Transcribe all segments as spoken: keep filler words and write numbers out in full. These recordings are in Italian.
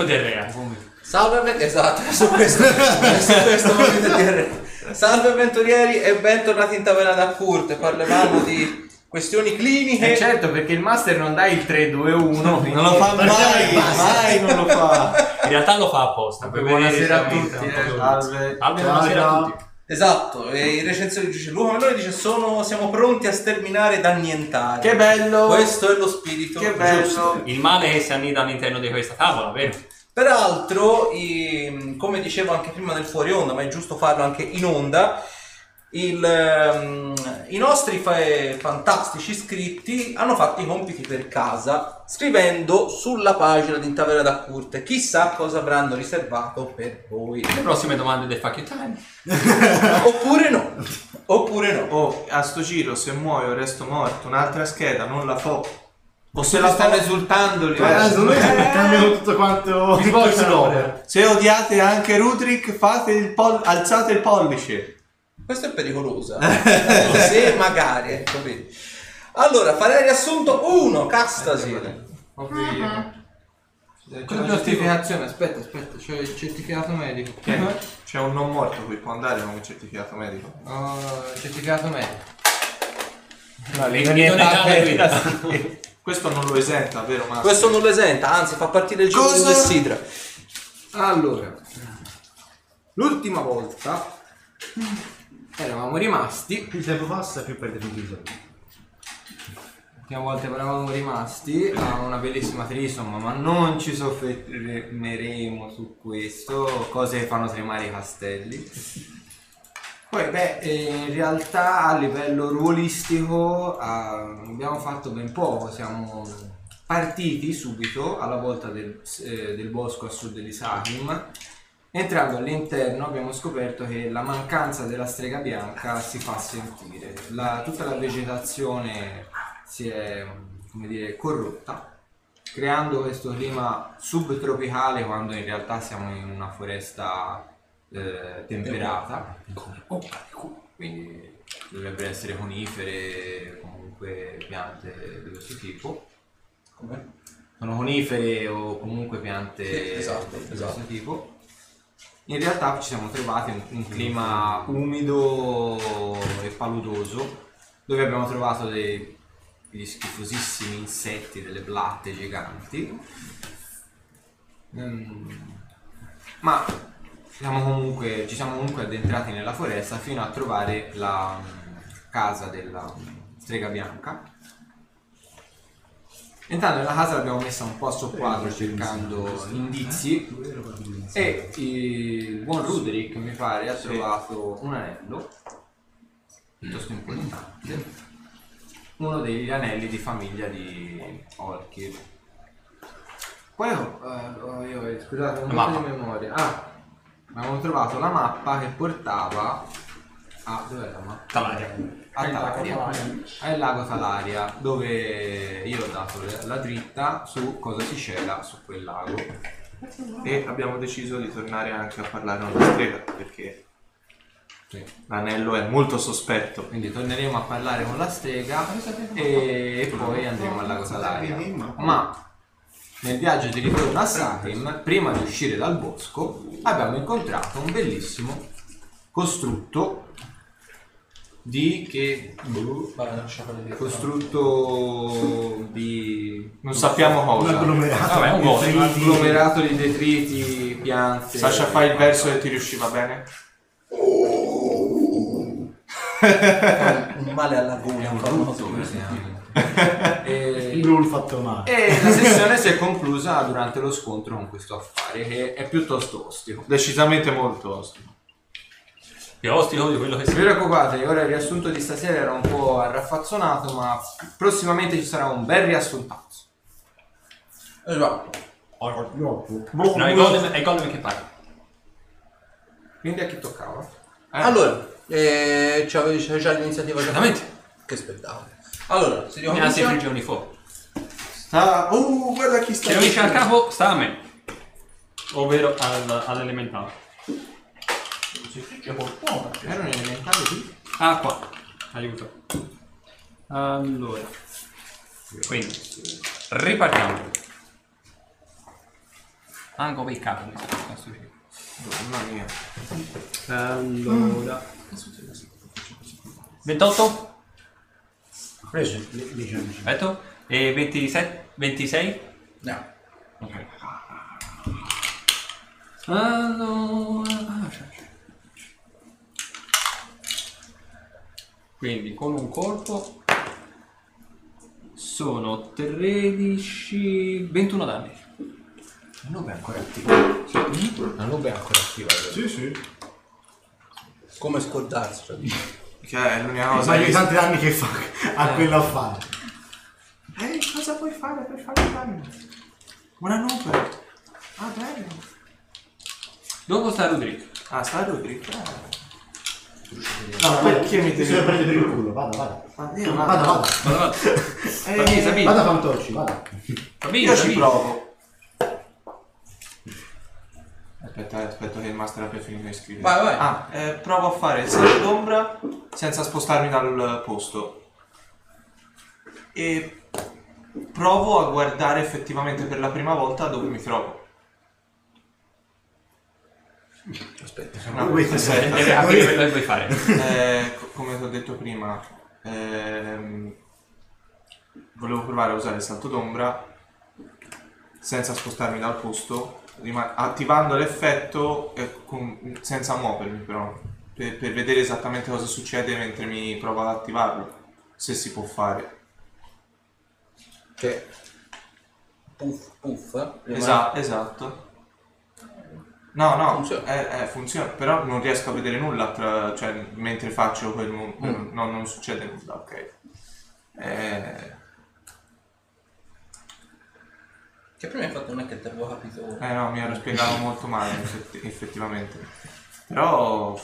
momento diarrea. Salve, esatto, su questo, su questo momento diarrea. Salve avventurieri e bentornati in Taverna da Kurt. Parlavamo di questioni cliniche. Eh certo, perché il master non dà il tre due uno, Non lo fa mai, mai non lo fa. In realtà lo fa apposta. per Buonasera a vedere tutti. se eh. siamo- Salve. Salve, buonasera a tutti. Esatto, e in recensione dice Luca Meloni dice sono, siamo pronti a sterminare ed annientare. Che bello! Questo è lo spirito. Che bello! giusto. Il male che si annida all'interno di questa tavola, vero? Peraltro, i- come dicevo anche prima nel fuori onda, ma è giusto farlo anche in onda, il, ehm, i nostri fa- fantastici iscritti hanno fatto i compiti per casa scrivendo sulla pagina di Taverna da Kurt. Chissà cosa avranno riservato per voi. Le prossime domande del Fuck You Time. Oppure no. Oppure no. Oh, a sto giro se muoio resto morto, un'altra scheda non la fo. O se la stanno esultando lì. Eh, secondo me cambiano tutto quanto. Mi vogliono. Se odiate anche Rudrick, fate il poll- alzate il pollice. Questo è pericoloso. Se magari, ecco, vedi. Allora, farei il riassunto uno, Castasir. C'è una certificazione, aspetta, aspetta, c'è il certificato medico. Che? C'è un non morto qui, può andare con un certificato medico. Oh, certificato medico. No, l'idoneità alla guida. Questo non lo esenta, vero Massimo? Questo non lo esenta, anzi fa partire il gioco Cosa? del Sidra. Allora, l'ultima volta eravamo rimasti, Più tempo passa, più perde punti di salute. l'ultima volta eravamo rimasti a una bellissima trisomma, ma non ci soffermeremo su questo, cose che fanno tremare i castelli. Poi beh, eh, in realtà a livello ruolistico ah, abbiamo fatto ben poco, siamo partiti subito alla volta del, eh, del bosco a sud di Sahim. Entrando all'interno abbiamo scoperto che la mancanza della strega bianca si fa sentire, la, tutta la vegetazione si è, come dire, corrotta, creando questo clima subtropicale quando in realtà siamo in una foresta eh, temperata, quindi dovrebbero essere conifere, comunque piante di questo tipo. Come? Sono conifere o comunque piante Sì, esatto, di esatto. questo tipo. In realtà ci siamo trovati in un clima umido e paludoso, dove abbiamo trovato dei, degli schifosissimi insetti, delle blatte giganti. Mm, ma siamo comunque, ci siamo comunque addentrati nella foresta fino a trovare la mm, casa della mm, strega bianca. Entrando nella casa l'abbiamo messa un po' a soqquadro cercando indizi e il buon Ruderick mi pare ha trovato un anello piuttosto importante, uno degli anelli di famiglia di Olkir. Poi oh, io, scusate, un po' di memoria. Ah, abbiamo trovato la mappa che portava a dov'è la mappa? Talaria. A Talaria, al lago Talaria, dove io ho dato la dritta su cosa si cela su quel lago. E abbiamo deciso di tornare anche a parlare con la strega, perché Sì. l'anello è molto sospetto. Quindi torneremo a parlare con la strega e poi andremo al lago Talaria. Ma nel viaggio di ritorno a Sahim, prima di uscire dal bosco, abbiamo incontrato un bellissimo costrutto di che costrutto di Non sappiamo Un cosa. agglomerato. Vabbè, un di gol. un detriti. agglomerato di detriti, piante. Sasha, fai il verso che ti riusciva bene? Un male alla gola. È un brutto, praticamente. E- Il ghoul fatto male. E la sessione si è conclusa durante lo scontro con questo affare che è piuttosto ostico. Decisamente molto ostico. Più ostico di quello che Non si vi preoccupate, ora il riassunto di stasera era un po' arraffazzonato, ma prossimamente ci sarà un bel riassuntazzo. Esatto. No, è Golem, è Golem che parla. Quindi a chi toccava? Eh. Allora, eh, c'è c'è già l'iniziativa già Certamente. fatta? Che spettacolo. Allora, si Mi ha sei ricomincia. prigioni fuori. Sta... Uh, guarda chi sta Se non riesce al capo, sta a me. Ovvero al, all'elementale. Era un elementare qui? Ah, qua. Aiuto. Allora. Quindi, ripartiamo. Manco peccato mi sa questo giro. Mamma mia. Allora. ventotto? Preso. Perfetto. E ventisette? ventisei? No. Ok. Allora. Quindi con un colpo sono tredici, ventuno danni. La nube è ancora attiva. La nube è ancora attiva. Sì, sì. Come scordarsi? Che è l'unica cosa Sai che... di tanti danni che fa a quello a fare. Eh, cosa puoi fare per fare danni? Una nube. Ah, bello. Dopo sta Rudrick. Ah, sta Rudrick. Eh. No, perché mi ti devi- si prende per il culo? Vada, vada. Ma io, Vada, vada. Vado, vado. Sabine, Eh, Sabine. Vada Fantocci, vada. Sabine, Io ci Sabine. provo. Aspetta, aspetta che il master abbia finito di scrivere. Vai, vai. Ah, eh, provo a fare il salto d'ombra senza spostarmi dal posto. E provo a guardare effettivamente per la prima volta dove mi trovo. Aspetta. No, Questo aspetta. Deve capire quello che vuoi fare. Eh, co- come ti ho detto prima, ehm, volevo provare a usare il salto d'ombra senza spostarmi dal posto, rima- attivando l'effetto eh, con- senza muovermi però, per, per vedere esattamente cosa succede mentre mi provo ad attivarlo, se si può fare. Cioè, puff, puff. eh, rimane- Esa- esatto. No, no, Funziona. eh, eh, funziona, però non riesco a vedere nulla tra- cioè, mentre faccio quel mo- Mm. no, non succede nulla, ok. Eh, Che prima hai fatto non è che te avevo capito. eh no, mi ero spiegato molto male effetti- effettivamente. Però...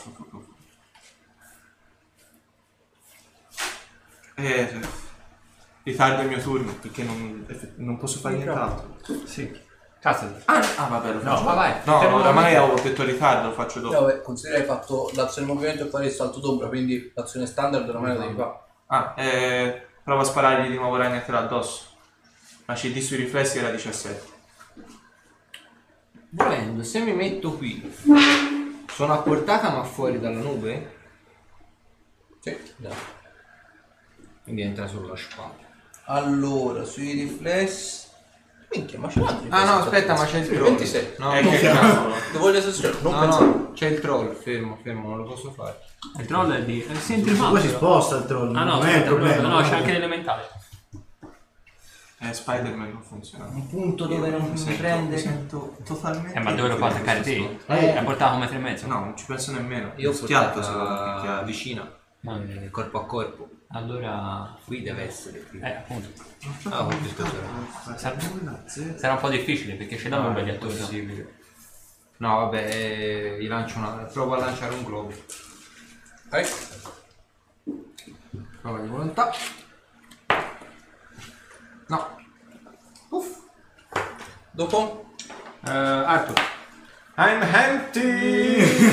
Eh, ritardo il mio turno perché non, effe- non posso fare nient'altro. Sì. Cazzo. Ah, ah vabbè, lo faccio. No, vai, vai. No, Te no, lo oramai metto. avevo detto ritardo, lo faccio dopo. No, beh, considera che hai fatto l'azione movimento e fare il salto d'ombra, quindi l'azione standard ormai la devi fare. Ah, eh, provo a sparargli di nuovo ragnatela addosso. La C D sui riflessi era diciassette. Volendo, se mi metto qui, sono a portata ma fuori dalla nube? Sì, dai. Quindi entra sulla spalla. Allora, sui riflessi. Minchia, ma c'è un altro Ah no, riflesso, aspetta, ma c'è il Sì, troll. ventisei. No, Eh, no, che cavolo. Devo le sessioni, non no, pensavo. no, c'è il troll, fermo, fermo, non lo posso fare. Il troll è di... Eh, senti il Poi si mouse. sposta il troll, Ah no, non è il aspetta, problema. no, c'è anche l'elementale. Eh, Spider-Man non funziona. Un punto dove non mi sento- prende. Mi sento totalmente... Eh, ma dove lo fa attaccare te? Eh. L'ha portato a un metro e mezzo? No, non ci penso nemmeno. Io ho schiatto portato se lo picchiare. vicino, Eh, eh, corpo a corpo. Allora... Qui deve essere. Qui. Eh, appunto. Ah, ho visto però. Sarà, sarà un po' difficile perché c'è da No, nulla è di attorno. impossibile. No, vabbè, eh, gli lancio una. Provo a lanciare un globo. Vai. Prova di volontà. No. Uff. Dopo? Eh, Arthur. I'm empty!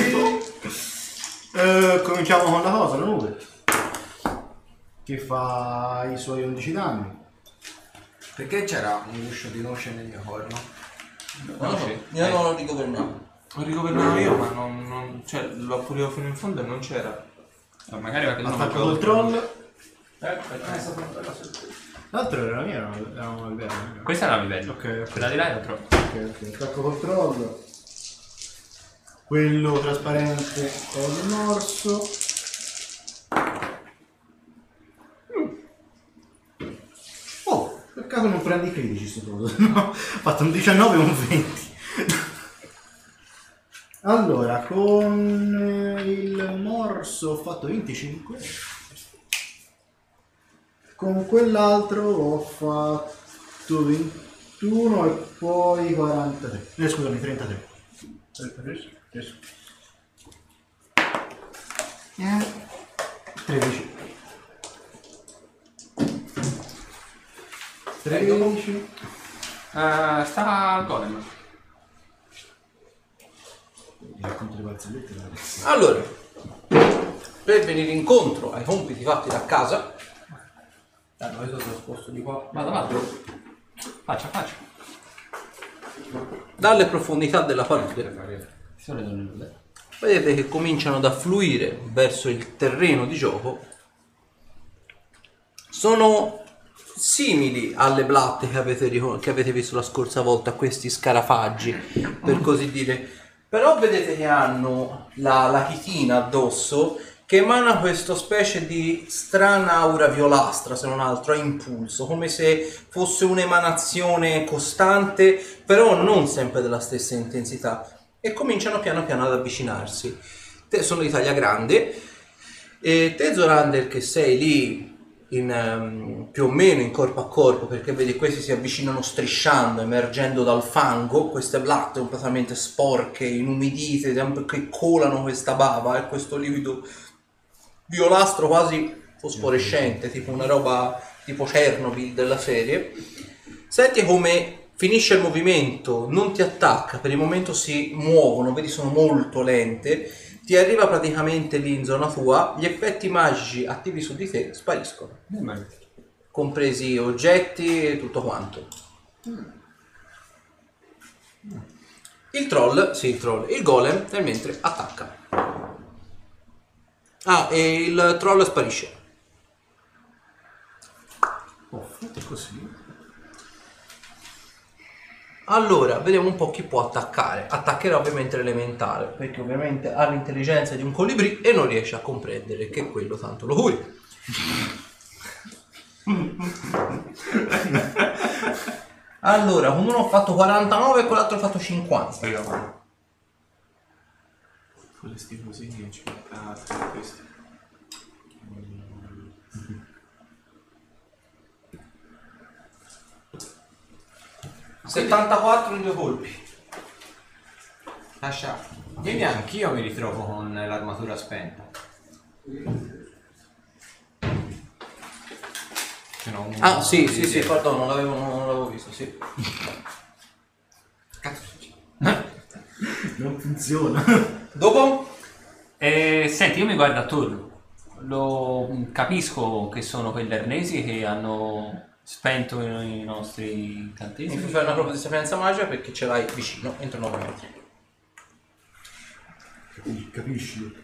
Eh, cominciamo con la cosa, la nube. Che fa i suoi undici danni. Perché c'era un guscio di noce nel mio corno? No, no, io non lo rigovernato. Lo rigovernavo io, ma non, non cioè, lo pulivo fino in fondo e non c'era. Eh, magari qualche nome Attacco lo- col troll. Eh, aspetta. L'altro era la mia, era era una livello. Questa era la livello. Ok, ok. Quella di là era troppo. Ok, ok. Attacco col troll. Quello trasparente è il morso. Oh, per caso non prendi i critici sto coso. No, ho fatto un diciannove e un venti. Allora, con il morso ho fatto venticinque. Con quell'altro ho fatto ventuno e poi quarantatré. Eh, scusami, trentatré. Eh, tredici. tredici. Eh, sta al golem. Racconto le barzellette, ragazzi. Allora, per venire incontro ai compiti fatti da casa. Ah no, io sono sposto di qua. Vado, vado. Faccia, faccia. Da dalle profondità della palude Sono le nulle. vedete che cominciano ad affluire verso il terreno di gioco. Sono simili alle blatte che avete, ricon- che avete visto la scorsa volta, questi scarafaggi, per così dire. Però vedete che hanno la, la chitina addosso che emana questa specie di strana aura violastra, se non altro, a impulso, come se fosse un'emanazione costante, però non sempre della stessa intensità. E cominciano piano piano ad avvicinarsi. Te sono di taglia grande e te Zorander che sei lì in, um, più o meno in corpo a corpo, perché vedi questi si avvicinano strisciando, emergendo dal fango, queste blatte completamente sporche, inumidite, che colano questa bava e questo liquido violastro quasi fosforescente, tipo una roba tipo Chernobyl della serie. Senti come finisce il movimento, non ti attacca, per il momento si muovono, vedi sono molto lente, ti arriva praticamente lì in zona tua, gli effetti magici attivi su di te spariscono, compresi oggetti e tutto quanto. Il troll, sì il troll, il golem nel mentre attacca. Ah, e il troll sparisce. Oh, fate così. Allora, vediamo un po' chi può attaccare. Attaccherà ovviamente l'elementare, perché ovviamente ha l'intelligenza di un colibrì e non riesce a comprendere che quello tanto lo curi. Allora, uno ha fatto quarantanove e quell'altro ha fatto cinquanta. Con le stifosini ci mettate questi. settantaquattro in due colpi. Lascia. Quindi anch'io mi ritrovo con l'armatura spenta. Ce n'ho uno Ah, sì, di sì, sì, dietro. perdono, non l'avevo, non l'avevo visto, sì. Cazzo succede? Non funziona. Dopo? Eh, senti, io mi guardo attorno. Lo capisco che sono quegli arnesi che hanno spento i, i nostri Mi incantesimi. fai una prova di sapienza magica perché ce l'hai vicino, entro nove metri. Capi- Capisci?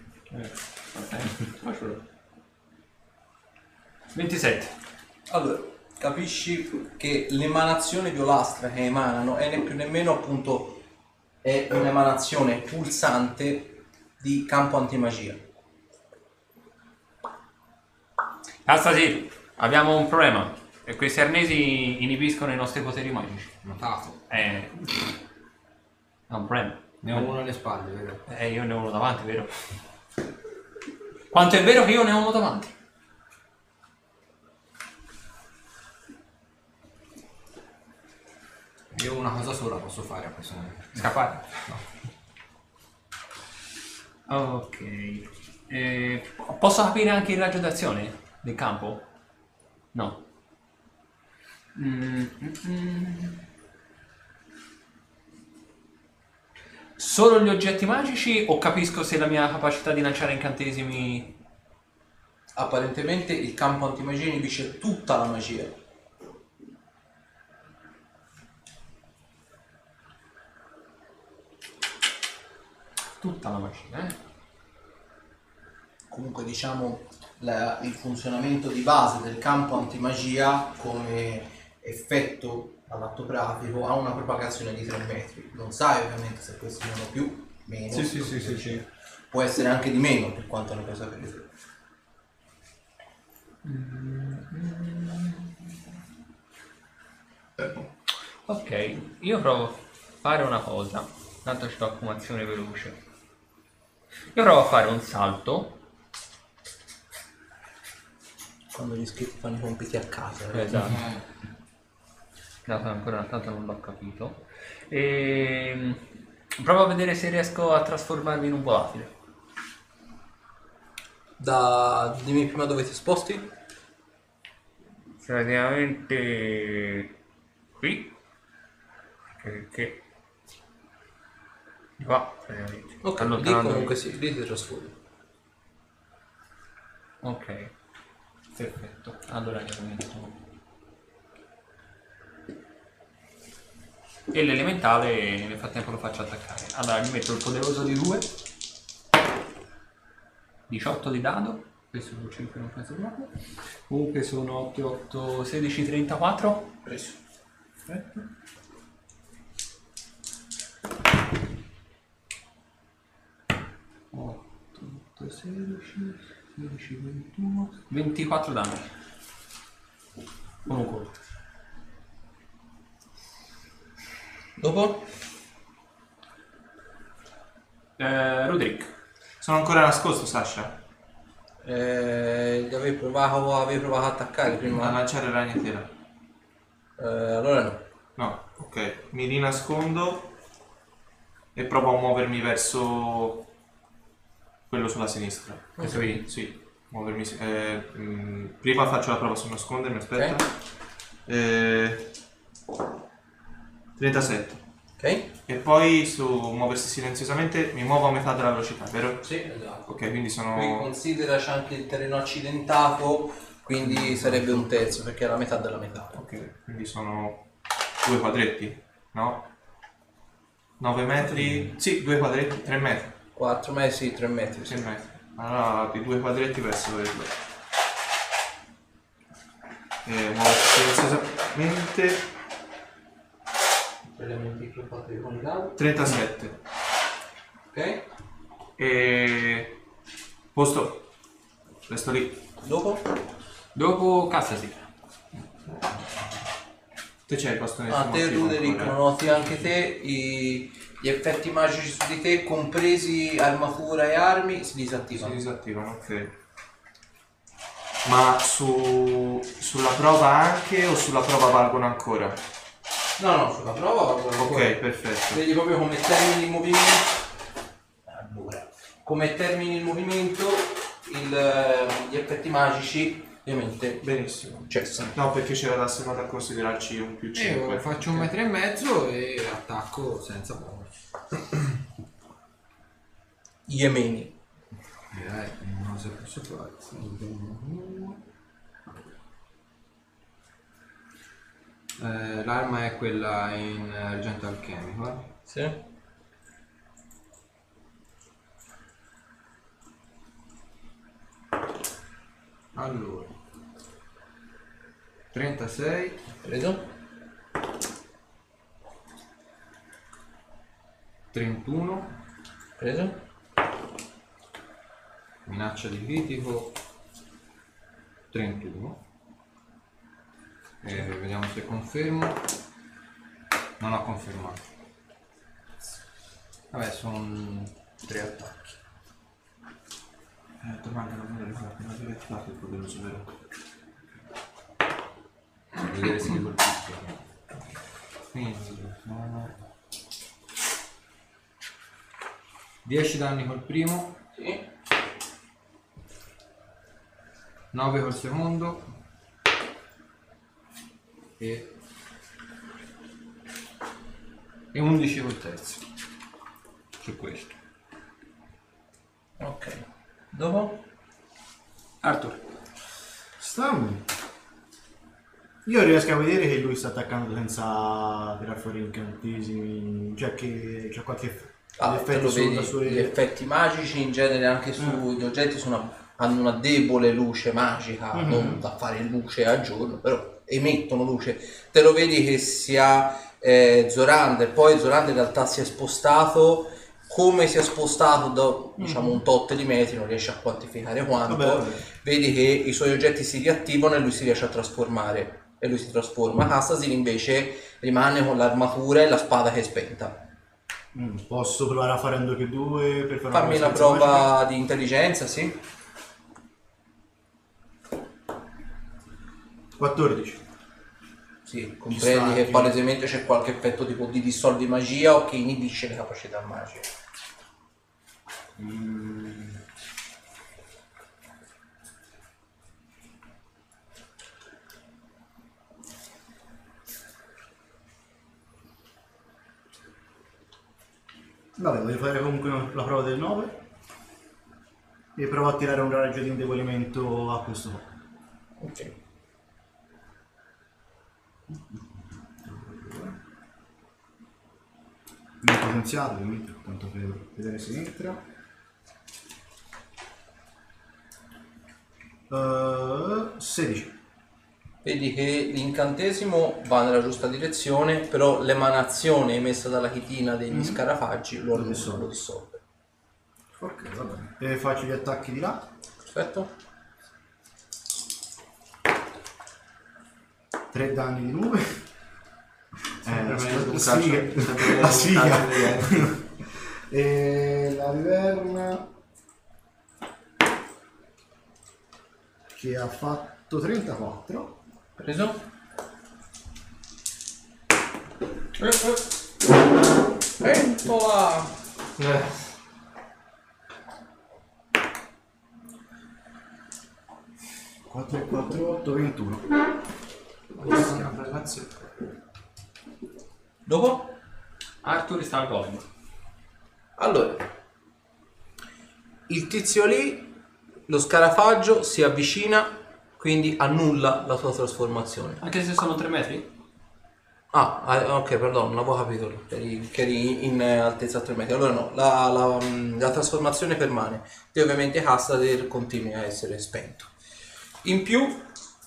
ventisette. Allora, capisci che l'emanazione violastra che emanano è né più nemmeno appunto è un'emanazione pulsante di campo antimagia. Astasi, abbiamo un problema. E questi arnesi inibiscono i nostri poteri magici. Notato. È è un problema. Ne ho uno alle spalle, vero? Eh, io ne ho uno davanti, vero? Quanto è vero che io ne ho uno davanti? Io una cosa sola posso fare a questo momento. Scappare? No. Ok. Eh, posso capire anche il raggio d'azione del campo? No. Mm, mm, mm. Solo gli oggetti magici o capisco se la mia capacità di lanciare incantesimi... Apparentemente il campo antimagia inibisce tutta la magia. Tutta la magia, eh? Comunque diciamo la- il funzionamento di base del campo antimagia come effetto all'atto pratico ha una propagazione di tre metri. Non sai ovviamente se questi sono più, meno. Sì, sì, sì, sì, sì. Può essere anche di meno per quanto ne puoi sapere. Ok, io provo a fare una cosa. Tanto ci do come azione veloce. Io provo a fare un salto. Quando gli iscritti fanno i compiti a casa. eh. Esatto. No, ancora tanto non l'ho capito. E provo a vedere se riesco a trasformarmi in un volatile. Da... Dimmi prima dove ti sposti? Praticamente qui. Perché qua praticamente. Ok, lì Allontanandomi. comunque sì, lì ti trasformi. Ok, perfetto. Allora io metto E l'elementale nel frattempo lo faccio attaccare. Allora gli metto il poderoso di due. diciotto di dado. Questo sono cinque, non penso proprio. Comunque sono otto, otto, sedici, trentaquattro. Preso. Perfetto. otto, otto, sedici, sedici, ventuno, ventiquattro danni. Con un colpo. Dopo? Eh, Roderick. Sono ancora nascosto, Sasha. Eh, gli avevi provato, avevi provato a attaccare A prima? lanciare ragnatela. Eh, allora no. No, ok. Mi rinascondo e provo a muovermi verso quello sulla sinistra. Questo qui. Sì, muovermi. Eh, mh, prima faccio la prova su nascondermi, aspetta. Ok. Eh, trentasette. Ok? E poi su muoversi silenziosamente mi muovo a metà della velocità, vero? Sì, esatto. Ok, quindi sono... Qui considera c'è anche il terreno accidentato, quindi sarebbe un terzo perché è la metà della metà. Ok, quindi sono due quadretti, no? nove metri... Sì, due quadretti, tre metri. quattro metri, sì, tre metri. tre Sì. metri. Allora, i due quadretti verso quello. E muoversi silenziosamente... Elementi più con i dadi. trentasette. Ok? E... Posto. Resto lì. Dopo? Dopo Cassasi. Te c'hai il bastone Ah, te smontino Ruderick, ancora, non eh? noti anche te i- gli effetti magici su di te, compresi armatura e armi, si Si disattivano. disattivano, ok. Ma su... sulla prova anche o sulla prova valgono ancora? No, no, sulla prova valgono ancora. Ok, perfetto. Vedi proprio come termini il movimento. Allora, come termini il movimento, il- gli effetti magici ovviamente Benissimo. cessano. No, perché c'era da se no da considerarci un più E cinque. io faccio un metro e mezzo e attacco senza bonus. Yemeni. Direi, non so posso fare. Eh, l'arma è quella in argento alchemico, eh? Sì. Allora, trentasei, Preso. trentuno, Preso. minaccia di critico, trentuno. E vediamo se confermo. Non ho confermato. Vabbè, sono tre attacchi. Eh, domanda non me lo ricordo, non avevi attivato il poderoso, vero? Vedere se li colpisco. Quindi sono dieci danni col primo, Sì. nove col secondo e, e undici col terzo. Su questo. Ok. Dopo? Arthur. Stanno. Io riesco a vedere che lui sta attaccando senza tirar fuori incantesimi, cioè che c'è qualche Ah, te effetto lo sulla vedi, sua... gli effetti magici in genere anche sugli oggetti sono, hanno una debole luce magica, Mhm. non da fare luce a giorno, però emettono luce. Te lo vedi che sia eh, Zorander, poi Zorander in realtà si è spostato, come si è spostato da diciamo un tot di metri, non riesce a quantificare quanto. Vabbè, vabbè. Vedi che i suoi oggetti si riattivano e lui si riesce a trasformare e lui si trasforma. Castasir invece rimane con l'armatura e la spada che è spenta. Mm, posso provare a fare un due più due per fare Fammi una conoscenza prova di intelligenza, sì. magica? quattordici. Sì, comprendi sta, che sì. palesemente c'è qualche effetto tipo di dissolvi magia o che inibisce le capacità magiche. Vabbè, voglio fare comunque la prova del nove e provo a tirare un raggio di indebolimento a questo punto. Ok. potenziato, ovviamente, tanto per vedere se entra. Uh, sedici. Vedi che l'incantesimo va nella giusta direzione, però l'emanazione emessa dalla chitina degli Mm. scarafaggi lo, Lo lo dissolve. dissolve. Ok, va bene. E faccio gli attacchi di là. Perfetto. tre danni di nube. Sempre Eh, meglio di un la calcio- sfiga. sempre meglio La di un sfiga. calcio di denti. E la riverna che ha fatto trentaquattro. Preso. Pentola! Eh, quattro e quattro, otto, ventuno. bellissima, grazie. Dopo? Arthur sta al golem. Allora, il tizio lì, lo scarafaggio si avvicina, quindi annulla la sua trasformazione. Anche se sono tre metri? Ah, ah, ok, perdono, non avevo capito che eri, che eri in eh, altezza tre metri. Allora no, la, la, mm, la trasformazione permane e ovviamente Castader continua a essere spento. In più,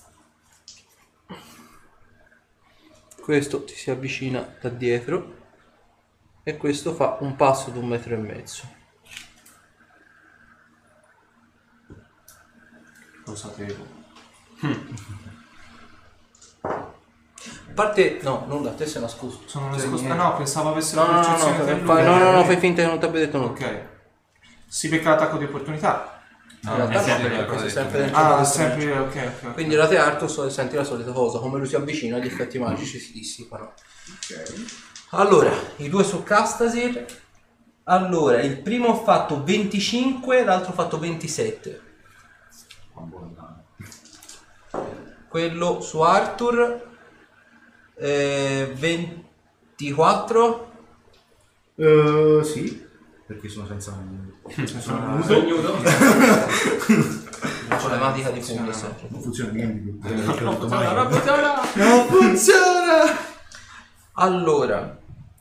questo ti si avvicina da dietro e questo fa un passo di un metro e mezzo. Lo sapevo. A parte, no, nulla, te sei nascosto. Sono Cioè, nascosto. niente. No, pensavo avessero No, no, no, no, percezione fai, del fai- no, lume. no, no, fai finta che non ti abbia detto nulla. Ok. Si becca l'attacco di opportunità. In realtà è no, sempre perché la questo è cosa sempre detto. dentro Ah, la sempre. Ok, ok. ok. Quindi la Tearto so- senti la solita cosa, come lui si avvicina gli effetti magici si dissipano. Allora, i due su Castasir. Allora, il primo ha fatto venticinque, l'altro ha fatto ventisette. Quello su Arthur eh, ventiquattro. Uh, sì, perché sono senza sono Sono nudo? La problematica di punti sempre. non funziona niente. Non funziona, non funziona! Non funziona! Allora,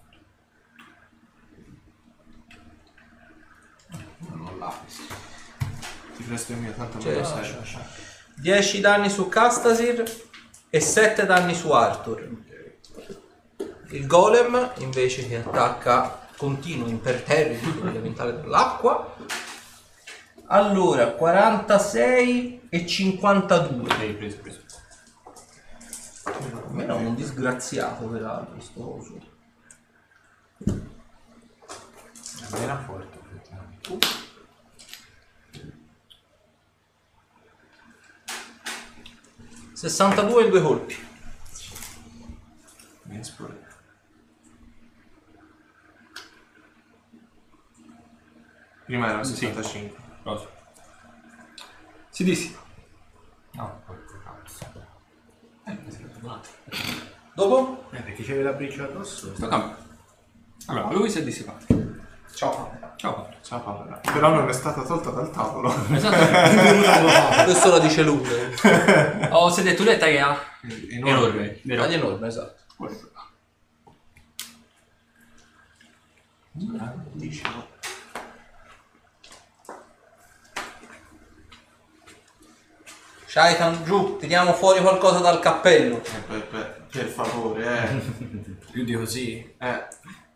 Non l'apri. Ti presto il mio, tanto Cioè, me lo sai. dieci danni su Castasir e sette danni su Arthur. Il golem invece che attacca continuo imperterriti elementale dell'acqua. Allora, quarantasei e cinquantadue. Hai preso, preso. Almeno un disgraziato peraltro sto coso. Era forte, effettivamente. sessantadue in due colpi. Mi esplode. Prima era sessantacinque. Cosa? Si dissi. No, porco cazzo. Dopo? Eh, perché c'aveva la briciola addosso. Sto cambio. Allora, lui si è dissipato. Ciao. Ciao. Ciao Paola. Però non è stata tolta dal tavolo. Esatto. Questo la dice lunga. Ho sedetuletta che ha Enorme. enorme, vero? Taglia enorme, esatto. Dicevo. Shaitan, giù, tiriamo fuori qualcosa dal cappello. Eh, per, per, per favore, eh. Più di così. eh.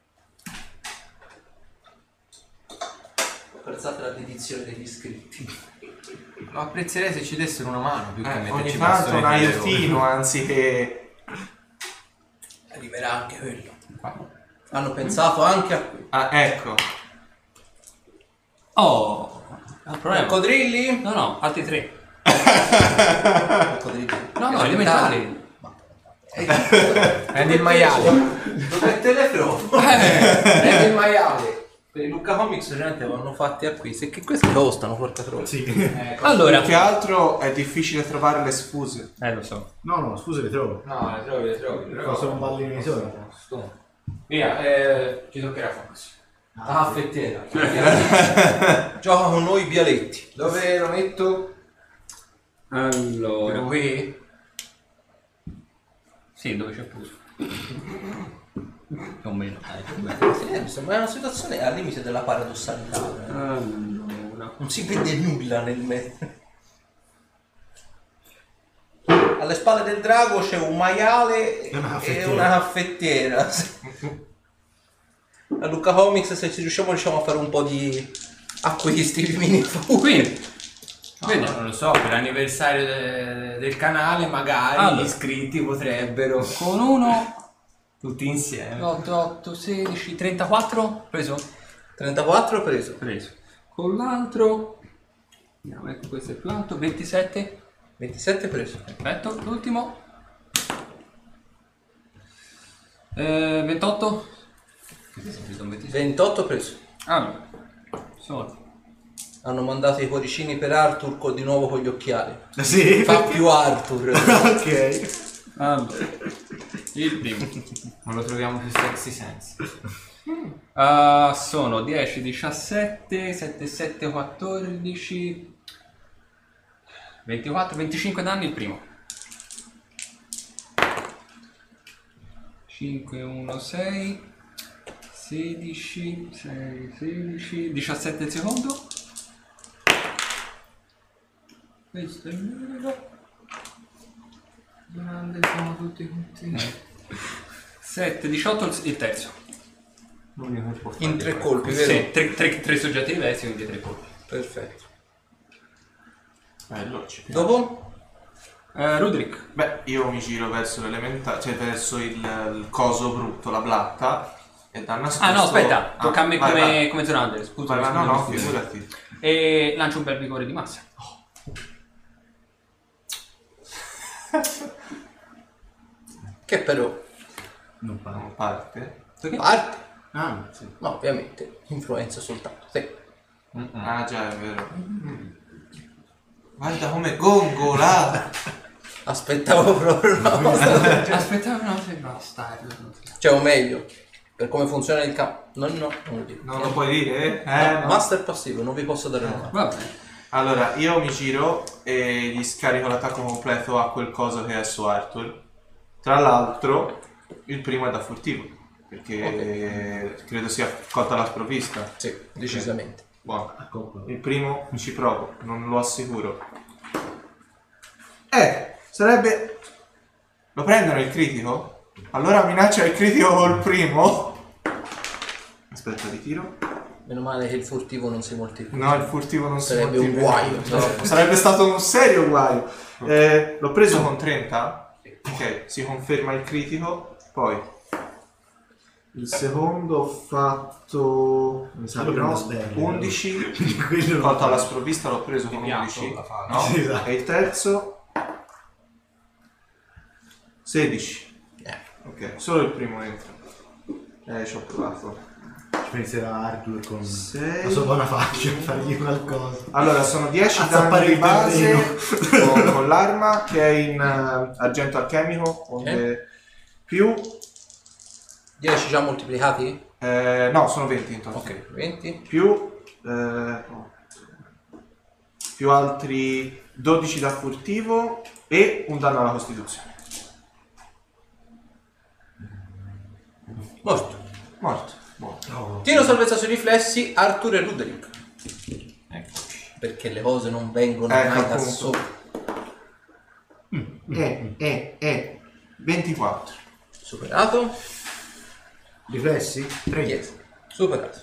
Apprezzate la dedizione degli iscritti. Lo apprezzerei se ci dessero una mano più che Eh, metterci ogni tanto bastoni un tra le aiutino anziché... Arriverà anche quello. Hanno pensato anche a quello. Ah, ecco. Oh, è un problema. Coccodrilli? No, no, altri tre. Coccodrilli. No, no, elementari. Prendi il maiale. Dove te le trovo? Prendi il maiale. Per i Lucca Comics veramente vanno fatti acquisti. E che questi costano, porca troia. Sì. Allora. Più che altro è difficile trovare le sfuse. Eh, lo so. No, no, scusa, le trovo. No, le trovi, le trovi. Le Cosa un ballino di solito. Via, eh, ci toccherà Fox. Ah, fettiera. Gioca con noi Bialetti. Dove lo metto? Allora. Qui? Sì, dove c'è pure. più o meno. Dai, più o meno. Sì, mi sembra una situazione al limite della paradossalità. eh. Allora. Non si vede nulla nel mezzo. Alle spalle del drago c'è un maiale E una e caffettiera. una caffettiera. A Luca Comics, se ci riusciamo, riusciamo a fare un po' di acquisti di mini food. Quindi, No, vedi? no, non lo so, per l'anniversario de- del canale magari Allora. gli iscritti potrebbero Con uno, tutti insieme. otto, otto, sedici, trentaquattro, preso? trentaquattro preso. Preso. Con l'altro, andiamo, ecco questo è più alto, ventisette, ventisette preso. perfetto, l'ultimo. Eh, ventotto. Che ti sei preso un ventisette? ventotto preso. Allora, sono Hanno mandato i cuoricini per Arthur con, di nuovo con gli occhiali. Sì. Fa più Arthur. Ok. allora, il primo. Non lo troviamo più sexy sense. Ah, sono dieci, diciassette, sette, sette, quattordici, ventiquattro, venticinque danni il primo. cinque, uno, sei, sedici, sei, sedici, diciassette il secondo. Questo è il numero. Grande, siamo tutti contenti. sette, diciotto il- il terzo. L'unico che può fare In tre di colpi, vero? Sì, tre, tre, tre soggetti diversi, quindi tre colpi. Perfetto. Bello, ci piace. Dopo? Eh, Rudrick. Beh, io mi giro verso l'elementare, cioè verso il, il coso brutto, la blatta, e da nascosto... Ah no, aspetta, tocca a me vai, come, vai. come Zorander, scusa. Vai, vai, no, scusa, no, scusa. figurati. E lancio un bel vigore di massa. Che però Non parlo. Non parte. parte. Ah, sì. No, ovviamente, influenza soltanto. Sì. Ah già, è vero. Guarda come gongola! Aspettavo proprio una cosa. Aspetta, no, sei bastardo. Cioè, o meglio, per come funziona il campo. No, no, non lo dico. Non lo puoi dire? Eh? No, no. master passivo, non vi posso dare nulla. Va bene. Allora, io mi giro e gli scarico l'attacco completo a quel coso che è su Arthur. Tra l'altro, il primo è da furtivo, perché credo sia colta alla sprovvista. Sì, decisamente. Buono. Il primo ci provo, non lo assicuro. Eh, sarebbe... Lo prendono il critico? Allora minaccia il critico col primo. Aspetta, ritiro. Meno male che il furtivo non si moltiplica. No, il furtivo non si Sarebbe un moltiplica. guaio. No, sarebbe stato un serio guaio. Eh, l'ho preso con trenta. Ok, si conferma il critico. Poi il secondo ho fatto mi sa Quello di che no, non sberla. undici. Quello non Colto alla parlo. sprovvista l'ho preso con undici. No? Sì, esatto. E il terzo sedici. Eh, Ok, solo il primo entra. Eh, ci ho provato. Ci penserà Arthur con Sei. la sua buona faccia a fargli qualcosa. Allora, sono dieci A danni zappare di il base con, con l'arma che è in eh, argento alchemico onde più dieci già moltiplicati? eh, no, sono venti in totale. Ok, venti. Più eh, più altri dodici da furtivo e un danno alla costituzione. Morto. Morto. Buono. Oh. Tiro salvezza sui riflessi, Arthur e Ruderick. Perché le cose non vengono Ecco, mai da appunto. solo. E e e ventiquattro. Superato. Riflessi? tre. Yes. Superato.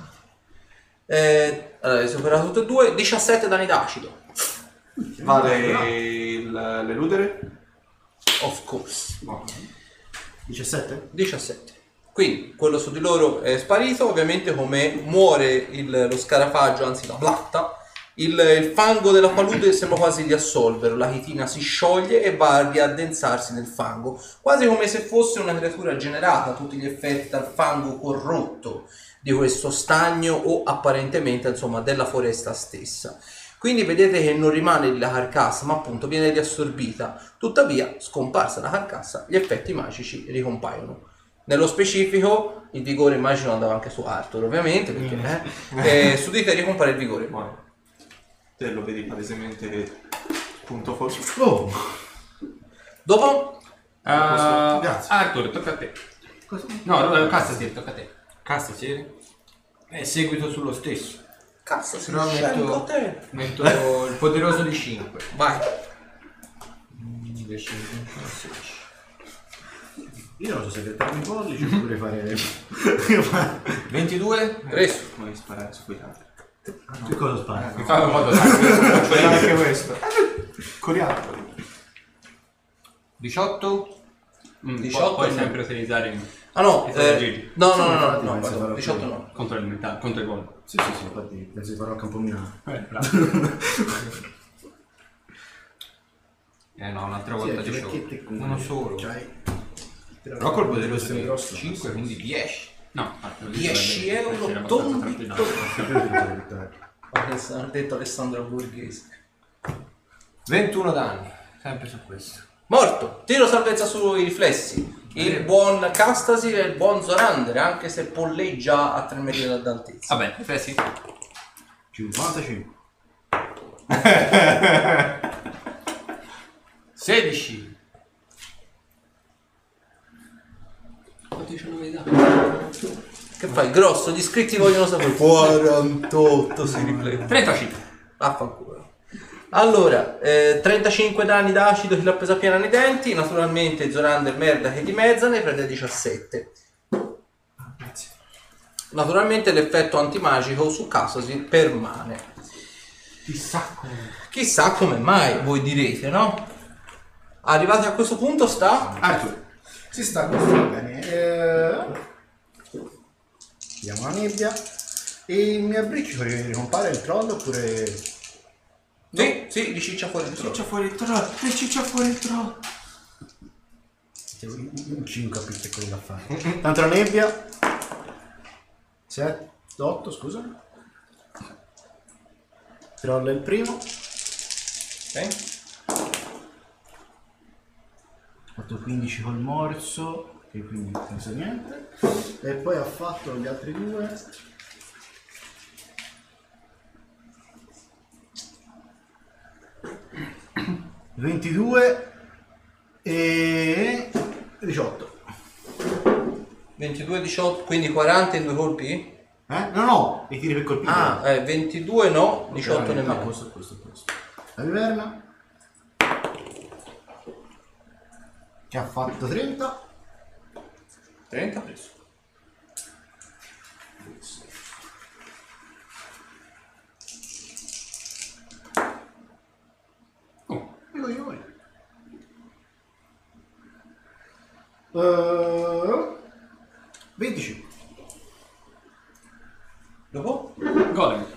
Eh, allora, hai superato tutte e due. diciassette danni d'acido. Vale il, l'eludere? Of course. diciassette? diciassette. Quindi quello su di loro è sparito. Ovviamente come muore il- lo scarafaggio, anzi la blatta, il, il fango della palude sembra quasi di assolvere. La chitina si scioglie e va a riaddensarsi nel fango, quasi come se fosse una creatura generata a tutti gli effetti dal fango corrotto di questo stagno o apparentemente insomma della foresta stessa. Quindi vedete che non rimane lì la carcassa, ma appunto viene riassorbita. Tuttavia, scomparsa la carcassa, gli effetti magici ricompaiono. Nello specifico, il vigore immagino andava anche su Arthur, ovviamente, perché eh, eh, su di te ricompare il vigore. Buono. Te lo vedi palesemente che punto forse. Oh! Dopo, Ah, Grazie. Arthur, tocca a te. Cosa? No, no, cassa, tocca a te. Cassa, sì. È seguito sullo stesso. Cazzo, si Però scelgo metto, te. metto il poderoso di cinque. Vai. Invece sedici. Io non so se gettarmi i pollici oppure fare... ventidue? Preso. Come sparare su quei tanti. Che cosa spara? Mi fa un modo da C'è anche questo. Coriandoli. diciotto. Mm, diciotto puoi no. sempre utilizzare in- Ah no, i eh, fuorileggi no, no, Sì, no, no, infatti, no, penso guarda, farò diciotto quello. no. contro il meta- contro il gol. Sì, sì, sì, infatti penso di farò a campominato. Eh, bravo. Eh no, un'altra volta di show. Uno solo. Però Però col poderoso di cinque, quindi dieci. No, dieci euro Era tondi. tranquillo. Ha detto Alessandro Borghese. ventuno danni, sempre su questo. Morto. Tiro salvezza sui riflessi. Il buon Castasi e il buon Zorander, anche se polleggia a tre metri d'altezza. Va bene, riflessi. cinquantacinque. sedici. diciannove danni. Che fai? Grosso, gli iscritti vogliono sapere. quarantotto si riflette. trentacinque. Vaffanculo. Allora, eh, trentacinque danni d'acido che l'ha presa piena nei denti. Naturalmente Zorander merda che dimezza, ne prende diciassette. Naturalmente l'effetto antimagico su Castasi permane. Chissà come. Chissà come mai, voi direte, no? Arrivati a questo punto sta... Arthur, si sta così bene. Eh... Vediamo la nebbia. E il mio abbriccio ricompare il troll oppure... Sì, sì, di ciccia fuori il Ciccia trono. fuori il troll. E ciccia fuori il troll. Un cinque a pizza è quello da fare. Tanto la nebbia. sette, otto, scusa. Troll è il primo. Ok? Ha fatto quindici col morso, che quindi non sa niente. E poi ha fatto gli altri due. ventidue e diciotto. ventidue, diciotto, quindi quaranta in due colpi? Eh? No, no, i tiri per colpire. Ah, eh, ventidue no, diciotto a nemmeno. posto, a posto, a posto. La viverna che ha fatto trenta. trenta preso. Oi, oi. Uh, venticinque. Dopo? Golem.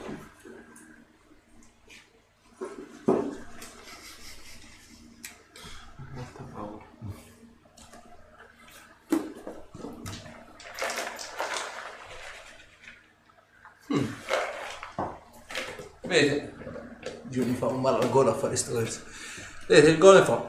Vedete? Dio, mi fa un male al gola a fare sto verso. Vedete, il golem fa...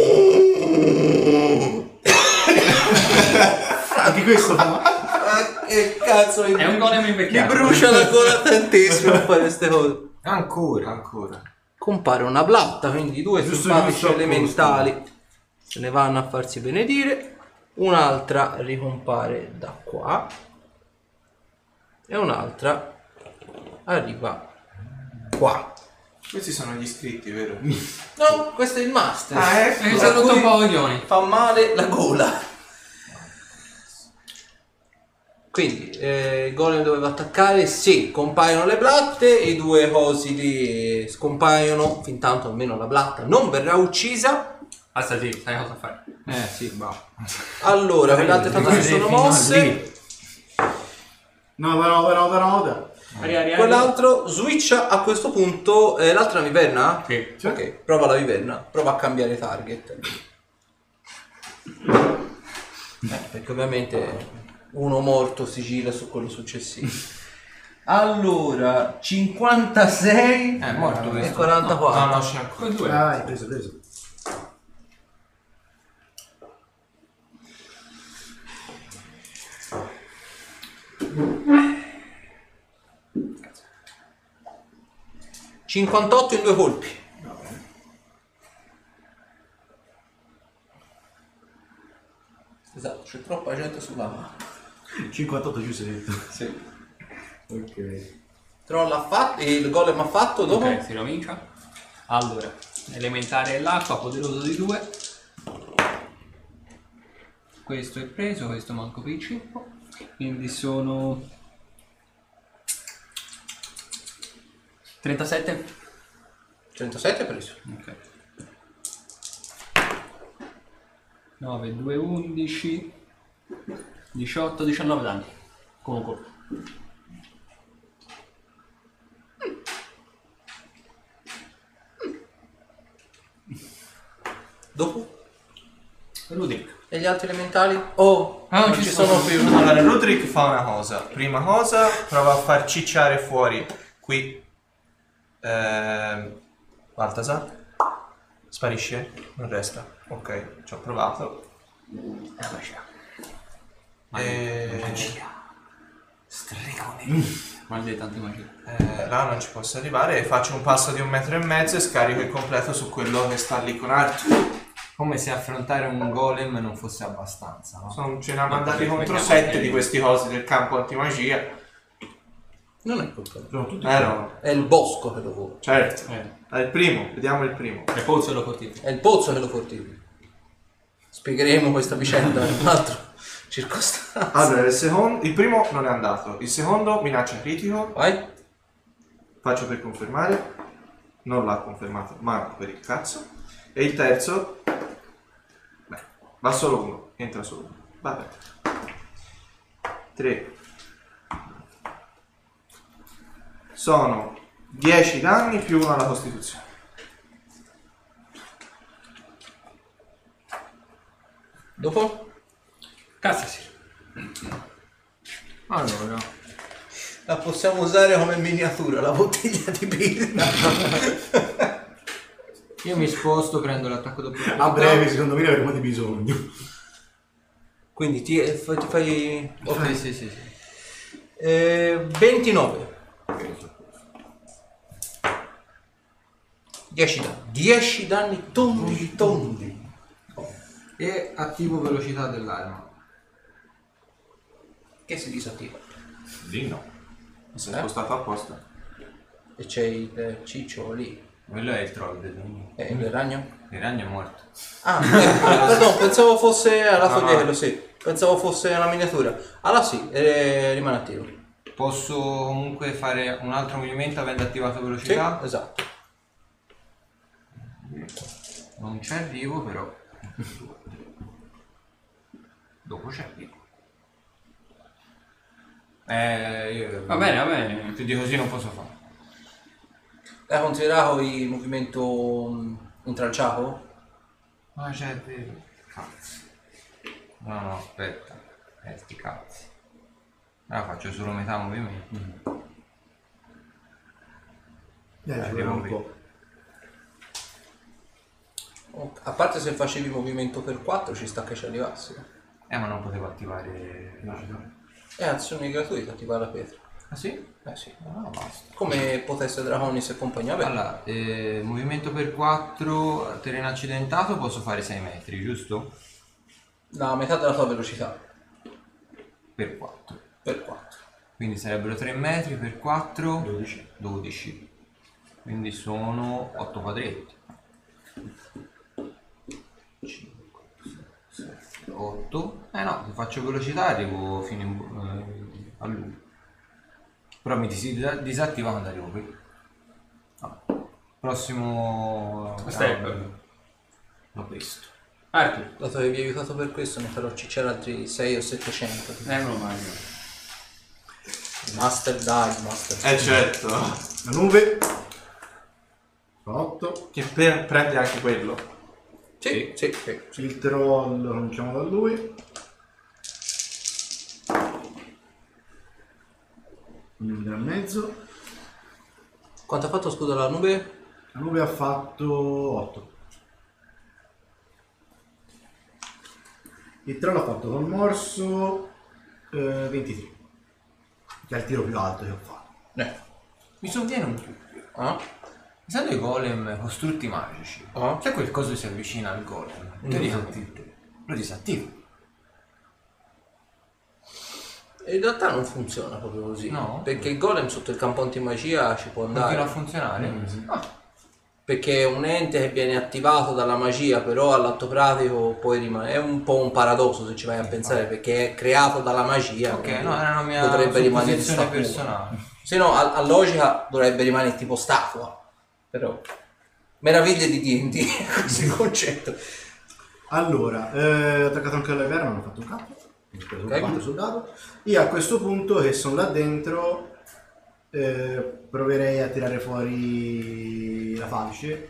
Anche questo fa. Ah, che cazzo mi, È un golem mi invecchiato. brucia la gola tantissimo a fare queste cose. Ancora. Ancora. Compare una blatta, quindi due Giusto, simpatici giusto, elementali se ne vanno a farsi benedire. Un'altra ricompare da qua. E un'altra arriva qua. Questi sono gli iscritti, vero? No, questo è il master. Ah, ecco. Eh, sono rotto un po' coglioni. Fa male la gola. Quindi eh, il golem doveva attaccare, sì, compaiono le blatte, i due cosi lì scompaiono, fin tanto almeno la blatta non verrà uccisa. Basta, sì, sai cosa fare. Eh sì, va. Allora, le altre fantasie sono mosse. nove, nove, nove, nove. Quell'altro switcha a questo punto, eh, l'altra viverna? Sì. Ok, prova la viverna, prova a cambiare target. Eh, perché ovviamente uno morto sigilla su quello successivo. Allora, cinquantasei È morto e questo. quarantaquattro. No, no, c'è ancora. Con due. Ah, hai preso, hai preso. cinquantotto in due colpi. Esatto, c'è troppo troppa gente sulla mappa. cinquantotto giusto hai detto. Sì. Ok. Troll ha fatto, il golem ha fatto, dopo? Ok, si ricomincia. Allora, elementare è l'acqua, poderoso di due. Questo è preso, questo manco per il cibo. Quindi sono trentasette. trentasette è preso. Ok. nove, due, undici, diciotto, diciannove danni. Comunque. Dopo? Ludwig. E gli altri elementali? Oh, Ah, non ci ci sono. sono più. Allora, Roderick fa una cosa. Prima cosa, prova a far cicciare fuori qui. Ehm, Baltasar. Sparisce? Non resta. Ok, ci ho provato. La magia. E... Maledetta antimagia. Eh, là non ci posso arrivare e faccio un passo di un metro e mezzo e scarico il completo su quello che sta lì con Arthur. Come se affrontare un golem non fosse abbastanza, no? Sono, ce ne hanno mandati perché contro mettiamo sette che- di questi cosi del campo antimagia. Non è colpa. Sono tutti Eh no, È il bosco che lo vuole. certo. Eh. È il primo, vediamo il primo. E pozzo lo fortifica. È il pozzo che lo fortifica. Spiegheremo questa vicenda in un altro circostanza. Allora, il secondo, il primo non è andato. Il secondo minaccia critico. Vai. Faccio per confermare. Non l'ha confermato, manco per il cazzo. E il terzo. Beh, va solo uno. Entra solo uno. Vabbè. tre. Sono dieci danni più uno alla costituzione. Dopo? Cazzasi. Allora, La possiamo usare come miniatura, la bottiglia di birra. io mi sposto, prendo l'attacco doppio. A breve, secondo me, ne avremo di bisogno. Quindi ti, eh, fa- ti fai... ok. Sì, sì, sì, sì. Eh, ventinove. dieci danni. dieci danni tondi, tondi. E attivo velocità dell'arma. Che si disattiva. Lì no. Mi sono Eh? spostato apposta. E c'è il eh, ciccio lì. Quello è il troll del ragno. E il ragno? Il ragno è morto. Ah, eh, perdon, pensavo fosse alla No, fogliello, no. sì. Pensavo fosse una miniatura. Allora sì, eh, rimane attivo. Posso comunque fare un altro movimento avendo attivato Sì, velocità? esatto. Non ci arrivo però. Dopo ci arrivo. Eh, io... Va bene, va bene. Più di così non posso fare. Hai considerato il movimento mh, intralciato? Ma c'è è vero. Cazzo. No, no, aspetta. Eh, sti cazzi. Ah, faccio solo metà movimento. Eh, ci Arrivo vuole un qui. po'. Oh, a parte se facevi movimento per quattro ci sta che ci arrivassi. Eh, ma non potevo attivare velocità. È azione gratuita attivare la pietra. Ah sì? Eh sì. Ah, basta. Come potesse Draconis e compagnia. Beh, Allora, eh, movimento per quattro, terreno accidentato, posso fare sei metri, giusto? la metà della tua velocità. Per quattro. Per quattro. Quindi sarebbero tre metri per quattro, dodici. dodici. Quindi sono otto quadretti. cinque, sei, sette, otto. Eh no, se faccio velocità arrivo fino in, eh, a lui. Però mi dis- disattiva quando arrivo qui. Ah. Prossimo Step. round. L'ho visto. Arthur. Dato che vi ho aiutato per questo ne farò cicciare altri sei o settecento. Eh, me lo immagino. Master die, master. Eh certo. La nube. otto. Che per- prende anche quello. Sì, sì, sì. sì. Il troll lo cominciamo da lui. Un e mezzo. Quanto ha fatto scudo la nube? La nube ha fatto otto. Il troll ha fatto col morso eh, ventitré. Che è il tiro più alto che ho fatto. Eh. Mi sovviene un dubbio. Ah? Essendo i golem costrutti magici, Ah. se qualcosa si avvicina al golem, teoricamente lo disattivo. In realtà non funziona proprio così. No? Perché il golem sotto il campo antimagia ci può andare. Continua a funzionare? Ah, Perché è un ente che viene attivato dalla magia, però all'atto pratico poi rimane. È un po' un paradosso se ci vai a pensare, perché è creato dalla magia. ok, quindi no, era una mia dovrebbe rimanere supposizione statua. personale. Se no, a, a logica dovrebbe rimanere tipo statua. Però meraviglie di D and D questo concetto. Allora, eh, ho attaccato anche alla gara, non ho fatto un capo. Ho preso Ok. un quattro sul dado. Io a questo punto che sono là dentro eh, proverei a tirare fuori la falce.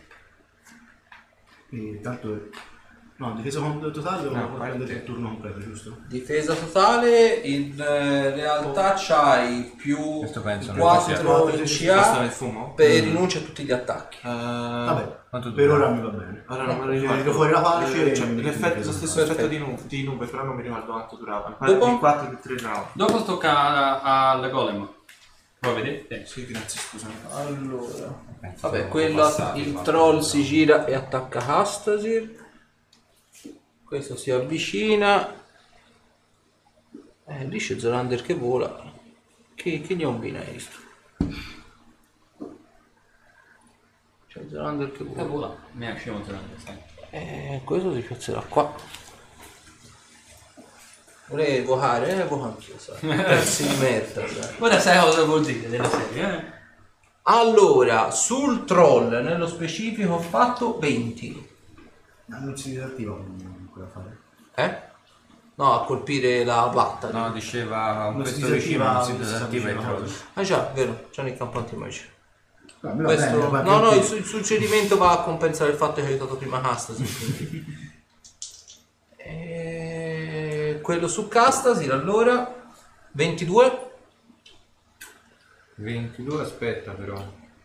E tanto no, difesa con totale o No, può parte. prendere il turno completo, giusto? Difesa totale, in eh, realtà c'hai più Questo penso non quattro sia- in Questo C A nel fumo? per rinuncia a tutti gli attacchi. Eh, Vabbè, quanto per dura? ora mi va bene. Allora non me lo Tiro ricordo. fuori la falce Eh, e cioè, mi l'effetto, difesa lo stesso totale. effetto Perfetto. di, nu- di nube, però non mi ricordo quanto durava. Dopo? Di quattro di tre round. Dopo tocca a- al golem. Vuoi vedere? Sì, grazie, scusami. Allora, Penso vabbè, siamo quello passati, il ma- troll si gira e attacca Hastasir. Questo si avvicina. Eh, lì c'è Zolander che vola. Che, che gnombina è questo? C'è Zolander che E vola. vola. Mi esce molto grande, sai. Eh, questo si piazzerà qua. Vorrei evocare, eh, evoco anch'io, sai. Pezzi di merda, sai. Ora sai cosa vuol dire della serie, eh? Allora, sul troll nello specifico ho fatto venti. Ma non si disattiva quella fare. Eh? No, a colpire la batta. No, diceva un Non si pezzo vicino, non si disattiva- disattiva il troll. Ah già, vero, c'è nel campo antimagia. No, mi va Questo... bene, va no, no, bene. il, su- il succedimento va a compensare il fatto che hai aiutato prima Castasir. e... Quello su Castasir, allora, ventidue. ventidue, aspetta però.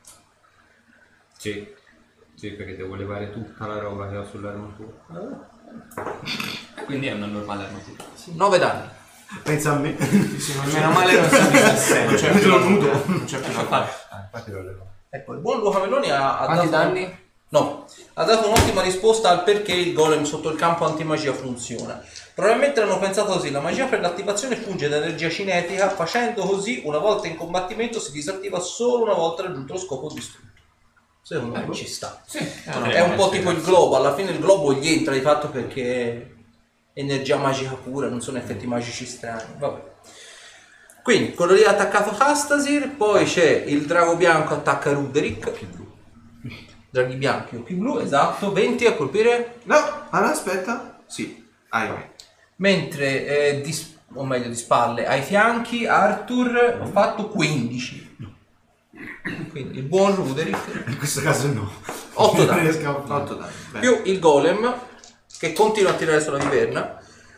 Sì, sì, perché devo levare tutta la roba che ho sull'armatura. Quindi è una normale armatura. nove danni. Pensa a me. Sì, ma meno male non sono diciassette. Non c'è più la nudo. Non c'è più la nudo. Ah, infatti lo levo. Ecco, il buon Luca Meloni ha, ha Quanti dato... danni? No, ha dato un'ottima risposta al perché il golem sotto il campo antimagia funziona. Probabilmente hanno pensato così: la magia per l'attivazione funge da energia cinetica, facendo così una volta in combattimento si disattiva solo una volta raggiunto lo scopo distrutto. Secondo me ci sta. Sì. È un po' tipo il globo, alla fine il globo gli entra di fatto perché è energia magica pura, non sono effetti magici strani. Vabbè. Quindi quello lì ha attaccato Castasir, poi c'è il drago bianco attacca Ruderick. Draghi bianchi, occhi blu, esatto, venti a colpire. No, allora aspetta. Sì, ahimè. Mentre, eh, di, s- o meglio di spalle, ai fianchi, Arthur ho fatto quindici. Quindi il buon Ruderick, In questo caso no. otto Non danni. riesco a fare. otto danni. Bene. Più il golem, che continua a tirare sulla viverna.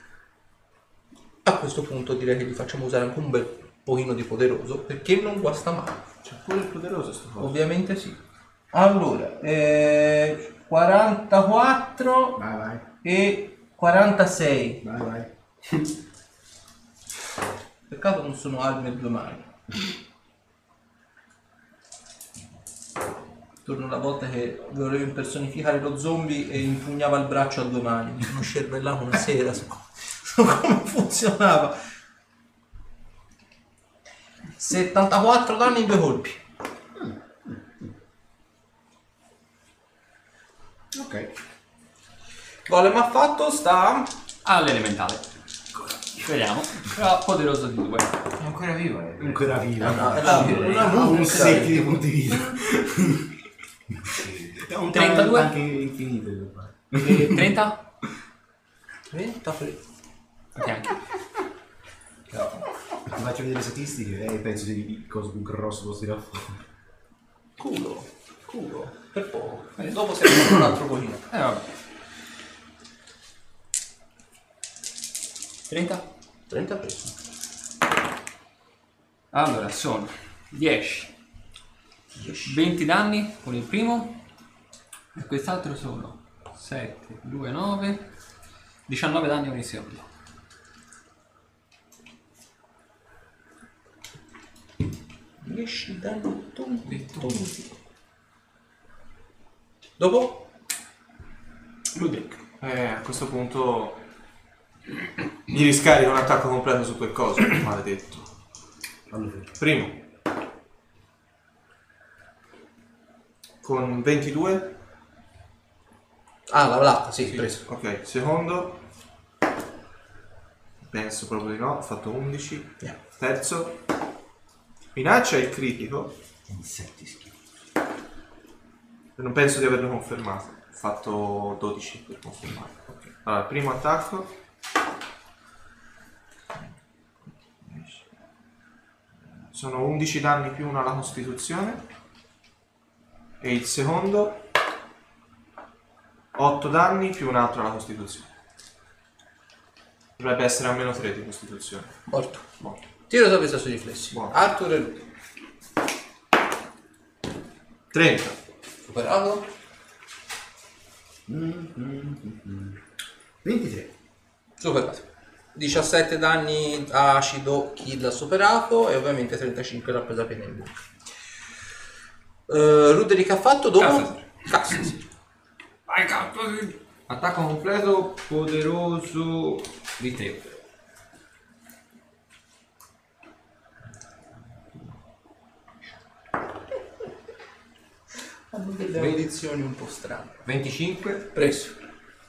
A questo punto direi che gli facciamo usare anche un bel pochino di poderoso, perché non guasta mai. C'è pure il poderoso sto coso. Ovviamente sì. Allora, eh, quarantaquattro Vai, vai, e quarantasei. vai, vai. Peccato non sono armi a due mani. Torno alla volta che volevo impersonificare lo zombie e impugnava il braccio a due mani. Mi sono scervellato una sera su, su come funzionava. settantaquattro danni in due colpi. Ok. Golem ha fatto sta... All'elementale. Vediamo. Però poderoso di due. È ancora vivo, eh. Ancora viva. no, è la- Una un secchi di punti vita. È un trentadue? anche infinito. devo fare. E trenta? trenta per- Fianchi. Ti faccio vedere le statistiche e penso di cosa più grosso posso tirare fuori. Culo, culo, per poco. E dopo si è un altro pochino. Eh vabbè. trenta? trenta preso. Allora, sono dieci. venti danni con il primo. E quest'altro sono sette, due, nove. diciannove danni con il secondo. dieci danni tonti, tonti. Dopo? Ludwig. Eh, a questo punto Gli riscarico un attacco completo su quel coso, maledetto. Allora, Primo. Con ventidue. Ah, la latta, sì, preso. Ok, secondo. Penso proprio di no, ho fatto undici. Yeah. Terzo. Minaccia il critico. Insetti schifosi. Non penso di averlo confermato. Ho fatto dodici per confermare. Okay. Allora, primo attacco. Sono undici danni più uno alla costituzione. E il secondo otto danni più un altro alla costituzione. Dovrebbe essere almeno tre di costituzione. Morto. Morto. Tiro salvezza sui riflessi. Buono. Arthur e lui. trenta. Superato. ventitré. Superato. diciassette danni acido kill superato e ovviamente trentacinque l'ha presa piena in bocca. Uh, Ruderick ha fatto dopo? Cassasi. Cassasi. Vai, Cassasi! Attacco completo poderoso di te. Hanno delle audizioni un po' strane. venticinque. Preso.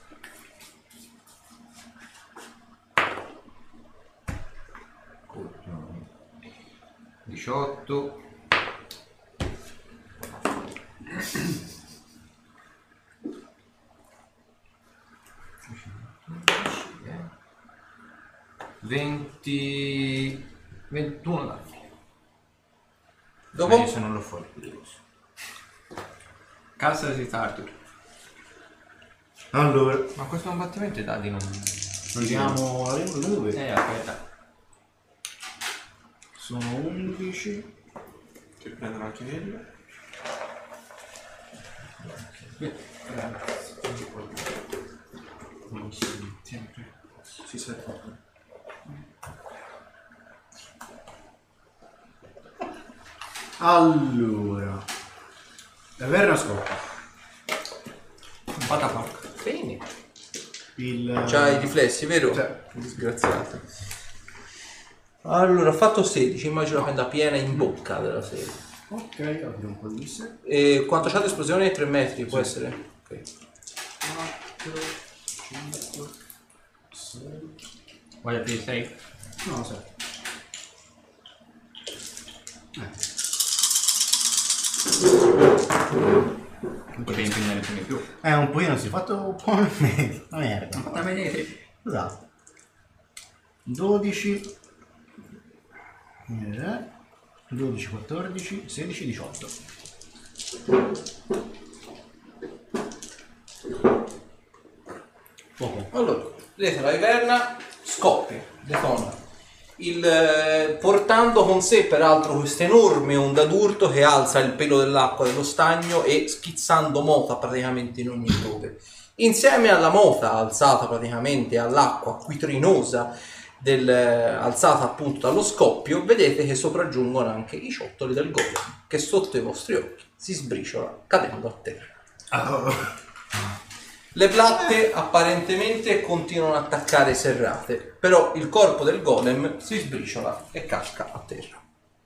diciotto. venti. ventuno danni. Dopo? Io se non lo fuori poderoso. Cassasi Arthur. Allora, Ma questo combattimento i dadi non... andiamo alle nove. Eh, aspetta. Sono undici. Che prendono anche quello. Si serve. Allora, la verna scoppia. What the fuck? Bene. Il... C'ha i riflessi, vero? Sì. Disgraziato. Allora, ho fatto sedici, immagino la prenda piena in bocca della serie. Ok, apro un po' di sé. E quanto c'ha di esplosione? tre metri, può essere? Ok. quattro, cinque, sei. Vuoi aprire sei? No, sette. Eh. Potevi impegnare prima in più. Eh, un pochino si è fatto un po' meglio. Una merda. Fatta vedere. Esatto. dodici. Eh, dodici, quattordici, sedici, diciotto. Poco. Allora, vedete la viverna scoppia, detona. Il, eh, portando con sé peraltro questa enorme onda d'urto che alza il pelo dell'acqua dello stagno e schizzando mota praticamente in ogni dove. Insieme alla mota alzata praticamente all'acqua acquitrinosa del, eh, alzata appunto dallo scoppio, vedete che sopraggiungono anche i ciottoli del golem che sotto i vostri occhi si sbriciola cadendo a terra. Le platte apparentemente continuano ad attaccare serrate, però il corpo del golem si sbriciola e casca a terra.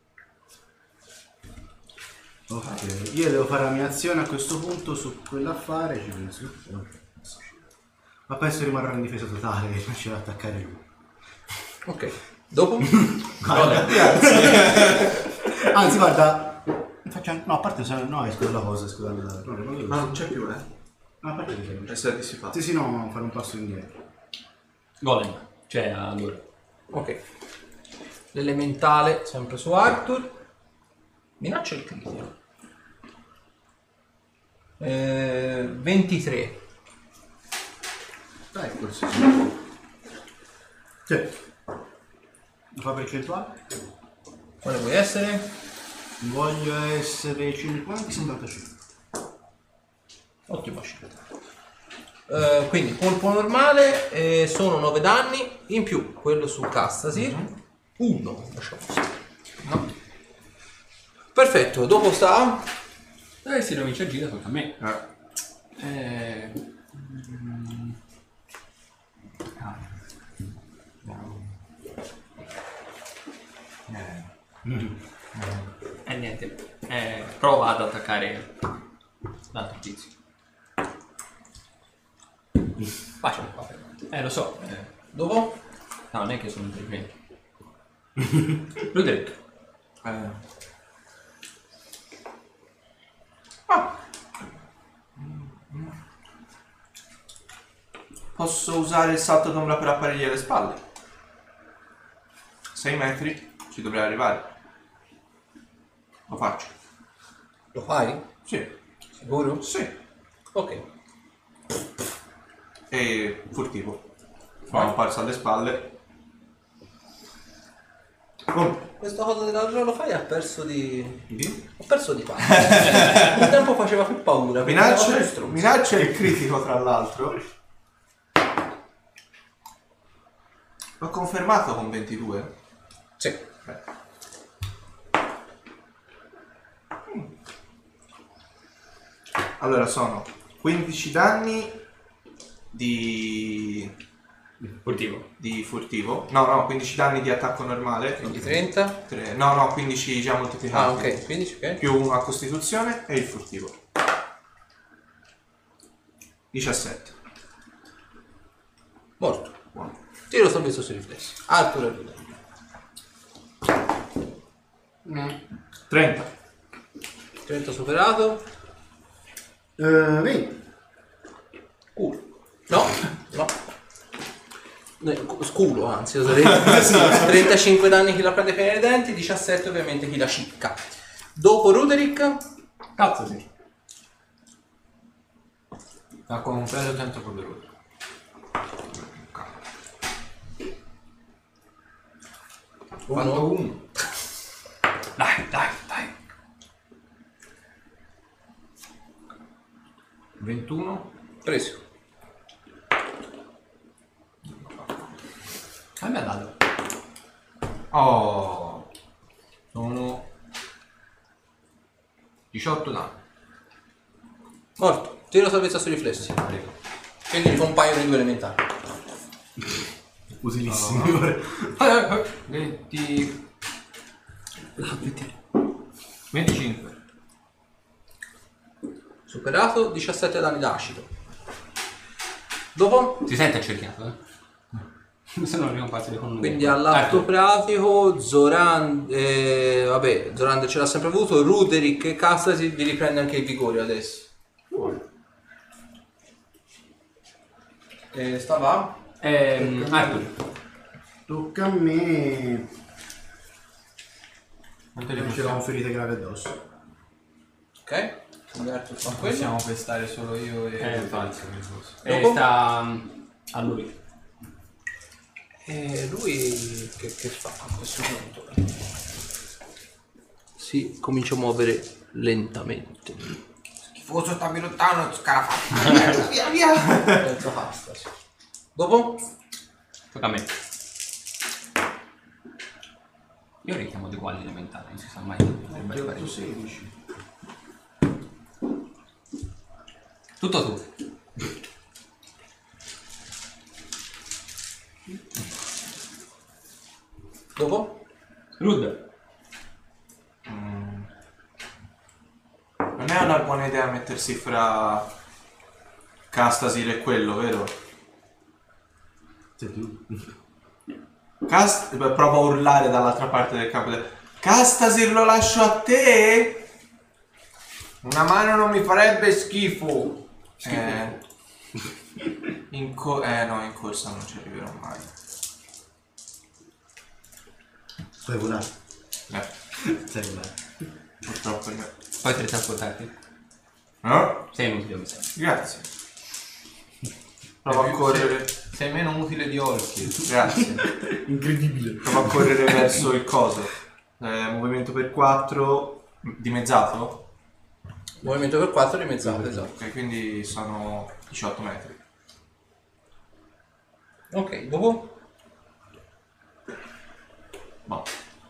Ok, io devo fare la mia azione a questo punto su quell'affare. Ci penso. Ma penso rimarrà in difesa totale, non ci va ad attaccare lui. Ok, dopo? Guarda, anzi, guarda, facciamo. No, a parte se no, esco dalla cosa, esco dalla. No, no, Ma non c'è più, eh? no, a parte che È stato dissipato. sì, sì, no, fare un passo indietro. Golem. Cioè, allora. Ok. L'elementale sempre su Arthur. Minaccia il critico. Eh, ventitré. Dai, forse sì. Sì. Lo fa percentuale? Quale vuoi essere? Voglio essere cinquanta settantacinque. Ottimo scelta. Eh, quindi colpo normale eh, sono nove danni in più quello su Castasi. uno, lasciamo stare. No. Perfetto, dopo sta Eh, se lo vince a gira tocca a me. Eh. Eh... mm, ah. E niente, eh, prova ad attaccare l'altro tizio. Facile. Eh, lo so. Eh. Dopo? No, non è che sono intelligenti. Ruderick. Eh. Ah. Posso usare il salto d'ombra per apparire alle spalle? sei metri ci dovrei arrivare. Lo faccio. Lo fai? Sì. Sicuro? Sì. Ok. E furtivo. Sono apparso alle spalle. Oh. Questa cosa dell'altro lo fai ha perso di... Di? Ho perso di pancia. Un tempo faceva più paura. perché Minaccia, era più stronzo. minaccia il critico tra l'altro. L'ho confermato con ventidue. Sì. Beh. Allora sono quindici danni di, Furtivo. di furtivo. No, no, quindici danni di attacco normale. Quindi trenta. Tre- No, no, quindici già moltiplicati. Ah, ok. quindici, ok. Più uno a costituzione e il furtivo. diciassette. Morto. Buono. Tiro salvezza sui riflessi. Arthur e Ruderick. trenta. trenta superato. Eh, venti. Culo. No, no. Eh, Sculo, anzi, oserei. trentacinque danni chi la prende per i denti, diciassette ovviamente chi la cicca. Dopo Ruderick, Cazzo sì. Ma con un preso tanto poderoso. uno. uno. Dai, dai, dai. ventuno. Preso. A me ha dato. Oh. Sono diciotto danni. Morto. Tiro salvezza sui riflessi. Quindi ricompaiono i due elementari. Utilissimo. venti. venticinque. Superato, diciassette danni d'acido. Dopo? Si sente accerchiato, eh? Se non arriva un pazzo di con Quindi all'atto pratico Zoran, eh, vabbè, Zoran ce l'ha sempre avuto, Ruderick e Castasi vi riprende anche il vigore adesso. E sta là? Ehm, Arthur. Tocca a me. Quante le Non ce possiamo, l'ho ferite gravi addosso. Ok? Quindi Arthur fa quello. possiamo pestare solo io e Eh, infatti. E Dopo? sta mm, a lui. E lui che, che fa a questo punto? Si comincia a muovere lentamente. Schifoso, stammi lontano, scarafatto. Via, via. Senza pasta, sì. Dopo? Tocca a me. Io richiamo di quali elementari, non si sa mai. Potrebbe arrivare. sedici. Tutto tu. Dopo? Rud. Non è una buona idea mettersi fra Castasir e quello, vero? Sei tu. Cast... Beh, provo a urlare dall'altra parte del campo. de- Castasir, lo lascio a te? Una mano non mi farebbe schifo. Eh, in co- eh no, in corsa non ci arriverò mai. Puoi volare. Eh, Sai volare. purtroppo no. Poi teletrasportarti. No? Sei inutile mi sa. Grazie. Provo a correre. Sei meno utile di Orchi. Grazie. Incredibile. Provo a correre verso il coso. Eh, movimento per quattro. Dimezzato? Movimento per quattro dimezzato, esatto. Ok, quindi sono diciotto metri. Ok, dopo? Boh.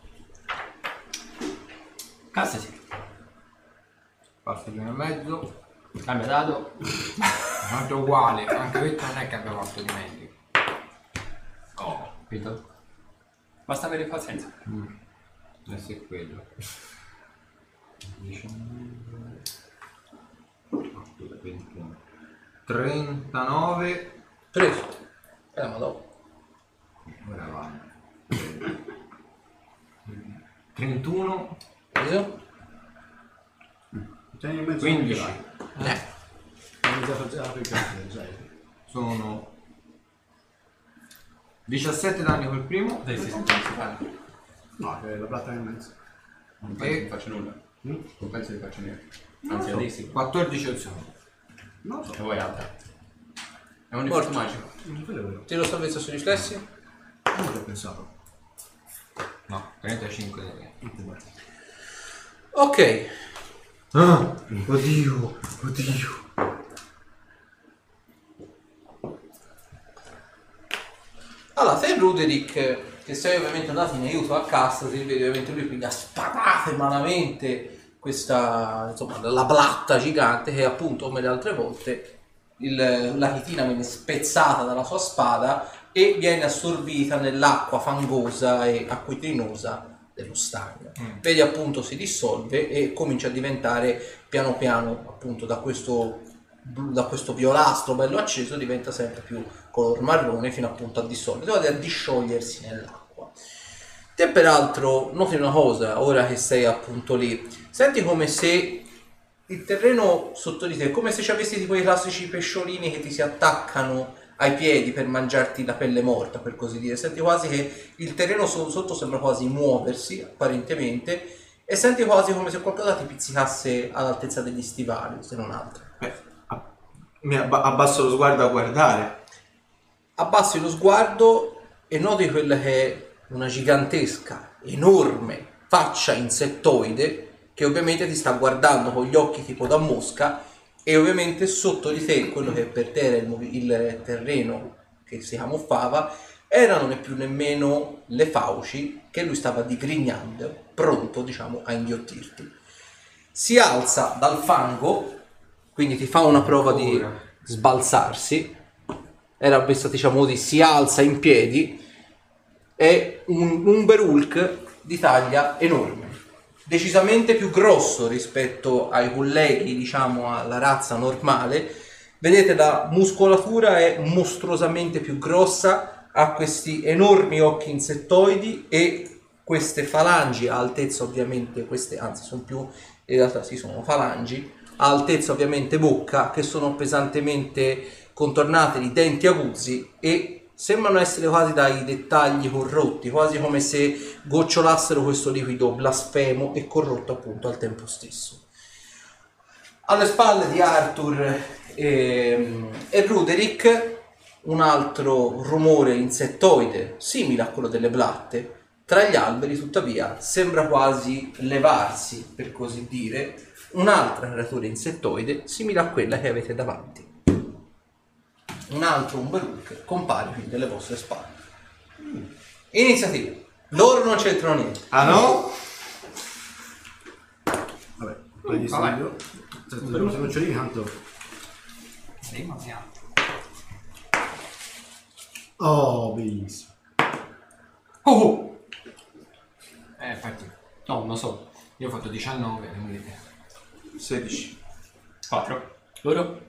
Cassati. Passo di uno e mezzo. Cambia dado. Tanto uguale, anche questo non è che abbia fatto di meglio. Oh, capito? Basta avere pazienza. Adesso è quello. diciannove, ventuno, trentanove. Preso. Eh, ma dopo. Ora va. trentuno. Preso. Tieni in mezzo quindici. anche là. Eh. Ho iniziato già a ricordare, sai. Sono diciassette danni col primo. Dai, sì, sì, non si fa. No, che la platta in mezzo. Non penso che faccia nulla. Non penso che faccia niente. Anzi, so. adesso. quattordici al secondo. Non lo so. E voi altra. È un effetto Morto. magico. Non quello è vero. Tiro salvezza sui riflessi. Non l'ho pensato. No, trentacinque danni. Ok. Ah, oddio, oddio. Allora, te Ruderick, che sei ovviamente andato in aiuto a Casta, si vede ovviamente lui quindi ha sparato malamente questa, insomma, la blatta gigante che appunto come le altre volte il, la chitina viene spezzata dalla sua spada e viene assorbita nell'acqua fangosa e acquitrinosa dello stagno. Mm. Vedi appunto si dissolve e comincia a diventare piano piano appunto da questo da questo violastro bello acceso diventa sempre più color marrone fino appunto a dissolversi, a disciogliersi nell'acqua. Te peraltro noti una cosa ora che sei appunto lì, senti come se il terreno sotto di te è come se ci avessi tipo i classici pesciolini che ti si attaccano ai piedi per mangiarti la pelle morta, per così dire. Senti quasi che il terreno sotto sembra quasi muoversi apparentemente e senti quasi come se qualcosa ti pizzicasse all'altezza degli stivali, se non altro. Beh, mi abba- abbasso lo sguardo a guardare. Abbassi lo sguardo e noti quella che è una gigantesca, enorme faccia insettoide che ovviamente ti sta guardando con gli occhi tipo da mosca e ovviamente sotto di te, quello che per te era il, movi- il terreno che si camuffava, erano né più nemmeno le fauci che lui stava digrignando, pronto diciamo a inghiottirti. Si alza dal fango, quindi ti fa una prova di sbalzarsi, era questa diciamo di si alza in piedi, è un Umberhulk di taglia enorme, decisamente più grosso rispetto ai colleghi, diciamo alla razza normale. Vedete la muscolatura è mostruosamente più grossa, ha questi enormi occhi insettoidi e queste falangi a altezza ovviamente, queste anzi sono più, in realtà sì sono falangi, a altezza ovviamente bocca, che sono pesantemente contornate di denti aguzzi e sembrano essere quasi dai dettagli corrotti, quasi come se gocciolassero questo liquido blasfemo e corrotto appunto al tempo stesso. Alle spalle di Arthur e, e Ruderick un altro rumore insettoide simile a quello delle blatte tra gli alberi, tuttavia sembra quasi levarsi, per così dire, un'altra creatura insettoide simile a quella che avete davanti. Un altro Umberhulk compare qui delle vostre spalle. Iniziativa. Loro non c'entrano niente. Ah no? Vabbè, prendi studio. Se non c'è lì, tanto. Sei ma Oh, bellissimo. Oh! Eh, infatti, No, non lo so. io ho fatto diciannove, quindi... sedici. quattro. Loro?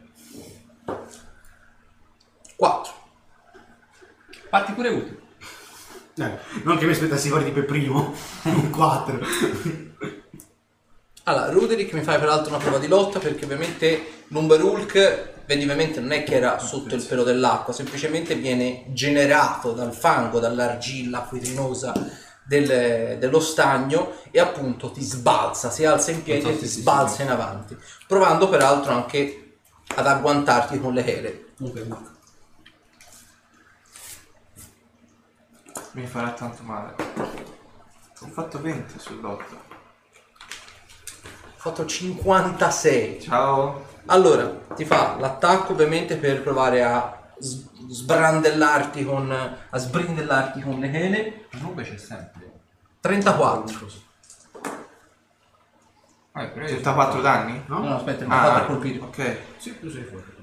quattro. Parti pure utile. Eh, non che mi aspettassi fuori tipo il primo. Un quattro. Allora, Ruderick mi fai peraltro una prova di lotta perché ovviamente l'Umberhulk, vedi ovviamente non è che era sotto il pelo dell'acqua, semplicemente viene generato dal fango, dall'argilla acquitrinosa del, dello stagno e appunto ti sbalza, si alza in piedi e ti sbalza in avanti, provando peraltro anche ad agguantarti con le chele. Mi farà tanto male. Ho fatto venti sull'otto. Ho fatto cinquantasei. Ciao. Allora, ti fa l'attacco ovviamente per provare a s- sbrandellarti con a sbrindellarti con le chele. Comunque c'è sempre. trentaquattro. Vabbè, però io... trentaquattro danni? No? No, no, aspetta, mi ha Ah, fatto a colpire. ok. Sì, tu sei fuori.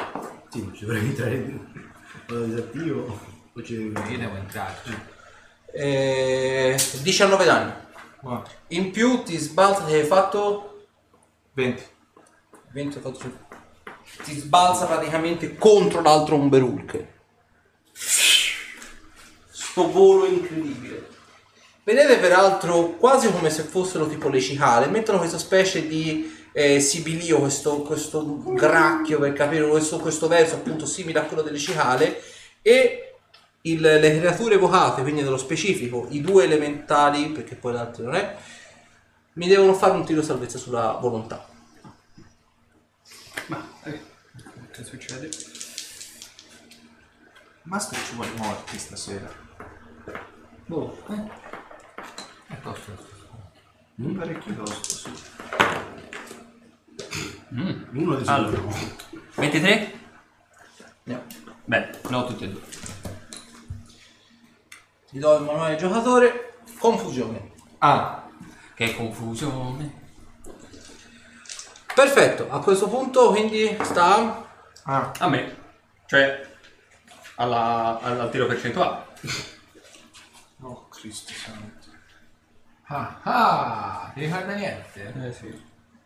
Sì, ci dovrei entrare in modo disattivo. Poi ci Io devo entrarci. Eh, diciannove danni. Ah, In più ti sbalza, ti hai fatto venti. venti, ho fatto su- ti sbalza praticamente contro l'altro Umberulk. Sto volo incredibile. Vedete peraltro quasi come se fossero tipo le cicale, mettono questa specie di eh, sibilio, questo, questo gracchio per capire questo, questo verso appunto simile a quello delle cicale, e il- le creature evocate, quindi nello specifico i due elementali, perché poi l'altro non è, mi devono fare un tiro salvezza sulla volontà. Ma eh, che succede? Master ci vuole morti stasera. Boh, eh. È tosto. Mm? Parecchio tosto, sì. Uno di Allora. sicuro. ventitré? Andiamo. Beh, no, tutti e due. Ti do il manuale giocatore. Confusione. Ah, Che confusione. Perfetto, a questo punto quindi sta... Ah, A me. Cioè, alla, al, al tiro percentuale. oh Cristo santo. ah, ah, ti ricorda niente? Eh sì.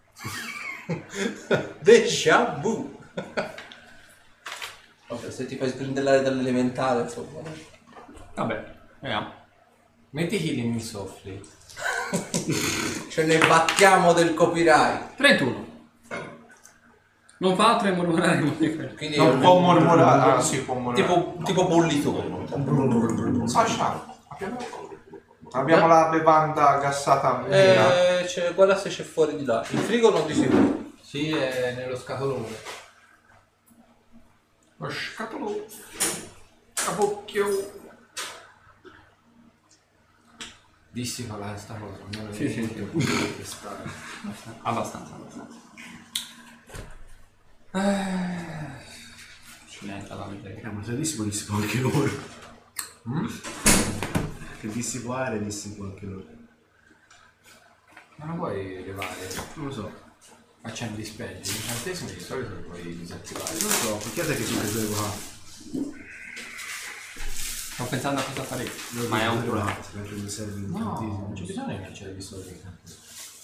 Déjà vu. Vabbè, se ti fai sbrindellare dall'elementare, insomma. Vabbè, vediamo. Metti Killing Me Softly. Ce ne battiamo del copyright. trentuno. Non fa altro che mormorare con quello. Quindi Non può mormorare. Ah, sì, può mormorare. tipo, tipo bollitore. Sasha, abbiamo, abbiamo la bevanda gassata mia. Eh, c'è- guarda se c'è fuori di là. Il frigo non di sicuro. Sì, è nello scatolone. Lo scatolo. Capocchio. Dissi qual è sta cosa. Non Sì, sì, sì. Questa- Abbastanza, abbastanza. Eh, Accidenti alla miseria. Eh, ma se dissipo, dissipo anche loro. Che dissipo aereo, dissipo anche loro. Ma non puoi levare. Non lo so. Accendi spegni. Gli incantesimi di solito li puoi disattivare. Non lo so, perché sai che sono preso qua? Sto pensando a cosa fare io. Ma è un problema. Perché mi serve un No, incantesimo. non c'è bisogno che c'è visto gli incantesimi.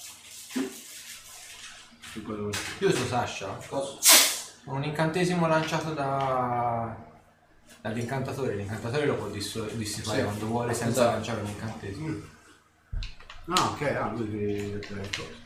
Su quello- Io so Sasha. Cosa? Ho un incantesimo lanciato da dall'incantatore. L'incantatore lo può disso- dissipare Sì. quando vuole senza Esatto. lanciare un incantesimo. Ah, ok, ah, lui che che è cosa.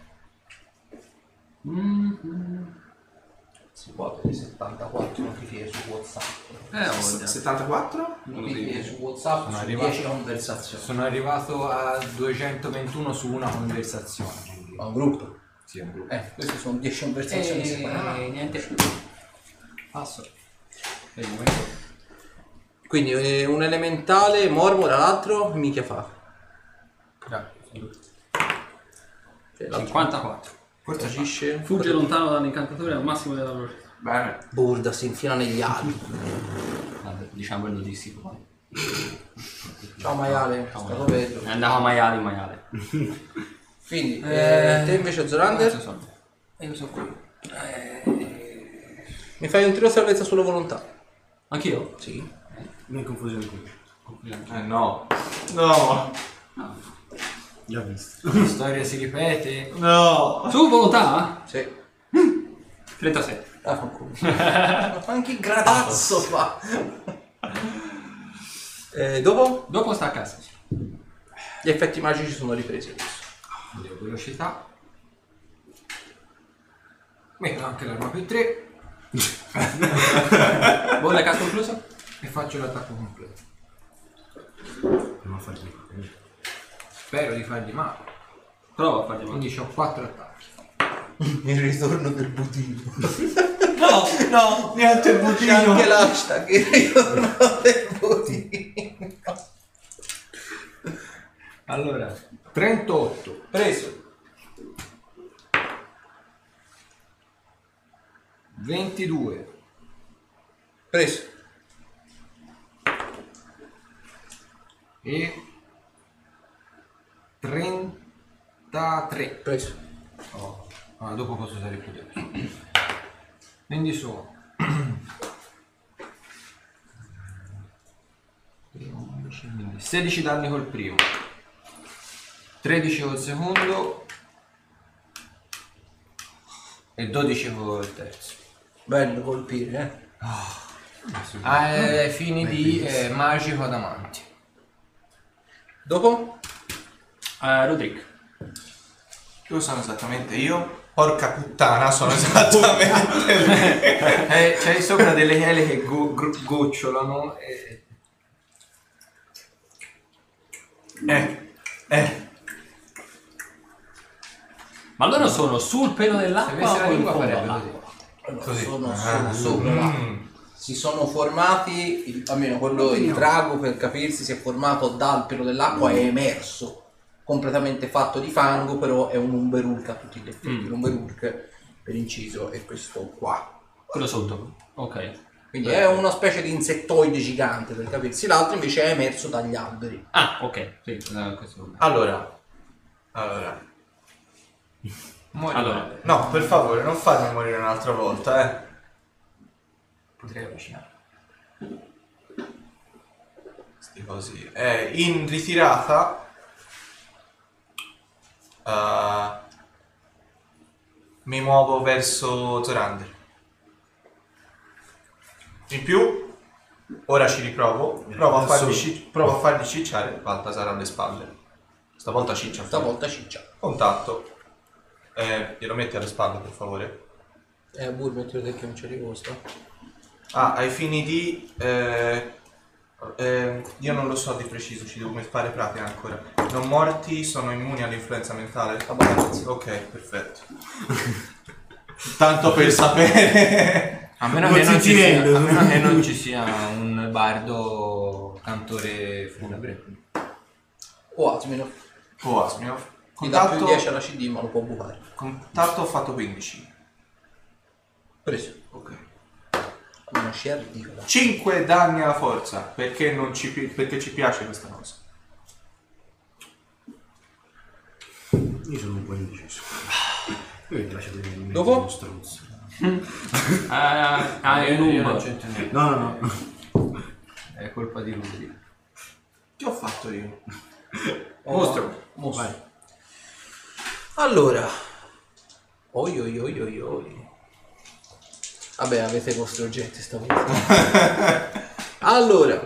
Si può avere settantaquattro notifiche su WhatsApp. Eh, voglia. settantaquattro? Notifiche su WhatsApp Sono su arrivato. dieci conversazioni. Sono arrivato a duecentoventuno su una conversazione. Quindi Ma un gruppo. sì, è un gruppo. Eh, queste sono dieci conversazioni separate. E niente. Passo. Per il momento. Quindi eh, un elementale mormora, l'altro minchia fa. Cioè, l'altro cinquantaquattro. Forse agisce. Fugge lontano dall'incantatore al massimo della velocità. Bene. Burda, si infila negli alberi. Vabbè, diciamo il dissipo poi. Ciao maiale, Ciao, stato maiale. bello. È andato a maiale, maiale. Quindi, Eh, eh, te invece Quanti Zorander, sono? e io sono qui. Mi fai un tiro salvezza sulla volontà? Anch'io? Sì. Non confusione qui. Eh no. No. Già visto. la storia si ripete. No. Su volontà? Sì. trentasette. Ah, fanculo. Ma fa anche il gradazzo fa. Eh, dopo? Dopo sta a casa. Gli effetti magici sono ripresi adesso. Vedevo velocità. Metto anche l'arma più tre Bolla casco concluso? e faccio l'attacco completo. Non a fargli male. Spero di fargli male. Prova a fargli male. Quindi ho quattro attacchi. Il ritorno del budino. No, no, niente C'è anche l'hashtag il ritorno del budino. Allora, trentotto. Preso. ventidue. Preso. E trentatré. Preso. Oh. Ah, dopo posso usare più tempo. Quindi sono quindici, quindi sedici danni col primo, tredici col secondo e dodici col terzo. Bello colpire, eh. Ai fini di eh, magico adamanti. Dopo? Eh, Rodrick. Dove sono esattamente io? Porca puttana, sono esattamente Eh, c'hai sopra delle chele che go- gro- gocciolano e... Eh, eh. Ma loro sono sul pelo Se dell'acqua avessi la o in lingua fondo farebbe all'acqua? così. Allora, sono solo sopra l'acqua. Si sono formati, il- almeno quello il drago per capirsi si è formato dal pelo dell'acqua, è emerso completamente fatto di fango, però è un umberulk a tutti gli effetti. Mm. L'umberulk per inciso è questo qua. Quello sotto. Ok. Quindi è una specie di insettoide gigante per capirsi, l'altro invece è emerso dagli alberi. Ah, ok. Sì, eh, questo. Allora. Allora. Muori. Allora. No, per favore, non fatemi morire un'altra volta, eh. Potrei avvicinare. Sti così. Eh, in ritirata. eh, mi muovo verso Zorander. In più, ora ci riprovo. Provo a fargli, sci- provo a fargli cicciare Baltasar alle spalle. Stavolta ciccia. Stavolta ciccia. Contatto. Eh, glielo metti alle spalle, per favore. Eh, Bur, mettilo te che non ci ricosta. Ah, ai fini di... Eh, eh, io non lo so di preciso, ci devo fare pratica ancora. Non morti sono immuni all'influenza mentale? Abbastanza. Ok, perfetto. Tanto per sapere. A meno, che non ci sia, a meno che non ci sia un bardo cantore funebre. O Asmino. Oh, Asmio. Gli dà più Contatto, dieci alla C D ma lo può bucare. contatto ho fatto quindici. Preso. Ok. Una scia ridicola. cinque danni alla forza, perché, non ci, pi- perché ci piace questa cosa. Io sono un po' indeciso. Io ti lascio vedere il Dopo? mio stronzo. Ah, ah, è un Io non umbo. c'entro niente. No, no, no. È colpa di lui. Che ho fatto io? Mostro. Mostro. Vai. Allora. Oi oi oi oi oi. Vabbè, avete i vostri oggetti stavolta. Allora.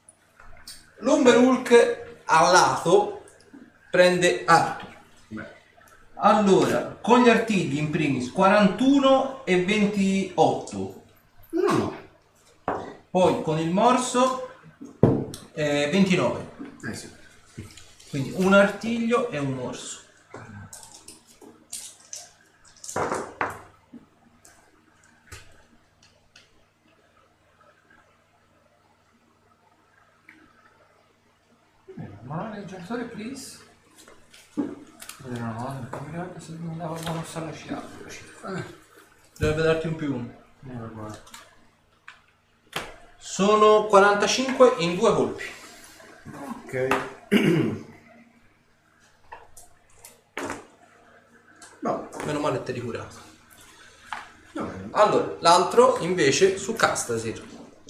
L'Umberhulk a lato prende Arthur. Allora, con gli artigli in primis quarantuno e ventotto. No, no. Poi con il morso eh, ventinove. Eh sì. Quindi un artiglio e un morso. Manuale del giocatore, please. Vedere una cosa, perché mi ricordo se mi dava il bonus alla scia. Dovrebbe darti un più uno. Non lo guardo. Sono quarantacinque in due colpi. Ok. No, Meno male te li curato. va bene. Allora, l'altro invece su Castasir.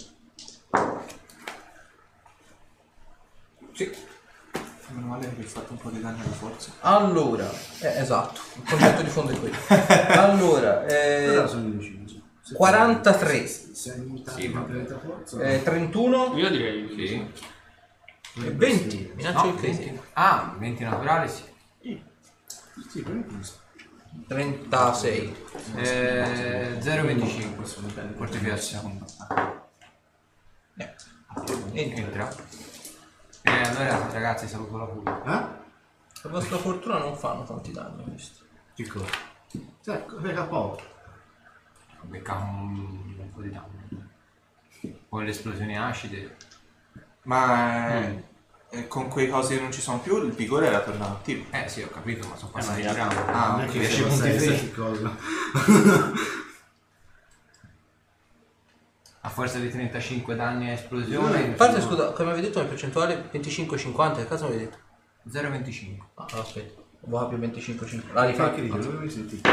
Sì. Meno male che hai fatto un po' di danni alla forza. Allora, eh, esatto, il concetto di fondo è quello. Allora, Però eh, sono indeciso. Se- quarantatré, Sei limitato Sì, a ma- trenta forza. eh, trentuno Io direi Sì. e venti. Minaccia No, il critico. venti. Ah, venti naturali, sì. Sì, per me sì. trentasei. Eh, zero virgola venticinque. Fortificazione. Eh. Entra. Entra. Eh, allora ragazzi saluto la pure. Eh? Per vostra fortuna non fanno tanti danni questi. Che cosa? Sai, perché poco. Becca un, un po' di danni. Con le esplosioni acide. Ma eh, eh, con quei cosi che non ci sono più, il vigore era tornato attivo. Eh sì, ho capito, ma sono Eh, passati ma round. Ah, Non è ok. che dieci ci punti possa essere free. che cosa. A forza di trentacinque danni a esplosione. A parte, scusa, come avevi detto, la percentuale venticinque cinquanta, che cazzo mi avevi detto? zero virgola venticinque. Ah, aspetta, va più venticinque cinquanta. La Fa rifai che che dice, dice? dove mi sentite?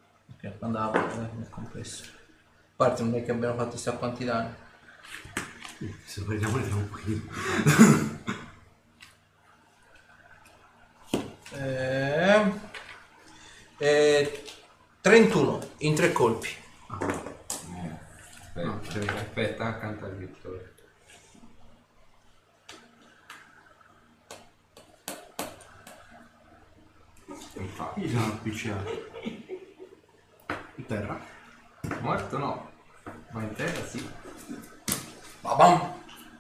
Ok, andava eh, nel complesso. A parte non è che abbiamo fatto chissà quanti danni. Se parliamo tra un pochino. Eh, eh, trentuno in tre colpi. Aspetta, aspetta, accanto al Vittorio. Infatti. Io sono appiccicato. In terra? Morto no, ma in terra sì. Babam.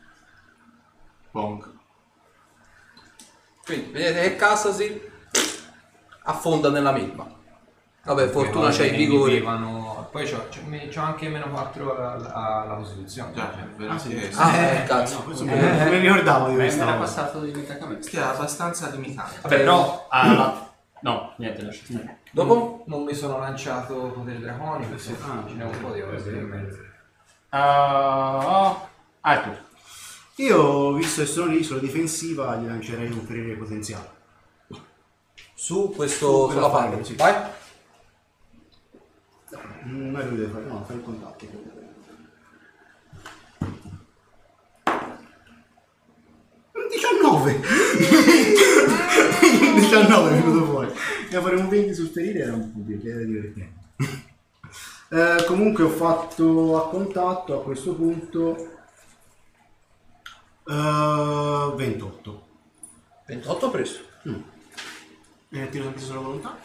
Pong. Quindi vedete che Cassasi affonda nella melma. Vabbè, fortuna c'hai i i vigori. Poi c'ho, c'ho, me- c'ho anche meno quattro alla, alla Costituzione. Già, Cioè, è vero Ah, sì, sì. che Ah, Eh, eh, cazzo. no, questo me me ne ricordavo di Ma questa era cosa. passato di metaccamento. è abbastanza limitato. Vabbè, però alla... No, niente, lascia stare. Dopo? non mi sono lanciato potere draconico, sì. Ah, Ce n'è un po' di cose in mezzo. Ah, ah, tu. Io, visto che sono lì sulla difensiva, gli lancerei un ferire potenziale. Su questo, Su quella sulla palla, palla. sì. Vai. Non è lui deve fare, no, fai il contatto. diciannove! diciannove è venuto fuori. Devo fare un venti sul ferire, era un po' più era divertente. Eh, comunque ho fatto a contatto a questo punto eh, ventotto. ventotto preso. Mm. E tiro sempre sulla volontà.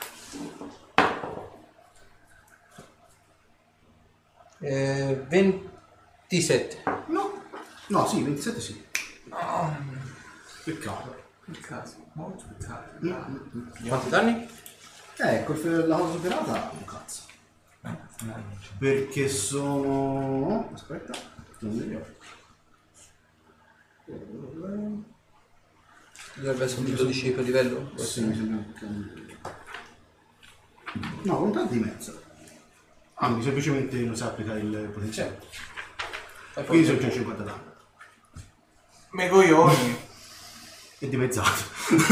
Eh, ventisette. No, no, sì, ventisette sì. Peccato. Peccato, molto peccato. Mm, mm, mm. Quanti danni? Eh, ecco, il- la cosa superata un cazzo. Perché sono... aspetta, non mi ricordo. Dovrebbe essere un dodici per livello. Sì, mi sembra che... No, volontà di mezzo. Ah, quindi semplicemente non sa applicare il potenziale. Fai Quindi forza. sono già cinquanta danni. Me coglioni. È dimezzato.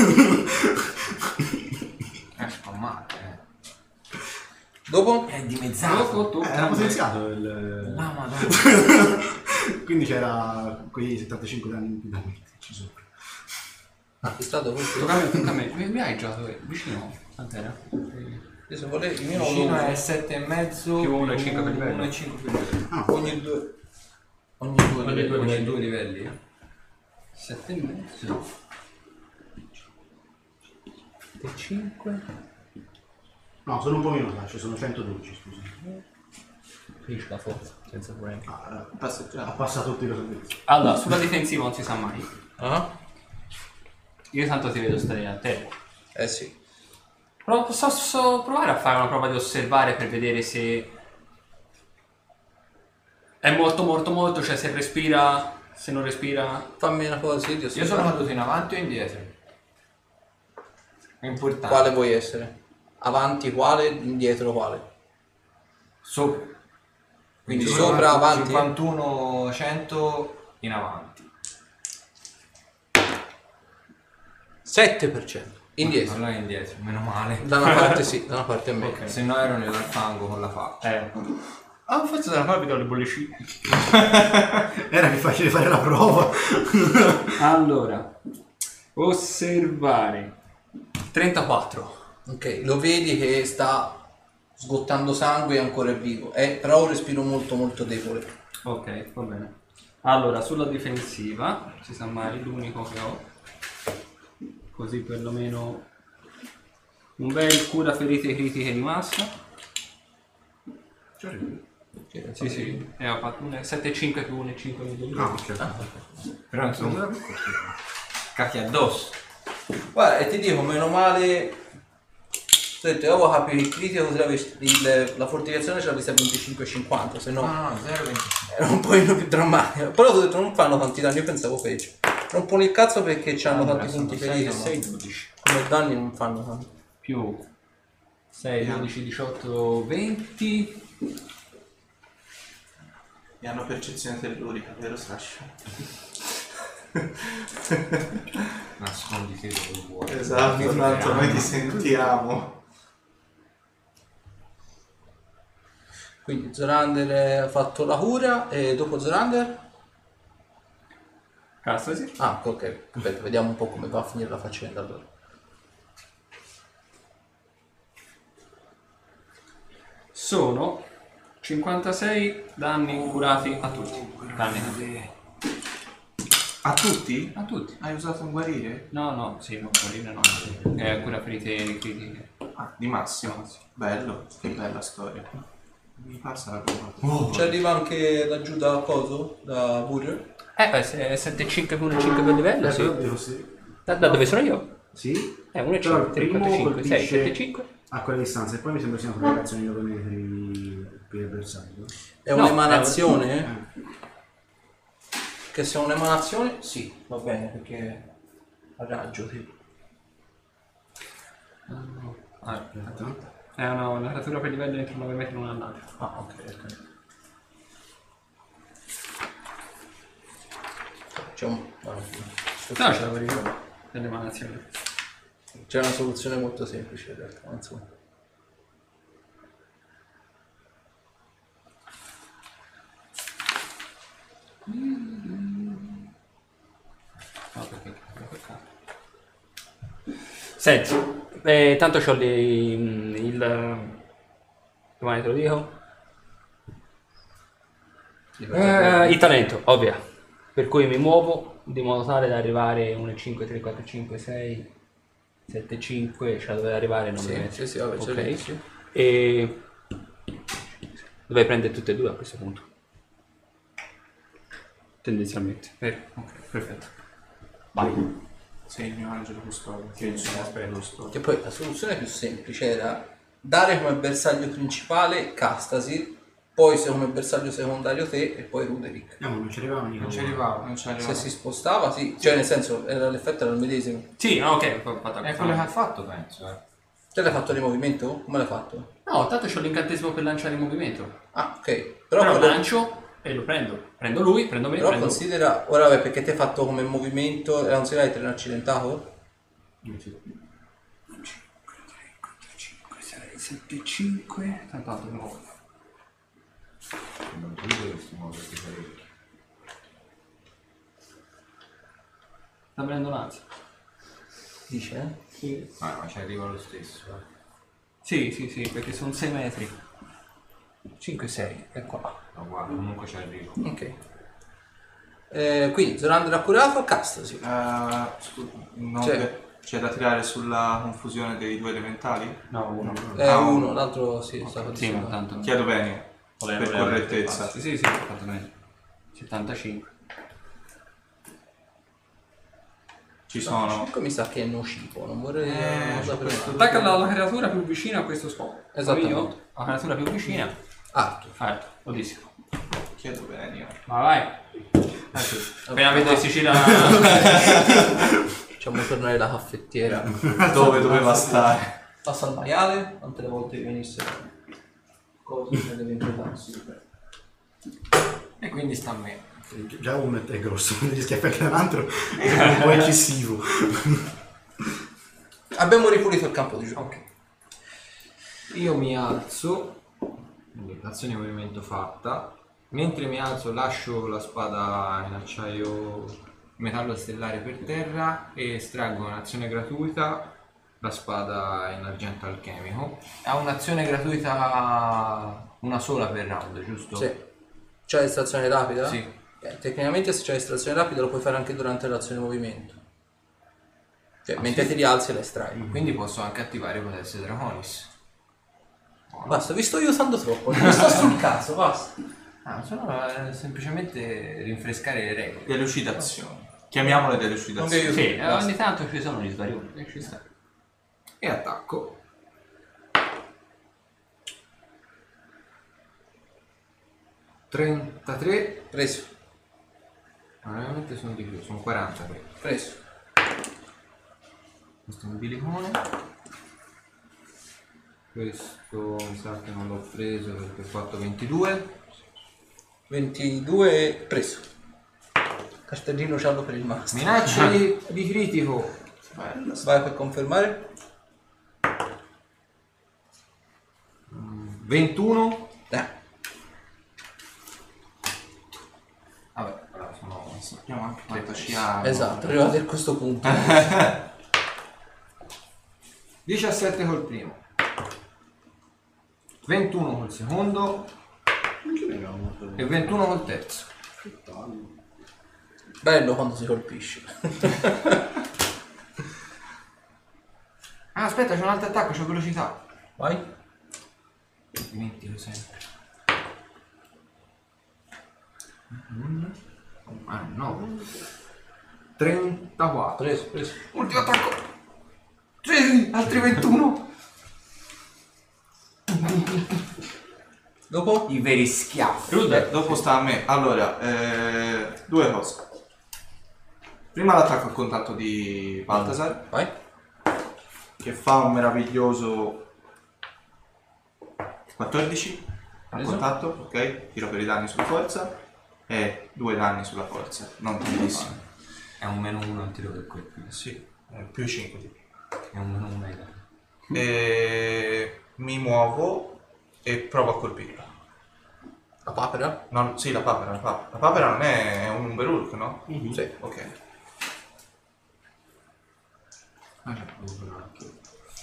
Eh, fa male, eh. Dopo? È dimezzato. Eh, era potenziato il... La madonna. Quindi c'era quei settantacinque danni in più da metterci sopra. Ah, è stato Tocca a comunque. me, tocca a me. Mi, mi hai giocato vicino? Quant'era? Io se volevi, il mio non Vicino lo è uso. sette e mezzo Più uno e cinque per livello. uno e cinque per livello. Ah, Ogni due. Ogni due. Ogni due Ogni livelli. due livelli. eh. Sette e mezzo. E cinque. no, sono un po' meno, dai, ci sono centododici, scusa. Finisci la forza, senza problemi. Ah, ha Passeggiato. passato tutti i servizi. Allora, sulla difensiva non si sa mai. Ah? Io tanto ti vedo stare a terra. Eh sì. Però posso, posso provare a fare una prova di osservare per vedere se è molto molto molto, cioè se respira, se non respira. Fammi una cosa, sì, Dio, Io sono caduto in avanti o indietro? È importante. Quale vuoi essere? Avanti quale, indietro quale? Sopra. Quindi sono sopra, avanti? cinquantuno cento in avanti. sette per cento. Indietro. Allora indietro, meno male. Da una parte sì, da una parte è me. Ok. Se no ero nell'alfango con la faccia. Eh. Ah, forse da una parte vedo le bollicine. Era più facile fare la prova. Allora, osservare. trentaquattro. Ok, lo vedi che sta sgottando sangue e ancora è vivo. È però un respiro molto molto debole. Ok, va bene. Allora, sulla difensiva, ci sa mai, l'unico che ho. Così perlomeno un bel cura ferite critiche di massa. Sì, sì, e ho fatto un sette e cinque più uno e cinque più No, ok. Però insomma, cacchi addosso. Guarda, e ti dico, meno male. Ho detto, io avevo capito il critico, così l'avevi- il- la fortificazione ce l'ha vista a venticinque e cinquanta, se no No, no, zero virgola venticinque. era un po' più drammatico. Però ho detto, non fanno tanti danni, io pensavo peggio. Rompone il cazzo perché hanno Allora, tanti punti sono feriti, sei, ma dodici come danni non fanno tanto. più sei, dodici, diciotto, venti. E hanno percezione tellurica, vero Sasha? Nasconditi dove vuoi. Esatto, tanto noi ti sentiamo. Quindi Zorander ha fatto la cura e dopo Zorander? Castasi. Ah, ok. Aspetta, vediamo un po' come va a finire la faccenda allora. Sono cinquantasei danni curati a tutti. Danni a tutti. A tutti? A tutti. Hai usato un guarire? No, no, sì, non guarire no. È cura ferite critiche. Ah, di Massimo. Bello, che bella storia. Mi passa la prima. Oh. Ci arriva anche laggiù da coso? Da Burger? Eh, beh, se è sette cinque più uno cinque per livello, Eh, sì. però dico sì. Da, da dove sono io? Sì. Eh, uno Però il cinque, tre, primo quattro, cinque, sei, colpisce sette, cinque. a quella distanza e poi mi sembra siano provocazioni di nove metri per il bersaglio. È No, un'emanazione? Eh. Che sia un'emanazione? Sì, va bene, perché a raggio, sì. Ah, è una, una creatura per livello entro nove metri non andate. Ah, ok, ok. C'è un... ah, No, c'è la verità delle emanazioni. c'è una soluzione molto semplice in realtà, insomma. No, perché, perché... Senti, eh, tanto c'ho lì mm, il... Domani te lo dico. Eh, il talento, ovvio. Per cui mi muovo di modo tale da arrivare uno, cinque, tre, quattro, cinque, sei, sette, cinque, cioè dove arrivare non Sì, mi sì, sì, vabbè, c'è ok. l'inizio. E dovrei prendere tutte e due a questo punto. Tendenzialmente. Eh, ok, perfetto. Vai. Sei il mio angelo custode. Che sono aspetto custode. Che poi la soluzione più semplice era dare come bersaglio principale Castasi, poi se come bersaglio secondario te e poi Ruderick. No, ma non ci arrivava mica. Non ci arrivavo, non ci Se arrivavo. si spostava, sì, cioè nel senso era l'effetto era il medesimo. Sì, no, ok, ho fatto È quello che ha fatto, penso. Eh. Te l'hai fatto di movimento? Come l'hai fatto? No, tanto c'ho l'incantesimo per lanciare il movimento. Ah, ok. Però, Però, lo quello- lancio e lo prendo. Prendo lui, prendo me, però prendo considera, ora vabbè, perché ti hai fatto come movimento, era un segnale treno accidentato? cinque, sei, sette, cinque. Tanto altro no. Non ti dovresti muoverti parecchio. Sta prendendo l'ansia. Dice, eh? Sì. Ah, ma ci arriva lo stesso. Eh. Sì, sì, sì, perché sono sei metri. cinque, sei, è qua. Ma guarda, comunque ci arrivo. Ok. Eh, quindi, Zorander accurato, Castasi. Eh, scusa, non C'è. ve- c'è da tirare sulla confusione dei due elementali? No, uno. Eh, Ah, uno, l'altro sì, stava Sì, ma dicendo. tanto. Chiedo bene, Volevo- per volevo- correttezza. Sì, sì, sì, ho fatto bene. settantacinque. Ci sono... Comunque mi sa che è nocivo, non vorrei... Eh, non c'è saprei questo- mai. Attacca la, la creatura più vicina a questo scopo. Esattamente. Poi io, la creatura più vicina. Arthur. Ah, Odisseo. Chiedo bene io. Ma vai. Ah, sì. Appena vedo Sicilia. Facciamo tornare la caffettiera. Dove doveva stare? Passa al maiale, quante le volte che venisse cose ne deve inquietarsi. E quindi sta a me. Già un è grosso, quindi rischi a fare un altro è un po' eccessivo. Abbiamo ripulito il campo di gioco. Ok. Io mi alzo, quindi l'azione di movimento fatta. Mentre mi alzo lascio la spada in acciaio metallo stellare per terra e estraggo un'azione gratuita, la spada in argento alchemico. Ha un'azione gratuita una sola per round, giusto? Sì. C'è estrazione rapida? Sì. Eh, tecnicamente se c'è estrazione rapida lo puoi fare anche durante l'azione di movimento. Cioè, Ah, mentre sì? ti rialzi la estrai. Quindi posso anche attivare Potesse Draconis. Basta, vi sto aiutando troppo, mi sto sul cazzo, basta. Ah, sono eh, semplicemente rinfrescare le regole. Delucidazioni. Chiamiamole delucidazioni. Non vi Sì, aiuto. eh, ogni tanto ci sono gli svarioni. eh, Ci sta. E attacco. trentatré. Preso, Ma veramente sono di più, sono quarantatré. preso. Questo è un bilicone. Questo mi sa che non l'ho preso perché ho fatto ventidue. ventidue preso. Cartellino giallo per il master. Minaccia di, di critico. Vai per confermare. ventuno. Eh. Vabbè, allora sono sappiamo anche quanta ci hanno. Esatto, arrivati a questo punto. diciassette col primo. ventuno col secondo. E ventuno col terzo. Bello quando si colpisce. Ah, aspetta, c'è un altro attacco, c'ho velocità. Vai. Dimentico sempre. Ah, no. trentaquattro. Preso, preso. Ultimo attacco. Sì, altri ventuno. Dopo? I veri schiaffi. Eh, dopo sta a me. Allora, eh, due cose. Prima l'attacco a contatto di Baltasar, Vai. che fa un meraviglioso quattordici a Preso. contatto, ok? Tiro per i danni sulla forza e due danni sulla forza, non tantissimo. È un meno uno al tiro per colpire. Sì, eh, più cinque. È un meno uno ai danni. E mi muovo e provo a colpirlo. La papera? No, sì, la papera, la papera. La papera non è, è un Umberulk, no? Sì. Ok. Ah, c'è proprio anche.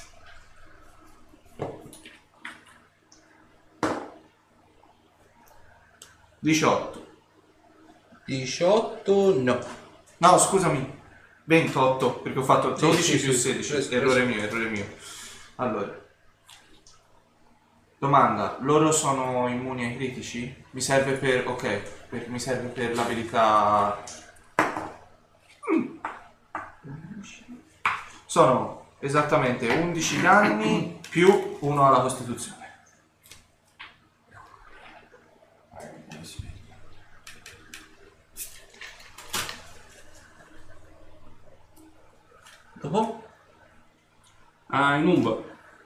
diciotto. diciotto no. No, scusami. ventotto, perché ho fatto Sì, dodici sì, più sì, sedici. preso, errore preso. mio, errore mio. Allora. Domanda, loro sono immuni ai critici? Mi serve per... ok, per- mi serve per l'abilità... Mm. Sono esattamente undici danni più uno alla costituzione. Dopo? Ah, in Umbo.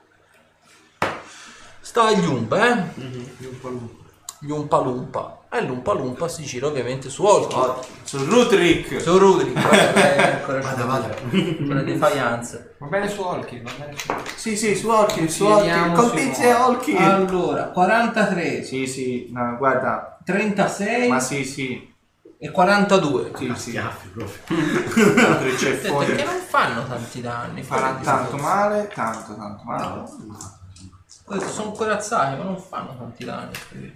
Sta agli Umpa, eh? Gli Umpa Lumpa. E l'Umpa Lumpa si gira ovviamente su Olki. Su Rutrick! Su Rudrick. Guarda, ancora Vada, vada. con le defiance. Va bene su Olki, va bene su Olki. Sì, sì, su Olki, su Olki. Vediamo Colpite su- Olki! Allora, quarantatré, Sì, sì, no, guarda. trentasei Ma sì, sì. e quarantadue. Sì, sì. Schiaffi proprio. Rutrick Perché ceffone. non fanno tanti danni. Farà tanto male, tanto, tanto male. Questi sono corazzati, ma non fanno tanti danni.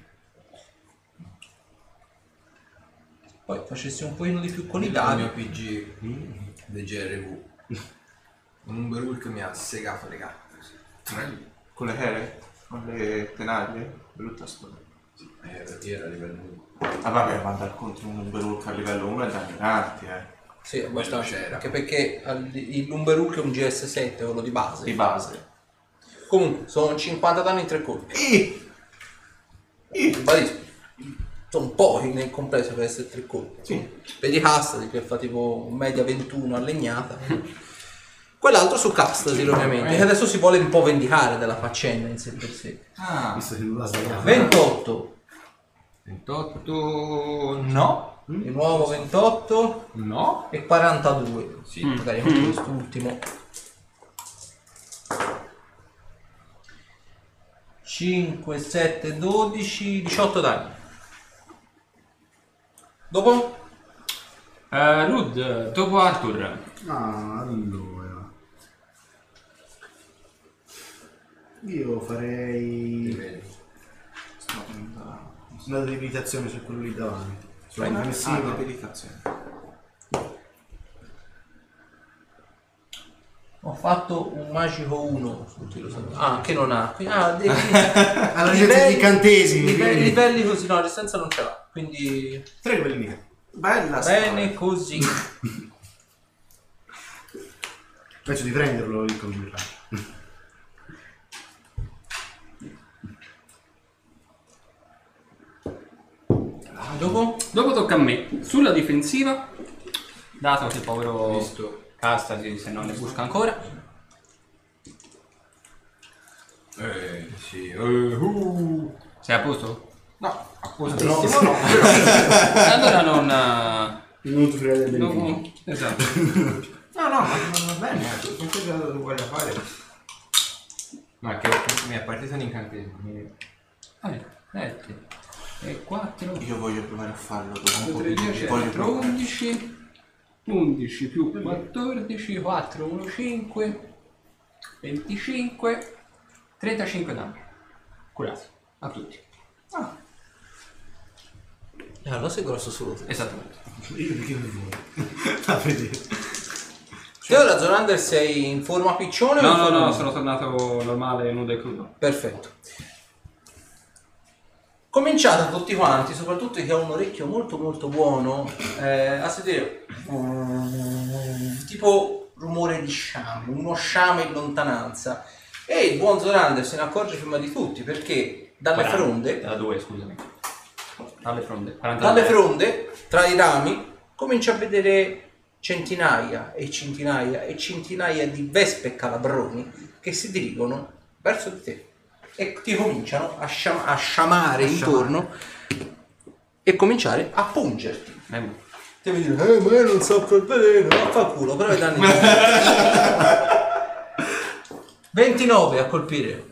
Poi facessi un pochino di più con i Il dadi. mio P G del G R V. Un Umberulk mi ha segato le gambe. Con le here? Con le tenaglie? Brutta storia. Eh, perché era a livello uno. Ah vabbè, ma andare contro un Umberulk a livello uno è dannificante, eh. Sì, abbastanza. c'era. Anche perché al- il Lumberulk è un G S sette, quello di base. Di base. Comunque, sono cinquanta danni in tre colpi. I! I! Ribadisco. Sono pochi nel complesso per essere tre colpi. Sì. Vedi Castasi che fa tipo media ventuno a legnata. Quell'altro su Castasi ovviamente, che adesso si vuole un po' vendicare della faccenda in sé per sé. Ah, Visto che non l'ha sbagliato. ventotto, ventotto. No. di nuovo ventotto No. e quarantadue. Sì, Mm. magari con quest'ultimo. cinque, sette, dodici, diciotto danni. Dopo? Eh, Rud, dopo Arthur. Ah, allora. Io farei una debilitazione su quello lì davanti. Sulla Ah, difensiva. debilitazione. Ho fatto un magico uno sul tiro salvezza. Ah, che non ha. Quindi- Ah, dei, Alla licenza di incantesimi. livelli, quindi- livelli così, no, resistenza non ce l'ha. Quindi Tre livelli miei. Bella bene così. Penso di prenderlo lì con il raggio. Dopo? Dopo tocca a me. Sulla difensiva, dato che povero Visto. Castasi se non ne busca ancora. Eh, sì. Eh, uh. Sei a posto? No, a posto. Tantissimo no. Allora non... eh, Non soffrire del beneficio. non esatto. No, no, ma non va bene. Non so cosa tu voglia fare. Ma che mi è partito un incantesimo. Vabbè, metti. e quattro. Io voglio provare a farlo dopo. tre, dieci, Voglio quattro, provare. undici. undici più quattordici, quattro, uno, cinque, venticinque, trentacinque danni. Curati, a tutti. Eh, allora sei grosso solo te. Esattamente. Io di che vuoi? A vedere. Te ora Zorander sei in forma piccione o No, in no, forma- no, sono tornato normale, nudo e crudo. Perfetto. Cominciate tutti quanti, soprattutto chi ha un orecchio molto molto buono, eh, a sentire tipo rumore di sciame, uno sciame in lontananza. E il buon Zorander se ne accorge prima di tutti perché dalle quaranta. fronde, Da due, scusami. Dalle fronde. dalle fronde, tra i rami, comincia a vedere centinaia e centinaia e centinaia di vespe e calabroni che si dirigono verso di te e ti cominciano a, sciam- a sciamare intorno e cominciare a pungerti. Eh, Te mi dici, eh ma io non so col veleno, vaffanculo, però i danni ventinove a colpire.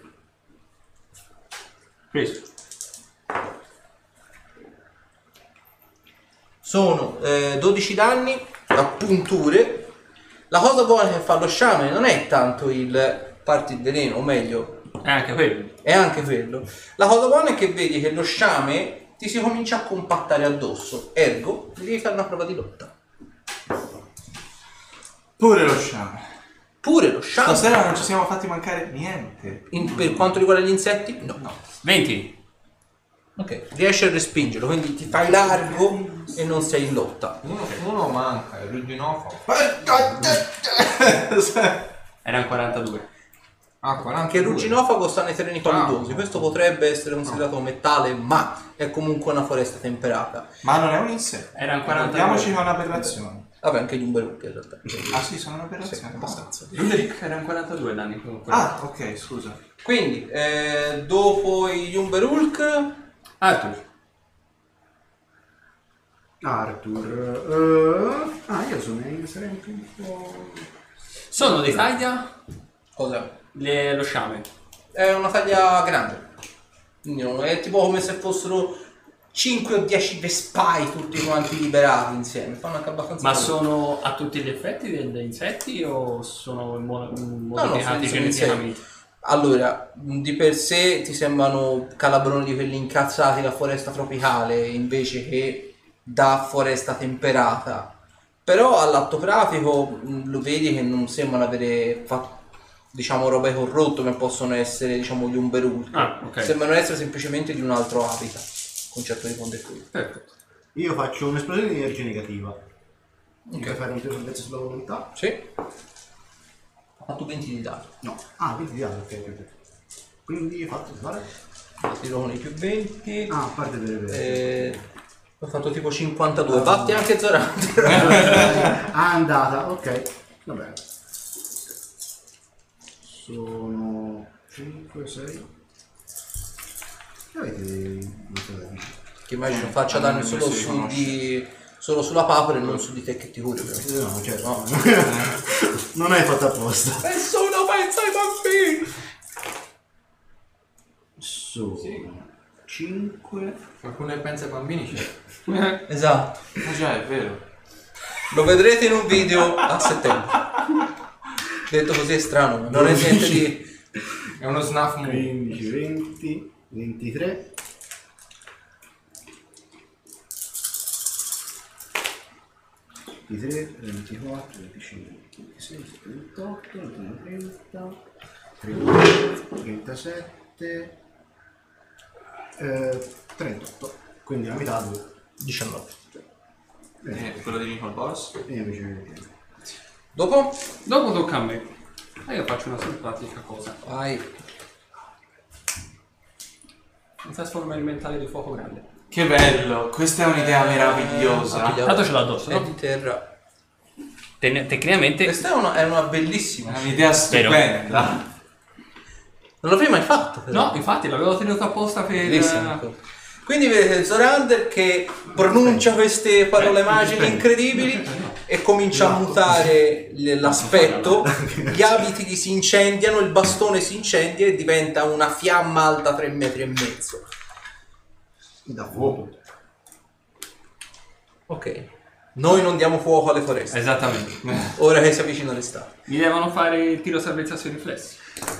preso. Sono eh, dodici danni a punture. La cosa buona che fa lo sciame non è tanto il farti il veleno, o meglio, È anche quello. è anche quello. La cosa buona è che vedi che lo sciame ti si comincia a compattare addosso, ergo devi fare una prova di lotta. Pure lo sciame. Pure lo sciame, Stasera non ci siamo fatti mancare niente. in- per quanto riguarda gli insetti, no. venti. Ok, riesci a respingerlo, quindi ti fai largo e non sei in lotta. Uno, uno manca, è rugginofono. Erano quarantadue. Ah, quarantadue. Anche il rugginofago sta nei terreni paludosi, Ah. questo potrebbe essere considerato metallo, ma è comunque una foresta temperata. Ma non è un insetto. Erano quarantadue. Andiamoci con un'aberrazione. Vabbè, anche gli umberlucchi in realtà. Ah sì, sono un'aberrazione. Sì, abbastanza. Luderick erano quarantadue danni. comunque. Ah, ok, scusa. Quindi, eh, dopo gli Umberulk, Arthur. Arthur. eh, ah, io sono sarei anche un po'. Sono di taglia cosa? le- lo sciame. È una taglia grande. Quindi non è tipo come se fossero cinque o dieci vespai tutti quanti liberati insieme. Fanno anche abbastanza. Ma calore. sono a tutti gli effetti degli insetti o sono mo- modificati sono geneticamente? Allora, di per sé ti sembrano calabroni di quelli incazzati da foresta tropicale invece che da foresta temperata. Però all'atto pratico mh, lo vedi che non sembrano avere fatto, diciamo, robe corrotte come possono essere, diciamo, gli Umberulk. Ah, ok. Sembrano essere semplicemente di un altro habitat. Concetto di Ponte qui. Perfetto. Io faccio un'esplosione di energia negativa. Ok. Puoi fare un tiro salvezza sulla volontà? Sì. Ha fatto venti di dati. No. Ah, vedi di dati, ok, ok, ok. Quindi ho fatto fare. Tiro con i più venti. Ah, a parte per vedere. Eh, ho fatto tipo cinquantadue. Batti anche Zorander. Ah, andata, ok. Va bene. Sono cinque, sei. Che avete di Che immagino faccia danno non solo si su riconosce. di. Solo sulla papera e non su di te che ti curi. ovviamente. No, certo. No. Non hai fatto apposta. Nessuno pensa ai bambini! Sono cinque. Qualcuno che pensa ai bambini c'è. Esatto. Ma già, è vero. Lo vedrete in un video a settembre. Detto così è strano, ma non è niente di. È uno snuff movie. quindici, venti, ventitré. ventitré, ventiquattro, venticinque, ventisei, ventotto, ventinove, trenta, trentadue, trentasette, eh, trentotto. Quindi la metà due. diciannove. Eh, quello di Nicole Boss. E invece venti. Dopo? Dopo tocca a me. E io faccio una simpatica cosa. Vai. Un trasformo elementale di fuoco grande. Che bello, questa è un'idea meravigliosa. Tanto ce l'ho addosso, È no? di terra. Te- tecnicamente Questa è una, è una bellissima. È un'idea stupenda. Non l'avrei mai fatto. però. no, infatti l'avevo tenuto apposta per Bellissima eh, cosa. Quindi vedete Zorander che pronuncia queste parole magiche incredibili e comincia a mutare l- l'aspetto, gli abiti gli si incendiano, il bastone si incendia e diventa una fiamma alta tre metri e mezzo. Mi dà fuoco. Ok. Noi non diamo fuoco alle foreste. Esattamente. Ora che si avvicina l'estate. Mi devono fare il tiro salvezza sui riflessi.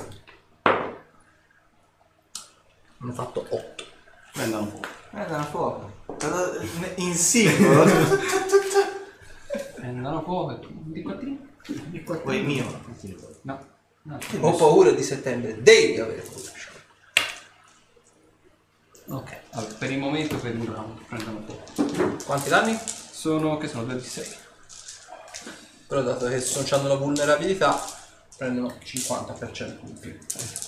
Hanno fatto otto. Prendono fuoco. Eh, da fuoco. In singolo. Prendono fuoco e tu. Di quattrini? Poi mio. No. no. Ho paura di settembre. Devi avere paura. Ok. Allora, per il momento per un round prendono fuoco. Quanti danni? Sono che sono ventisei. Però dato che non hanno la vulnerabilità, prendono cinquanta per cento in più.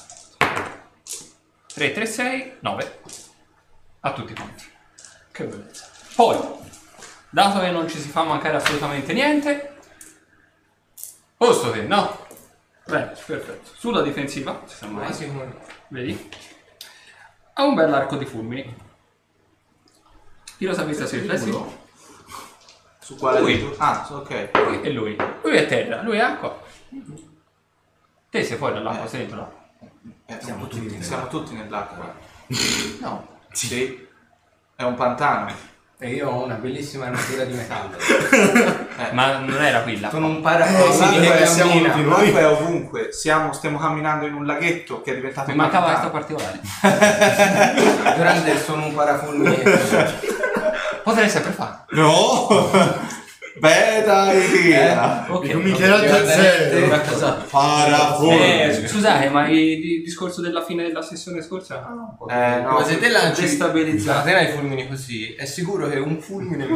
tre, tre, sei, nove. A tutti quanti. Che bellezza. Poi, dato che non ci si fa mancare assolutamente niente, posto che no? Bene, perfetto. Sulla difensiva, ci siamo mai. Quasi come... Vedi? Ha un bel arco di fulmini. Tiro salvezza sui riflessi. Su quale Lui. tu? Ah, ok. Lui e lui. Lui è terra, lui è acqua. Te sei fuori dall'acqua, Eh. sei dentro l'acqua. Eh, siamo tutti, siamo tutti nell'acqua. No. Sì. È un pantano. E io ho una bellissima armatura di metallo. Eh, Ma non era quella. Con un paracadute Eh, sì, che perché siamo cammina. tutti noi. L'acqua è ovunque. Siamo, stiamo camminando in un laghetto che è diventato Mi un mancava questo pantano. particolare. Durante sono un parafulmine. Potrei sempre farlo. No! Beh, dai, via. Ok. Comincerà da zero. Esatto. Parafulmine. Eh, scusate, ma il, il discorso della fine della sessione scorsa? Eh, no. Ma se te lanci Destabilizzato. se te hai fulmini così, è sicuro che un fulmine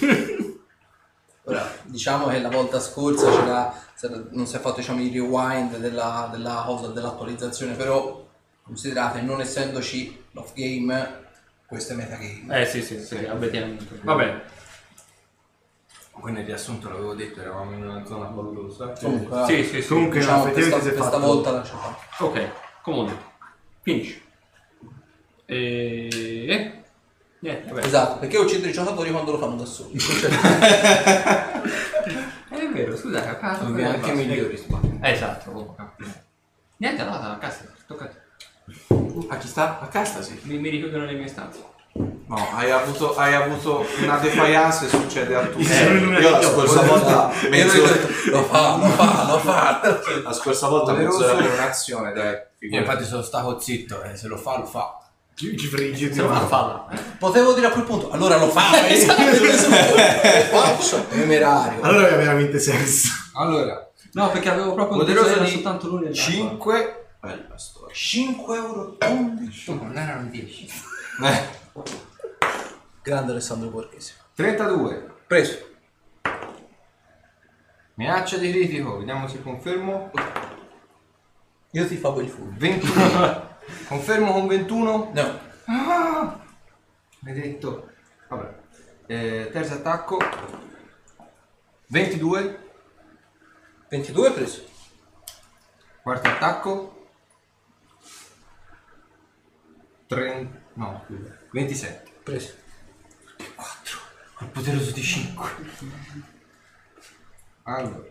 Ora, diciamo che la volta scorsa c'era, c'era- non si è fatto diciamo, il rewind della, della cosa, dell'attualizzazione, però considerate, non essendoci l'off game, questo è metagame. Eh sì, sì, sì, obiettivamente. Va bene. Poi nel riassunto l'avevo detto, eravamo in una zona pallosa. Comunque, Sì, sì, sì. Comunque, no, diciamo, effettivamente questa, si è questa fatto- volta l'ha fatto. Ok, comodo. Finisci. E... Niente, vabbè. Esatto, perché uccidere i giocatori quando lo fanno da soli. È vero, scusate, a caso. Sono anche migliori sbaglio. Esatto, oh, capito. Niente, allora a casa, tocca a te. A chi sta? A casa, sì. Mi, mi richiudono le mie stanze. No, hai avuto, hai avuto una defiance e succede a tutti. sono in una Io la vita, scorsa volevo- volta Io mezz'ora, ho detto, lo fa, lo fa, lo fa. la scorsa volta Poderoso. mezz'ora per un'azione, dai. Io figurati. infatti sono stato zitto, e se lo fa, lo fa. Ci ci friggi. Se no, falla. Potevo dire a quel punto, allora lo fa. Esatto, lo faccio. Temerario. Allora aveva veramente senso. Allora, No, perché avevo proprio poderoso era di soltanto lui nell'acqua. cinque. Bella storia. cinque euro undici. Non erano dieci. Eh, Grande Alessandro Borghese. trentadue. Preso. Minaccia di critico, vediamo se confermo. Io ti favo il full. ventuno. Confermo con ventuno. No. Ah! Hai detto. Vabbè. Eh, terzo attacco. ventidue. ventidue preso. Quarto attacco. trenta. No, scusa. ventisette. Preso. quattro. Al poderoso di cinque. Allora.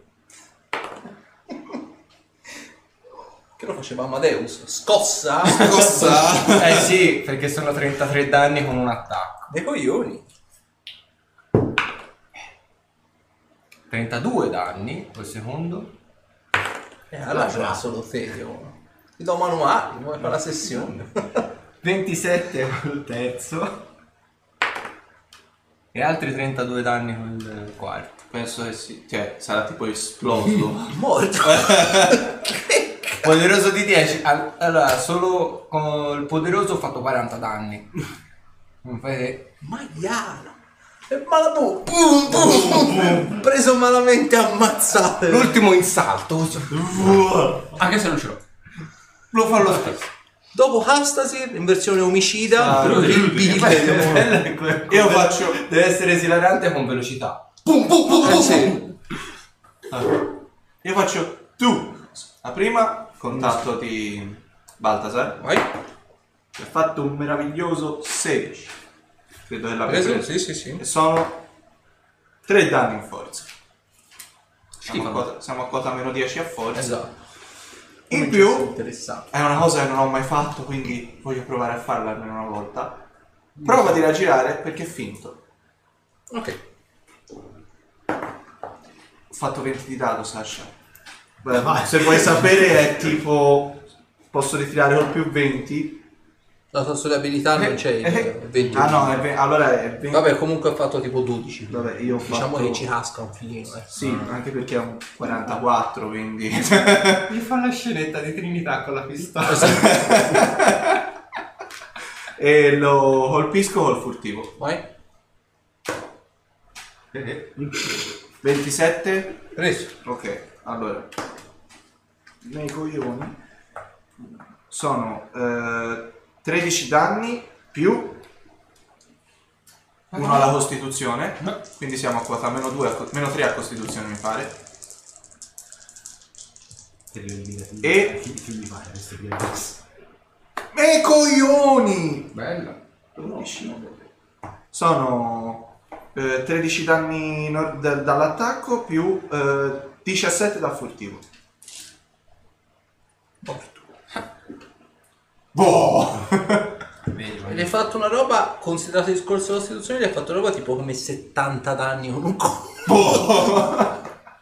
Che lo faceva Amadeus. Scossa. cosa? Eh sì, perché sono trentatré danni con un attacco. Dei coglioni. trentadue danni col secondo. Eh, allora ce l'ha solo te. Io. Ti do manuali, vuoi fare la sessione. ventisette col terzo. E altri trentadue danni col quarto. Penso che sì, cioè sarà tipo esploso. Morto. Poderoso di dieci. All- Allora, solo con il poderoso ho fatto quaranta danni. Non fai- Maiano. E malabu. Boom, boom, boom. Preso malamente ammazzato. L'ultimo in salto. Anche se non ce l'ho. Lo fa lo stesso. Dopo Hastasir, in versione omicida, Ah, il Bill. Io faccio. Deve essere esilarante con velocità. Pum pum pum Eh, pum. sì. Io faccio tu. La prima, contatto di Baltasar. Vai. Che ha fatto un meraviglioso sedici. Credo che l'abbia Preso? preso. Sì, sì, sì. E sono tre danni in forza. Siamo a Schifo. quota, siamo a quota meno dieci a forza. Esatto. In più, Interessante. è una cosa che non ho mai fatto, quindi voglio provare a farla almeno una volta. Prova di raggirare perché è finto. Ok. Ho fatto venti di dado, Sasha. Beh, se vuoi sapere è tipo... Posso ritirare col più venti. La tua sulle abilità non c'è il Eh, venti. Ah no, è ve- allora è venti. Vabbè, comunque ho fatto tipo dodici. Vabbè, io ho Diciamo fatto... che ci casca un filino, eh. Sì, anche perché è un quarantaquattro, quindi... Mi fa la scenetta di Trinità con la pistola. E lo colpisco col furtivo. Vai. ventisette. Preso. Ok, allora. I miei coglioni sono eh, tredici danni più uno alla costituzione. Quindi siamo a quota meno due, meno tre a costituzione mi pare. E... Che mi fare questo Pirex? miei coglioni! Bella. dodici. Sono eh, tredici danni nor- da- dall'attacco più eh, diciassette dal furtivo. Boh! Vedi, Ed hai fatto una roba, considerato il discorso della Costituzione, gli hai fatto una roba tipo come settanta danni con un colpo.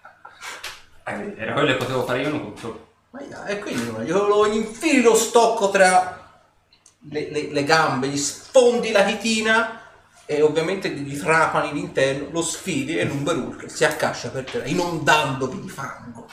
Eh, era quello che potevo fare io, non controllo. Ma yeah, e quindi no, io lo infili lo stocco tra le, le- le gambe, gli sfondi la chitina e ovviamente gli trapani l'interno, lo sfidi e l'Umberhulk si accascia per terra, inondandovi di fango.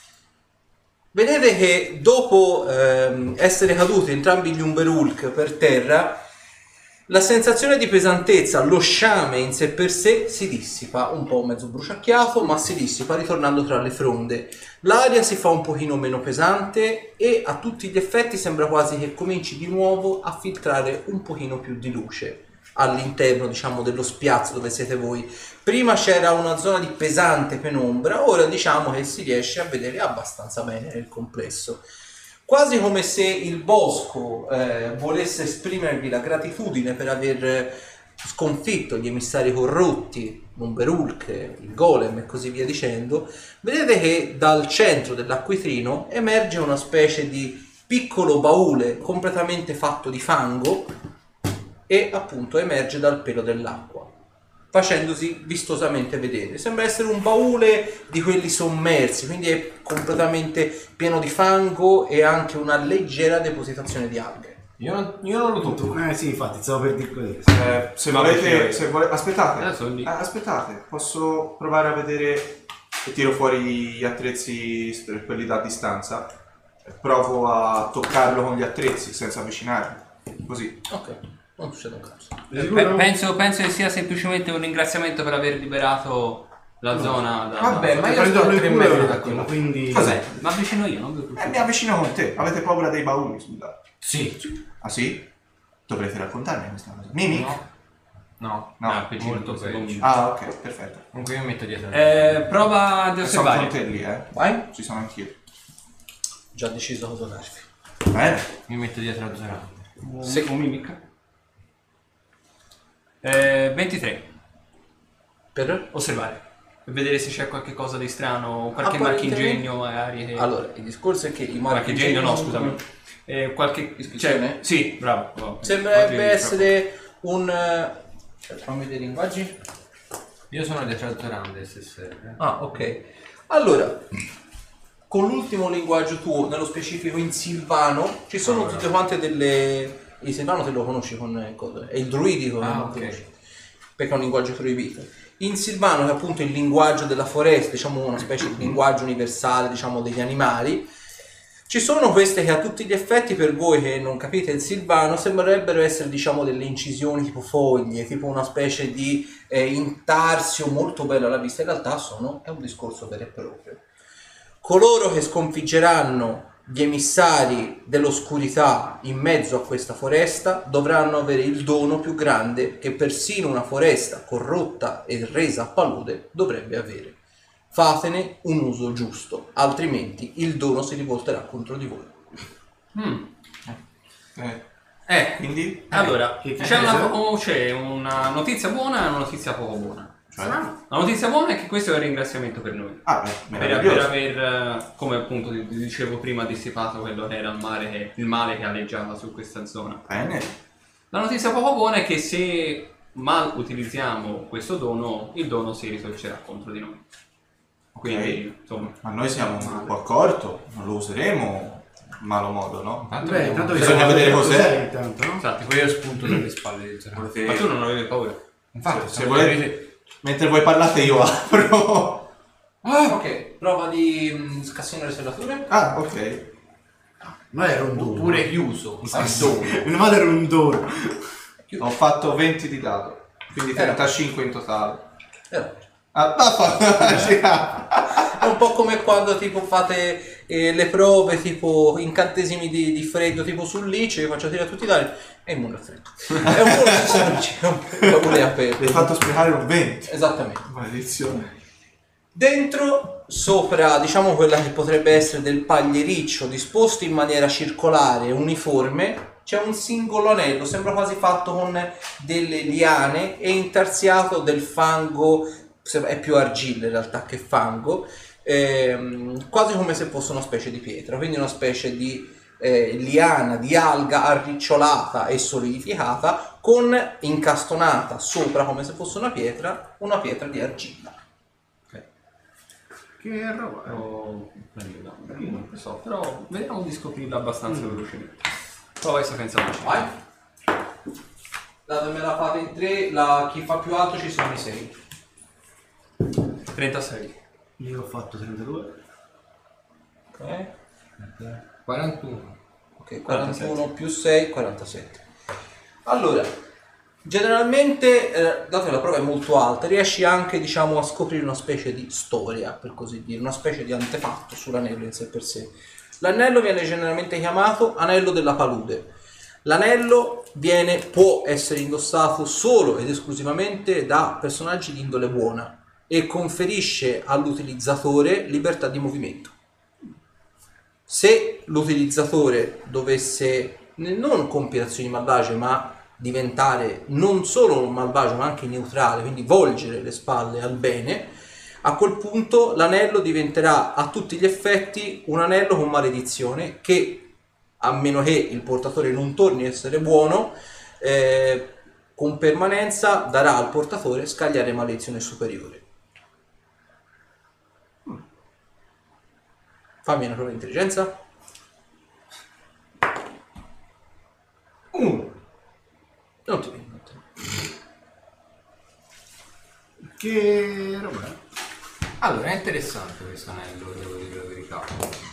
Vedete che dopo ehm, essere caduti entrambi gli Umberhulk per terra, la sensazione di pesantezza, lo sciame in sé per sé si dissipa, un po' mezzo bruciacchiato, ma si dissipa ritornando tra le fronde. L'aria si fa un pochino meno pesante e a tutti gli effetti sembra quasi che cominci di nuovo a filtrare un pochino più di luce all'interno, diciamo, dello spiazzo dove siete voi. Prima c'era una zona di pesante penombra, ora diciamo che si riesce a vedere abbastanza bene nel complesso. Quasi come se il bosco eh, volesse esprimervi la gratitudine per aver sconfitto gli emissari corrotti, l'Umberhulk, il Golem e così via dicendo. Vedete che dal centro dell'acquitrino emerge una specie di piccolo baule completamente fatto di fango e appunto emerge dal pelo dell'acqua, facendosi vistosamente vedere. Sembra essere un baule di quelli sommersi, quindi è completamente pieno di fango e anche una leggera depositazione di alghe. Io non, io non lo tocco. Eh sì, infatti, stavo per dire così. Eh, se volete, se vole- aspettate, Adesso lì. Eh, aspettate, posso provare a vedere e tiro fuori gli attrezzi, st- quelli da distanza, e provo a toccarlo con gli attrezzi senza avvicinarmi, così. Ok, non succede un cazzo. Pe- penso, penso che sia semplicemente un ringraziamento per aver liberato la zona da... Vabbè, ma io Prendo sto a il tre culo metri un da attimo, quello. quindi... Cos'è? Ma avvicino io, non vedo Eh, mi avvicino con te, avete paura dei bauli, scusate. Sì. Ah sì? Dovrete raccontarmi questa cosa. Mimic? No. No. No. Ah, piccino, molto così, peggio. non- Ah, ok, perfetto. Comunque io mi metto dietro. Eh, prova ad E sono con osservare. te lì, eh. Vai. Ci sono anch'io. Già deciso cosa darvi. Bene. Mi metto dietro a Zorander. Un, Sì. un mimic. Eh, ventitré. Per? Osservare. Per vedere se c'è qualche cosa di strano, qualche marchingegno magari. Che... Allora, il discorso è che i marchingegno marchingegni no, scusami. Eh, qualche... Iscrizione? Cioè, sì, bravo. bravo. Sembrerebbe Oggi- essere un... eh, fammi vedere i linguaggi. Io sono dietro a Zorander se serve. Ah, ok. Allora, con l'ultimo linguaggio tuo, nello specifico in Silvano, ci sono Allora. tutte quante delle... Il Silvano te lo conosci con... eh, cosa? È il druidico che Ah, non ok. conosci, perché è un linguaggio proibito. In Silvano, che è appunto il linguaggio della foresta, diciamo una specie di linguaggio universale, diciamo degli animali, ci sono queste che a tutti gli effetti, per voi che non capite il Silvano, sembrerebbero essere, diciamo, delle incisioni tipo foglie, tipo una specie di eh, intarsio molto bello alla vista. In realtà sono, è un discorso vero e proprio. Coloro che sconfiggeranno gli emissari dell'oscurità in mezzo a questa foresta dovranno avere il dono più grande che persino una foresta corrotta e resa a palude dovrebbe avere. Fatene un uso giusto, altrimenti il dono si rivolterà contro di voi. Mm. Eh, Eh, quindi? allora, che- che c'è, una, cosa? oh, c'è una notizia buona e una notizia poco buona. Cioè? La notizia buona è che questo è un ringraziamento per noi. Ah, beh, Per, per meraviglioso. aver, eh, come appunto ti ti dicevo prima, dissipato quello che era il mare, che- il male che aleggiava su questa zona. Bene. La notizia poco buona è che se mal utilizziamo questo dono, il dono si ritorcerà contro di noi. Quindi, insomma, Ma noi siamo un gruppo accorto, non lo useremo in malo modo, no? Intanto Beh, vediamo- intanto bisogna vediamo vedere cos'è cos'è. intanto, no? infatti, Poi io spunto dalle spalle di Zerano. Volete- ma tu non avevi paura. Infatti, se siamo volete- arrivati- Mentre voi parlate io apro. Ok, prova di mm, scassinare le serrature. Ah, ok. Ma era un dono. Oppure chiuso. Meno male era un dono. Ho fatto venti di dado, quindi trentacinque in totale. Eh, Ah, vaffanculo. È un po' come quando tipo fate eh, le prove tipo incantesimi di, di freddo tipo sul liceo, io faccio tirare tutti i dadi e immune al freddo. È un po' lo stesso liceo, è un po' come aperto. Hai fatto spiegare un venti. Esattamente. Maledizione. Dentro, sopra, diciamo quella che potrebbe essere del pagliericcio disposto in maniera circolare, uniforme, c'è un singolo anello, sembra quasi fatto con delle liane e intarsiato del fango, è più argilla in realtà che fango, ehm, quasi come se fosse una specie di pietra, quindi una specie di eh, liana di alga arricciolata e solidificata con incastonata sopra come se fosse una pietra, una pietra di argilla. Che roba. è? O prendo da- io non lo so, però vediamo di scoprirla abbastanza velocemente. Prova adesso senza luce. Vai. Datemela fate in tre, la, chi fa più alto ci sono i sei. trentasei. Io ho fatto trentadue. Ok, quarantuno. ok, quarantuno più sei, quarantasette. Allora, generalmente, eh, dato che la prova è molto alta, riesci anche, diciamo, a scoprire una specie di storia, per così dire, una specie di antefatto sull'anello in sé per sé. L'anello viene generalmente chiamato anello della palude. L'anello viene, può essere indossato solo ed esclusivamente da personaggi di indole buona e conferisce all'utilizzatore libertà di movimento. Se l'utilizzatore dovesse non compiere azioni malvagie, ma diventare non solo un malvagio ma anche neutrale, quindi volgere le spalle al bene, a quel punto l'anello diventerà a tutti gli effetti un anello con maledizione che, a meno che il portatore non torni a essere buono, eh, con permanenza darà al portatore scagliare maledizione superiore. Fammi una prova di intelligenza. Uno. Non ti viene. Che roba. è? Allora, è interessante questo anello, devo dire la verità.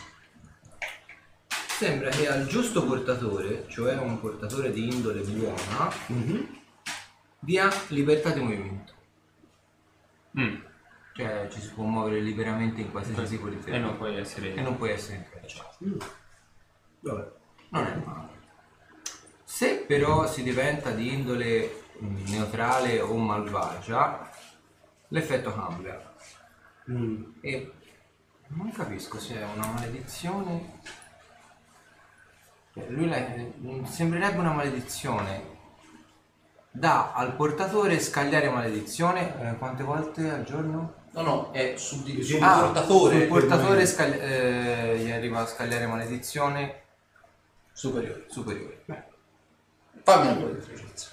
Sembra che al giusto portatore, cioè un portatore di indole buona, dia libertà di movimento. Mm. Cioè ci si può muovere liberamente in qualsiasi tipo di E terreno. non puoi essere... E non puoi essere intracciato. Vabbè. Non è male. Se però si diventa di indole mh, neutrale o malvagia, l'effetto cambia. Mm. E non capisco se è una maledizione. Cioè, lui la- mh, sembrerebbe una maledizione. Dà al portatore scagliare maledizione eh, quante volte al giorno? No, no, è su di sul Ah, portatore sul portatore scagli- eh, gli arriva a scagliare maledizione superiore. superiore. Beh, Fammi una prova di intelligenza.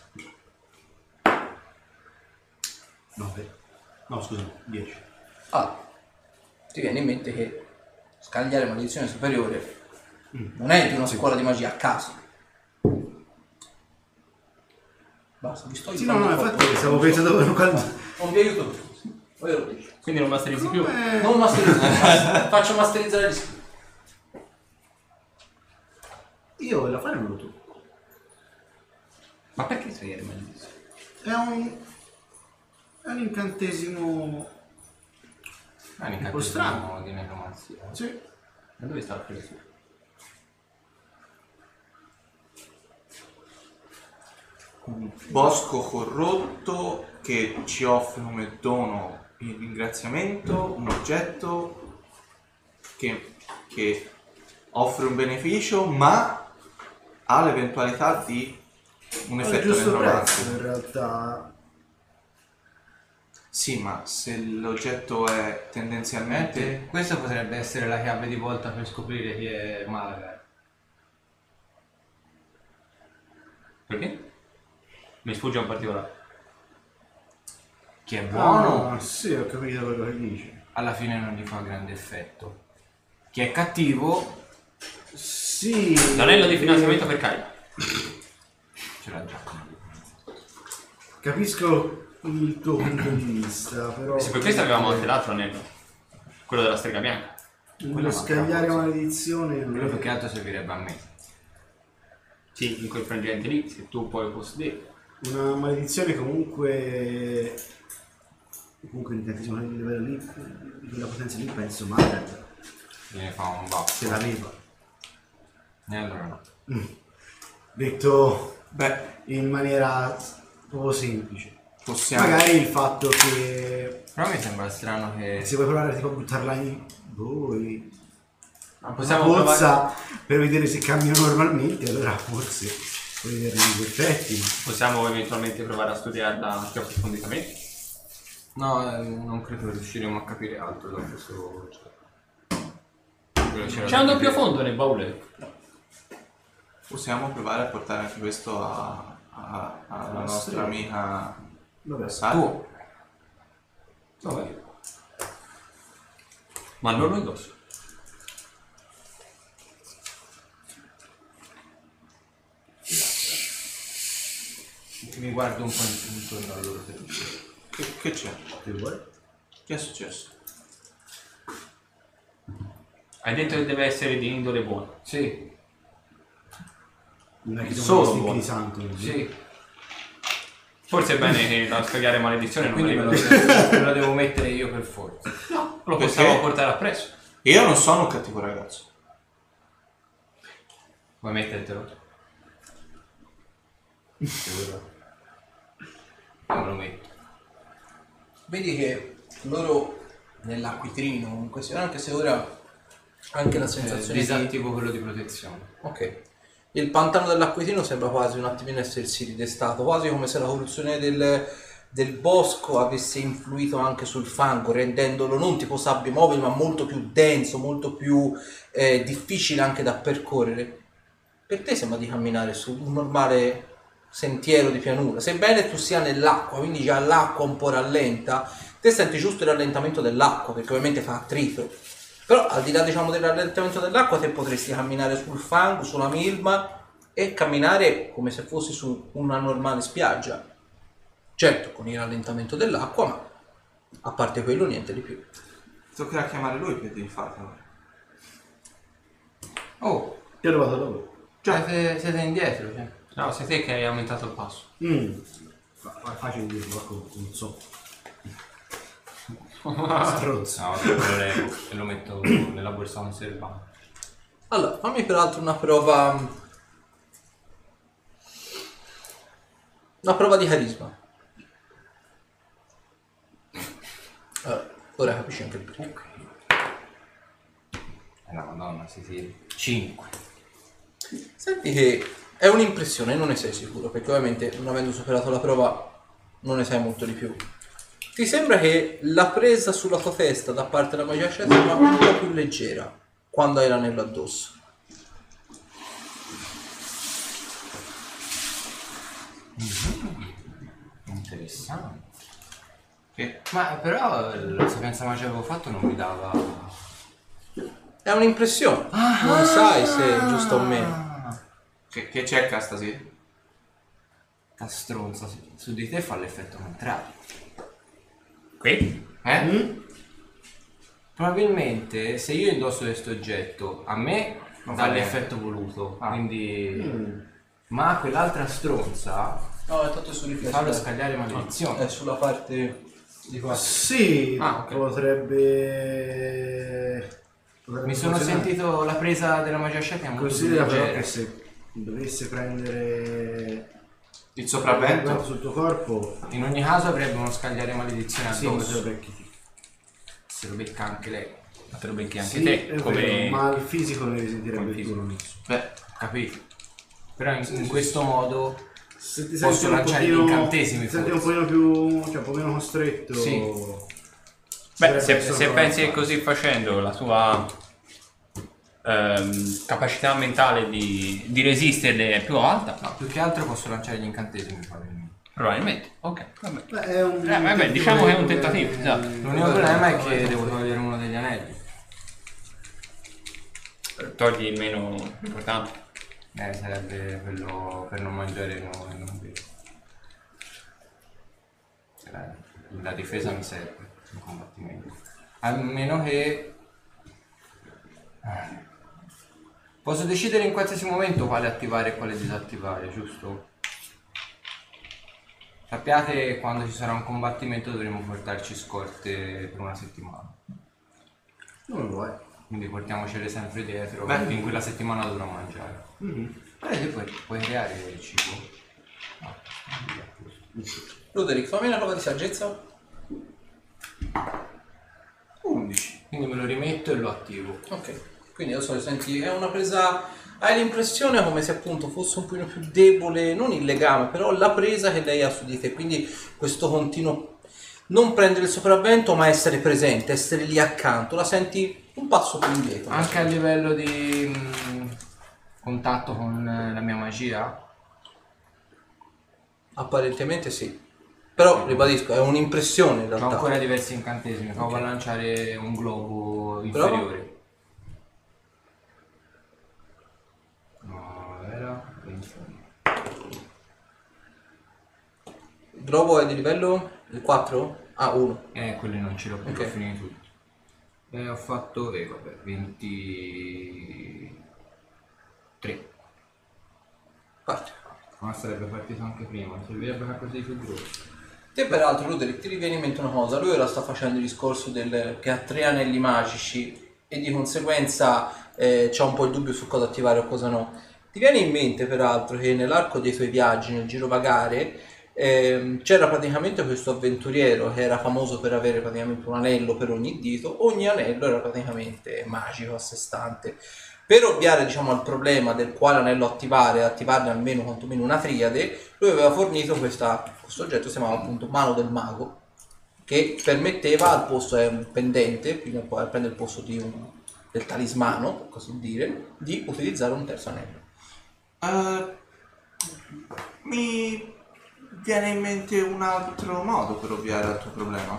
nove. No, scusa, dieci. Ah, ti viene in mente che scagliare maledizione superiore non è di una scuola di magia a caso. Basta, vi sto Sì, no, no, aiutando infatti troppo. stavo pensando quando... Non vi aiuto più. Voi lo dico. Quindi non masterizzi più? Come- Non masterizzare, faccio masterizzare gli scritti. Io la fare non lo tocco. Ma perché sei maledizione? È un... È un incantesimo... è un Un po' strano. incantesimo di necromanzia. Sì. Ma dove sta il preso? Un bosco corrotto che ci offre come dono il ringraziamento, un oggetto che, che offre un beneficio ma ha l'eventualità di un È il effetto giusto prezzo necromantico. in realtà. Sì, ma se l'oggetto è tendenzialmente... Questa potrebbe essere la chiave di volta per scoprire chi è Malaga. Perché? Mi sfugge un particolare. Chi è buono Ah, sì, ho capito quello che dici. alla fine non gli fa grande effetto. Chi è cattivo Sì. L'anello di finanziamento per Kai. ce l'ha già. Capisco il tuo punto di vista, però... Sì, per questo avevamo anche l'altro anello. Quello della strega bianca. Quello scagliare maledizione... Quello più che altro servirebbe a me. Sì, in quel frangente lì, se tu poi possedere. Una maledizione comunque... Comunque l'incantesimo di livello lì, di quella potenza lì, penso Margaret Gliene fa un baffo. se l'aveva. E allora no. Detto Beh, in maniera proprio semplice. possiamo... Magari il fatto che Però mi sembra strano che... se vuoi provare tipo a buttarla in voi Ma una possiamo provare. pozza per vedere se cambiano normalmente, allora forse puoi vedere gli effetti. Possiamo eventualmente provare a studiarla più approfonditamente. No, eh, non credo riusciremo a capire altro da questo gioco. C'è un doppio fondo nel baule. Possiamo provare a portare anche questo a, a- alla nostra amica Vabbè, Sara. Tu, Vabbè. Ma non lo indosso. mi guardo un po' intorno a loro. per- Che, che c'è? che vuoi? Che è successo? Hai detto che deve essere di indole buona. Sì, Non è che Solo sono buono. di santo. sì. Forse è bene che da scagliare maledizione non Quindi me lo, arriva. me lo devo mettere io per forza. No, lo Perché? possiamo portare appresso. Io non sono un cattivo ragazzo. Vuoi mettertelo? Sicuro? Io me lo metto. Vedi che loro nell'acquitrino, in questione, anche se ora anche la Eh, sensazione di... disattivo quello di protezione. Ok. Il pantano dell'acquitino sembra quasi un attimino essersi ridestato, quasi come se la corruzione del, del bosco avesse influito anche sul fango, rendendolo non tipo sabbie mobili, ma molto più denso, molto più eh, difficile anche da percorrere. Per te sembra di camminare su un normale sentiero di pianura, sebbene tu sia nell'acqua, quindi già l'acqua un po' rallenta, te senti giusto il rallentamento dell'acqua, perché ovviamente fa attrito. Però al di là, diciamo, del rallentamento dell'acqua, te potresti camminare sul fango, sulla milma e camminare come se fossi su una normale spiaggia. Certo, con il rallentamento dell'acqua, ma a parte quello niente di più. Toccherà chiamare lui per devi farlo. Oh, Ti ho trovato lavoro. siete, siete indietro, cioè. No, sei te che hai aumentato il passo. Mm. Fa- fa- Facile dirlo, ecco, non so. Strozzo. No, lo levo e lo metto nella borsa conservata. Allora, fammi peraltro una prova... Una prova di carisma. Allora, ora capisci anche il perché. Eh, la madonna, sì sì. cinque. Senti che è un'impressione, non ne sei sicuro, perché ovviamente non avendo superato la prova non ne sai molto di più. Ti sembra che la presa sulla tua testa da parte della magia sia un po' più leggera quando hai l'anello addosso. Interessante. Che? Ma però la sapienza magia che avevo fatto non mi dava... È un'impressione, non sai se è giusto o meno. Che, che cerca stasera? La stronza su, su di te fa l'effetto contrario. Qui? Eh? Mm? Probabilmente se io indosso questo oggetto a me Non dà fa niente. l'effetto voluto, Ah. quindi... Mm. Ma a quell'altra stronza No, è tutto sul mi riflesso. fa lo scagliare maledizione. È sulla parte di qua. Sì, Ah, ok. potrebbe... potrebbe Mi sono funzionare. sentito la presa della magia scetica molto più Considera però leggera. che se dovesse prendere Il sopravvento? sul tuo corpo, In ogni caso avrebbe uno scagliare maledizione sì, ma te lo addosso. becchi. Se lo becca anche lei. Ma te lo becchi anche Sì, te. è Come... vero, ma il fisico ne risentirebbe come il fisico. tuo nemico. Beh, Capito? Però in, in questo modo Se ti Posso senti un lanciare gli pochino- incantesimi, ti senti un forse. pochino più, cioè un po' meno costretto. Sì. Beh, Sarebbe se, solo se una pensi che fase. così facendo la tua ehm, capacità mentale di, di resisterle è più alta, no, più che altro posso lanciare gli incantesimi probabilmente. Probabilmente, ok, vabbè. Beh, è un Eh, vabbè, diciamo che è un tentativo, esatto. L'unico problema è che devo togliere uno degli anelli. Togli il meno importante. Eh, sarebbe quello per non mangiare no, non bere. La, la difesa mi serve in combattimento. A meno che... Posso decidere in qualsiasi momento quale attivare e quale disattivare, giusto? Sappiate, quando ci sarà un combattimento dovremo portarci scorte per una settimana. Non lo vuoi. Quindi portiamocele sempre dietro, Beh. perché in quella settimana dovrò mangiare. Mm-hmm. Beh, puoi, puoi creare il cibo. No. Roderick, fammi una prova di saggezza. undici. Quindi me lo rimetto e lo attivo. Ok, quindi adesso senti, è una presa... Hai l'impressione come se appunto fosse un pochino più debole, non il legame, però la presa che lei ha su di te, quindi questo continuo non prendere il sopravvento ma essere presente, essere lì accanto, la senti un passo più indietro. Anche a livello di mh, contatto con eh, la mia magia? Apparentemente sì, però ribadisco, è un'impressione in Ho realtà. ancora diversi incantesimi, provo a lanciare un globo inferiore. No, era ventuno. Il globo è di livello il quattro? Ah, uno. Eh, quelli non ce l'ho più, Ok. ho finito tutti. E ho fatto, eh vabbè, ventitré. Parte. Ma sarebbe partito anche prima, servirebbe qualcosa di più grosso. Te peraltro, Roderick, ti riviene in mente una cosa, lui ora sta facendo il discorso del che ha tre anelli magici e di conseguenza eh, c'ha un po' il dubbio su cosa attivare o cosa no. Ti viene in mente peraltro che nell'arco dei tuoi viaggi, nel girovagare, ehm, c'era praticamente questo avventuriero che era famoso per avere praticamente un anello per ogni dito, ogni anello era praticamente magico a sé stante. Per ovviare diciamo al problema del quale anello attivare, attivarne almeno quantomeno una triade, lui aveva fornito questa, questo oggetto, si chiamava appunto Mano del Mago, che permetteva al posto, è un pendente, quindi poi prende il posto di un, del talismano, per così dire, di utilizzare un terzo anello. Eh, mi viene in mente un altro modo per ovviare al tuo problema.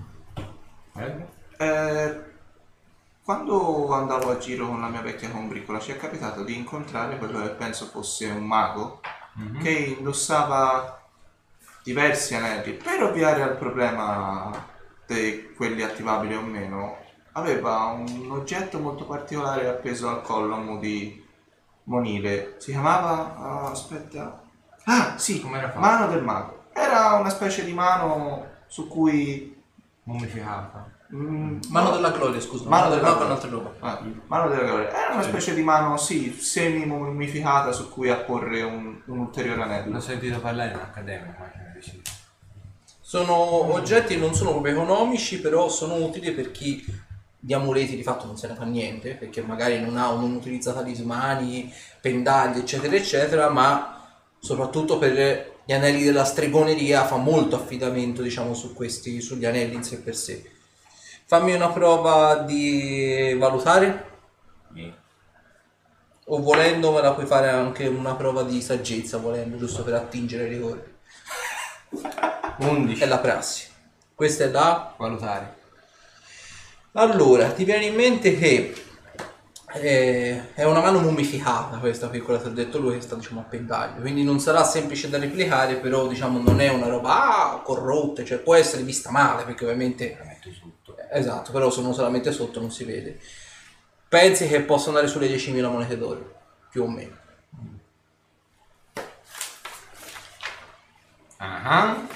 Eh, quando andavo a giro con la mia vecchia combricola ci è capitato di incontrare quello che penso fosse un mago Mm-hmm. che indossava diversi anelli. Per ovviare al problema di quelli attivabili o meno, aveva un oggetto molto particolare appeso al collo a mo' di monile. Si chiamava... ah, aspetta... Ah, sì, Com'era fatto? Mano del Mago. Era una specie di mano su cui... Mummificata. mm, Mano della gloria, scusa, Mano mano del della mago è gloria. un'altra roba. Ah, mano della gloria. Era una specie di mano, sì, semi-mummificata su cui apporre un, un ulteriore anello. L'ho sentito parlare in accademia, ma che mi dici? Sono oggetti non sono proprio economici, però sono utili per chi di amuleti di fatto non se ne fa niente, perché magari non ha non utilizza talismani, pendagli eccetera eccetera, ma soprattutto per gli anelli della stregoneria fa molto affidamento diciamo su questi, sugli anelli in sé per sé. Fammi una prova di valutare, o volendo me la puoi fare anche una prova di saggezza, volendo, giusto per attingere i rigori. undici. È la prassi. Questa è la... Valutare. Allora, ti viene in mente che eh, è una mano mummificata questa piccola, ti ha detto lui, che sta diciamo a pendaglio, quindi non sarà semplice da replicare, però diciamo non è una roba ah, corrotta, cioè può essere vista male, perché ovviamente... La metto sotto. Esatto, però sono solamente sotto, non si vede. Pensi che possa andare sulle diecimila monete d'oro, più o meno. Ah.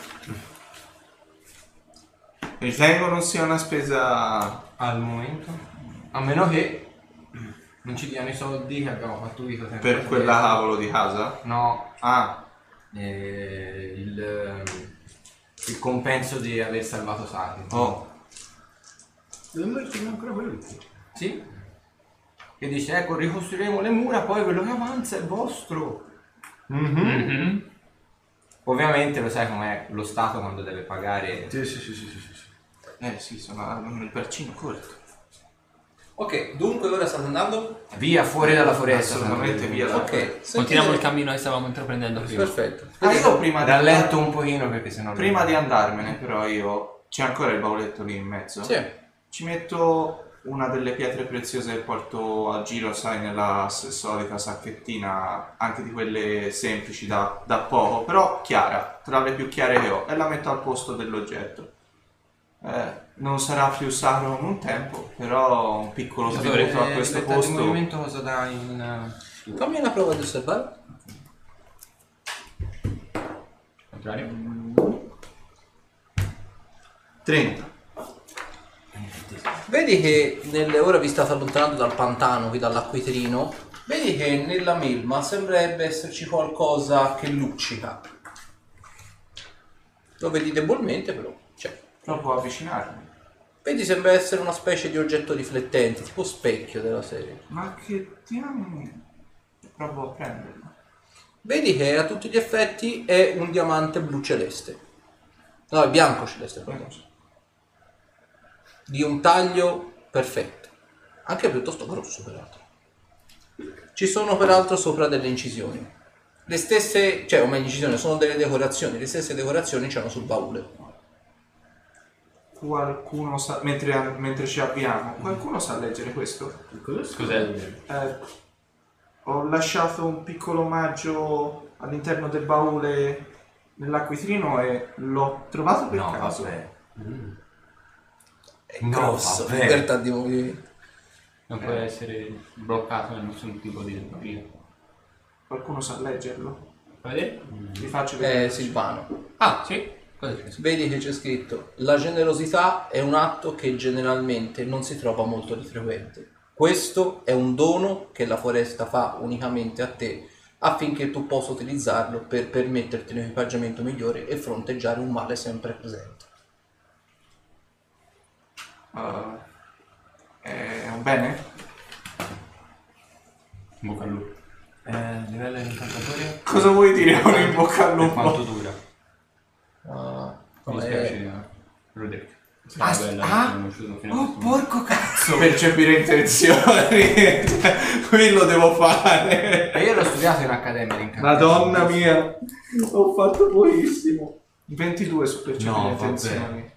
Ritengo non sia una spesa... Al momento. A meno che non ci diano i soldi che abbiamo fatto vita tempo per fa. quella cavolo di casa? No, Ah, eh, il, il compenso di aver salvato Sati. oh. Dobbiamo dire ancora quello. Sì. Che dice, ecco, ricostruiremo le mura, poi quello che avanza è vostro. Mhm. Ovviamente lo sai com'è lo Stato quando deve pagare. Sì, sì, sì, sì, sì, sì. Eh sì, sono nel braccino corto. Ok, dunque ora state andando? Via, fuori dalla foresta. Assolutamente via. dalla Ok, foresta. Continuiamo il sentite- cammino che stavamo intraprendendo prima. Perfetto. Ah, io prima di, Rallento un pochino perché sennò... prima di andarmene, però io... C'è ancora il bauletto lì in mezzo? Sì. Ci metto una delle pietre preziose che porto a giro, sai, nella s- solita sacchettina, anche di quelle semplici da, da poco, però chiara, tra le più chiare che ho, e la metto al posto dell'oggetto. Eh, non sarà più sacro come un tempo, però un piccolo tributo a questo Il posto. movimento cosa dà in... Fammi una prova di osservare. Contrario? trenta. Vedi che nelle ore vi state allontanando dal pantano, qui dall'acquitrino, vedi che nella melma sembrerebbe esserci qualcosa che luccica. Lo vedi debolmente, però c'è. Provo avvicinarmi. Vedi, sembra essere una specie di oggetto riflettente, tipo specchio della serie. Ma che diamine? Provo a prenderlo. Vedi che a tutti gli effetti è un diamante blu celeste. No, è bianco celeste, pardon. Di un taglio perfetto. Anche piuttosto grosso, peraltro. Ci sono peraltro sopra delle incisioni. Le stesse, cioè, o meglio, incisioni, sono delle decorazioni. Le stesse decorazioni c'hanno sul baule. Qualcuno sa, mentre, mentre ci avviamo, qualcuno sa leggere questo? Cos'è? Eh, ho lasciato un piccolo omaggio all'interno del baule nell'acquitrino e l'ho trovato per No, caso. vabbè. È No, grosso, vabbè. libertà di movimento. Non può essere bloccato in nessun tipo di via. Qualcuno sa leggerlo? Fai vedere? Vi faccio vedere. È Silvano. Ah, sì. Cosa c'è? Vedi che c'è scritto: la generosità è un atto che generalmente non si trova molto di frequente. Questo è un dono che la foresta fa unicamente a te affinché tu possa utilizzarlo per permetterti un equipaggiamento migliore e fronteggiare un male sempre presente. Uh, è un bene? In bocca al lupo. Eh, livello di incantatore? Cosa vuoi dire con in bocca al Per quanto lupo? dura? Ah, Mi come- dispiace, Roderick. Ah, È bella, ah? l'ho conosciuto fino a Oh, questo momento. porco cazzo! Percepire intenzioni. Qui lo devo fare. E io l'ho studiato in accademia di incantesimi. Madonna mia, ho fatto buonissimo. ventidue su percepire No, intenzioni.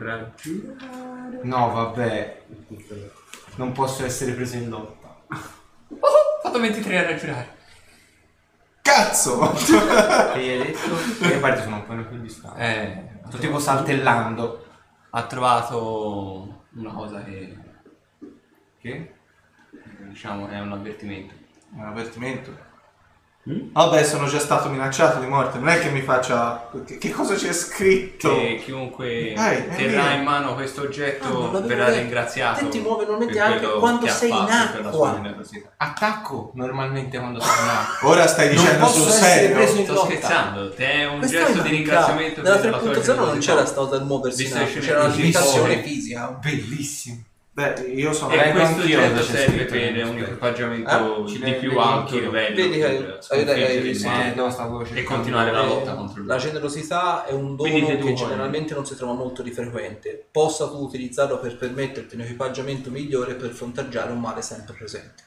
No, vabbè. Non posso essere preso in lotta. Ho fatto ventitré a raggirare. Cazzo! Che gli hai detto? Le parti sono un po' più distanti. Eh, Sto tipo saltellando. ha trovato una cosa che, Che? diciamo, è un avvertimento. Un avvertimento. Vabbè, sono già stato minacciato di morte. Non è che mi faccia. Che, che cosa c'è scritto? Che chiunque Dai, è terrà mio. in mano questo Ah, non oggetto l'avevo verrà detto. ringraziato. Te ti muovi normalmente per anche quello quando che ha sei in fatto, per la acqua. sua generosità. Attacco normalmente quando sono in acqua. Ora stai Non dicendo posso sul essere serio? preso in Sto lotta. scherzando, te è un Questo gesto è di mancato. ringraziamento Nella per la tre tua punto zero non generosità. c'era sta cosa del muoversi in Vi stai acqua, scegliendo c'era la di limitazione muovere. fisica. Bellissimo. Beh, io sono. E Vengo questo anch'io oggetto da serve Cespirito, per non un so. equipaggiamento Eh? Ci di vedi più quanto- alto livello vedi che- per hai- sconfiggere hai il visto? male Eh, no, stavo e cercando. continuare la lotta Eh, contro il la male. generosità è un Quindi dono deduco, che eh. generalmente non si trova molto di frequente. Possa tu utilizzarlo per permetterti un equipaggiamento migliore per fronteggiare un male sempre presente.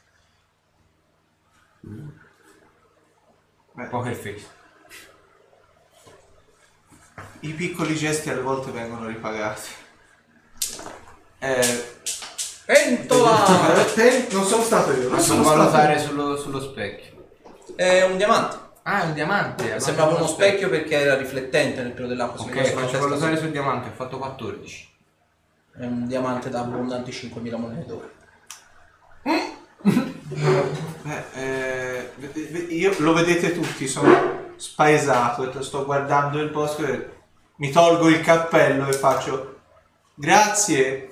Beh, Poker face. I piccoli gesti alle volte vengono ripagati. Eh. Pentola! te- non sono stato io. Non Posso sono stato valutare io. sullo, sullo specchio. È un diamante. Ah, è un diamante. allora Sembrava sono uno specchio perché era riflettente nel pelo dell'acqua. se Ok, mi ricordo faccio la valutare testa sul diamante, ho fatto quattordici. sì. È un diamante da abbondanti cinquemila monete d'oro. Beh, eh, ve- ve- io lo vedete tutti, sono spaesato, sto guardando il bosco e mi tolgo il cappello e faccio grazie.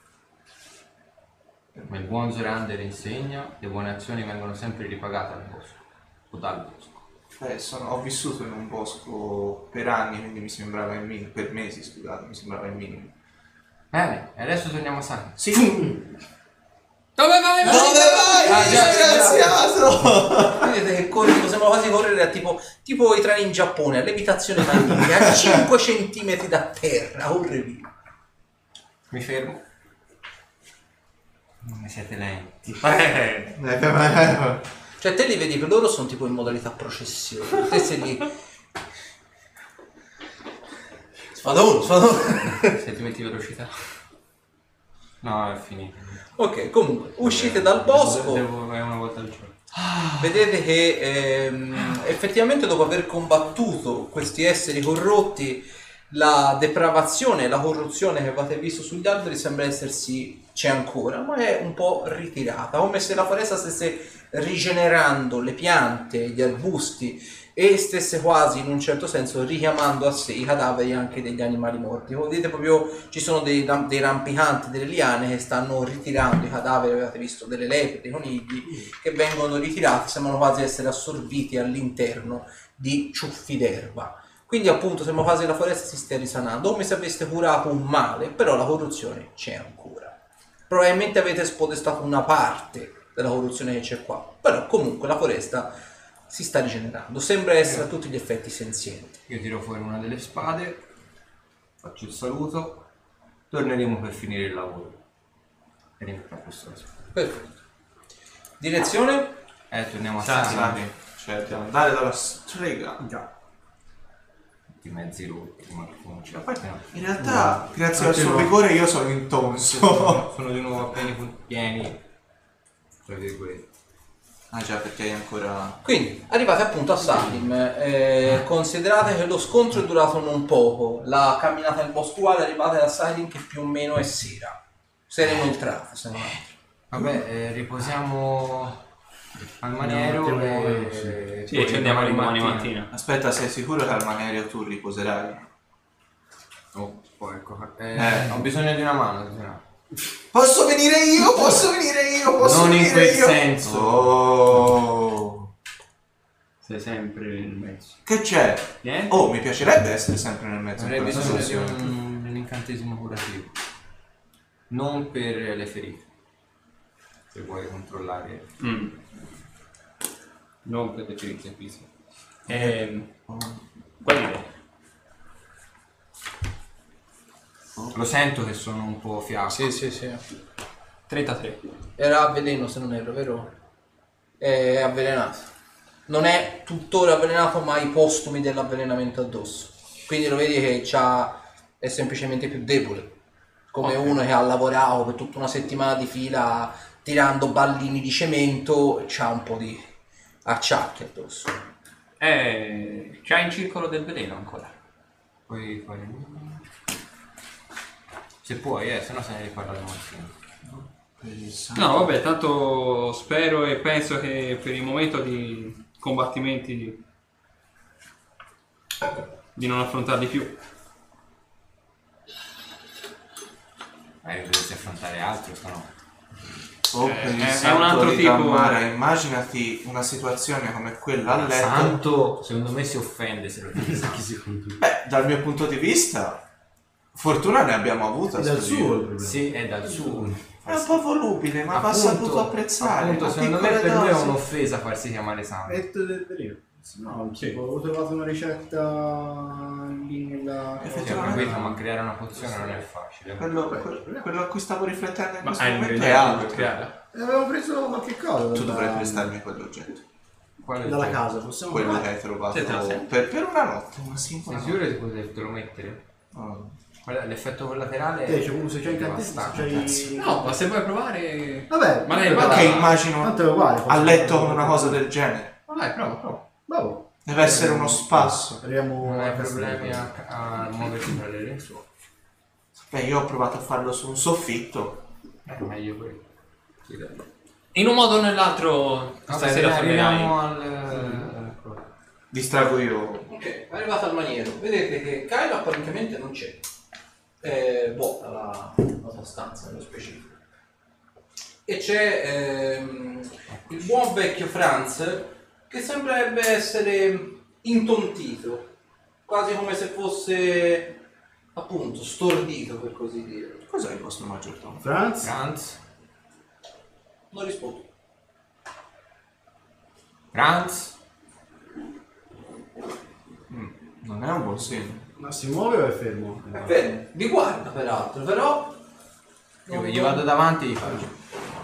Ma il buon Zorander insegna, le buone azioni vengono sempre ripagate al bosco. O dal bosco. Beh, sono- ho vissuto in un bosco per anni, quindi mi sembrava il minimo, per mesi scusate, mi sembrava il minimo. Bene, e adesso torniamo a San. Sì. Dove vai? Dove vai? Ah, già, disgraziato! Vedete che corrono, sembra quasi correre a tipo, tipo i treni in Giappone, a levitazione magnetica, a cinque centimetri da terra, corre via. Mi fermo. Come siete lenti. Eh. Eh, che ma- Cioè te li vedi che loro sono tipo in modalità processione. Te sei lì. Spadone, spadone. Se ti metti velocità. No, è finito. Ok, comunque, uscite dal bosco. Devo, è una volta al giorno. Vedete che ehm, effettivamente dopo aver combattuto questi esseri corrotti, la depravazione e la corruzione che avete visto sugli alberi sembra essersi, c'è ancora, ma è un po' ritirata, come se la foresta stesse rigenerando le piante, gli arbusti e stesse quasi in un certo senso richiamando a sé i cadaveri anche degli animali morti. Come vedete proprio ci sono dei, dei rampicanti, delle liane che stanno ritirando i cadaveri, avete visto delle lepre, dei conigli che vengono ritirati, sembrano quasi essere assorbiti all'interno di ciuffi d'erba. Quindi appunto sembra quasi che la foresta si stia risanando, come se aveste curato un male, però la corruzione c'è ancora. Probabilmente avete spodestato una parte della corruzione che c'è qua, però comunque la foresta si sta rigenerando, sembra essere a tutti gli effetti senziente. Io tiro fuori una delle spade, faccio il saluto, torneremo per finire il lavoro. E rimetto a questo la spada. Perfetto. Direzione? Eh, torniamo a Sani, Sani. cioè devo andare dalla strega. Già. Di mezzi rotti, ma non ce la Poi, facciamo. in realtà, grazie al Anche suo no. vigore io sono intonso. Sono, sono di nuovo appena pieni, tra virgolette. Ah già, perché hai ancora... Quindi, arrivate appunto a Salim, eh, considerate che lo scontro è durato non poco, la camminata nel bosco arrivate a Salim che più o meno è sera, sera inoltrata se non altro. Vabbè, eh, riposiamo al maniero No, e... Sì, poi ci andiamo domani mattina. mattina. Aspetta, sei sicuro che al Manerio tu riposerai? Oh, poi ecco qua. Eh, Eh. Ho bisogno di una mano, se no. Posso venire io? Posso venire io? Posso Non in venire quel io? senso. Oh. Sei sempre nel mezzo. Che c'è? Niente? Oh, mi piacerebbe essere sempre nel mezzo. Avrei in questa bisogno di situazione. un, di un incantesimo curativo. Non per le ferite. Se vuoi controllare. Mm. Non per le ferite fisiche. Ehm, guarda, Lo sento che sono un po' fiacco. Sì, sì, sì. trentatré. Era a veleno se non erro, vero? È avvelenato. Non è tuttora avvelenato, ma ha i postumi dell'avvelenamento addosso. Quindi lo vedi che c'ha, è semplicemente più debole. Come Ok. uno che ha lavorato per tutta una settimana di fila tirando ballini di cemento, c'ha un po' di acciacchi addosso. Eh, c'hai in circolo del veleno ancora. Puoi fare... Se puoi, eh, se no se ne riparla la mattina. No, vabbè, tanto spero e penso che per il momento di combattimenti di non affrontarli più. Eh, dovresti affrontare altro, se no. Oh, Eh, per il è- è santo un altro di tipo- Tammara, immaginati una situazione come quella a letto. Santo, secondo me si offende se lo dici. Beh, dal mio punto di vista, fortuna ne abbiamo avuta. È dal sto suo giro. il problema. Sì, è dal suo. È un po' volubile, ma va saputo apprezzare. Appunto, a secondo me piccole per lui è dosi. un'offesa farsi chiamare santo. Petto del veleno. No, tipo, avevo trovato una ricetta lì nella... Sì, ho effettivamente- capito, ma creare una pozione non è facile. Quello, que- quello a cui stavo riflettendo in Ma questo hai momento è l'ingrediente per altro. creare? E avevo preso qualche cosa. Tu dalla- dovrai prestarmi quell'oggetto. Quale Dalla c'è? casa, possiamo Quello che provare? hai trovato Sì, te la sento. per, per una notte, ma sì, Sei una sicuro notte. di potertelo mettere? Oh. Guarda, l'effetto collaterale Te, c'è uno, se c'è è incantesimo, se devastante. c'hai... No, ma se vuoi provare... Vabbè, Ma lei vabbè, va- Perché immagino tanto è uguale. a letto con una cosa del genere. Vai, prova, prova. Bravo. Deve essere uno spasso. Arriviamo Non a hai Castello. problemi a, a muoverti tra le lenzuola. Beh, io ho provato a farlo su un soffitto. È meglio quello. Sì, dai. In un modo o nell'altro stasera Vabbè, fermerai. arriviamo al... Distrago io. Ok, arrivato al maniero, vedete che Kylo apparentemente non c'è. È vuota la, la sua stanza nello specifico. E c'è ehm, il buon vecchio Franz che sembrerebbe essere intontito, quasi come se fosse appunto stordito per così dire. Cos'è il vostro maggiordomo? Franz? Franz? Non rispondo. Franz? Non è un buon segno. Ma si muove o è fermo? È vero, vi guarda peraltro, però Io gli vado davanti e gli faccio.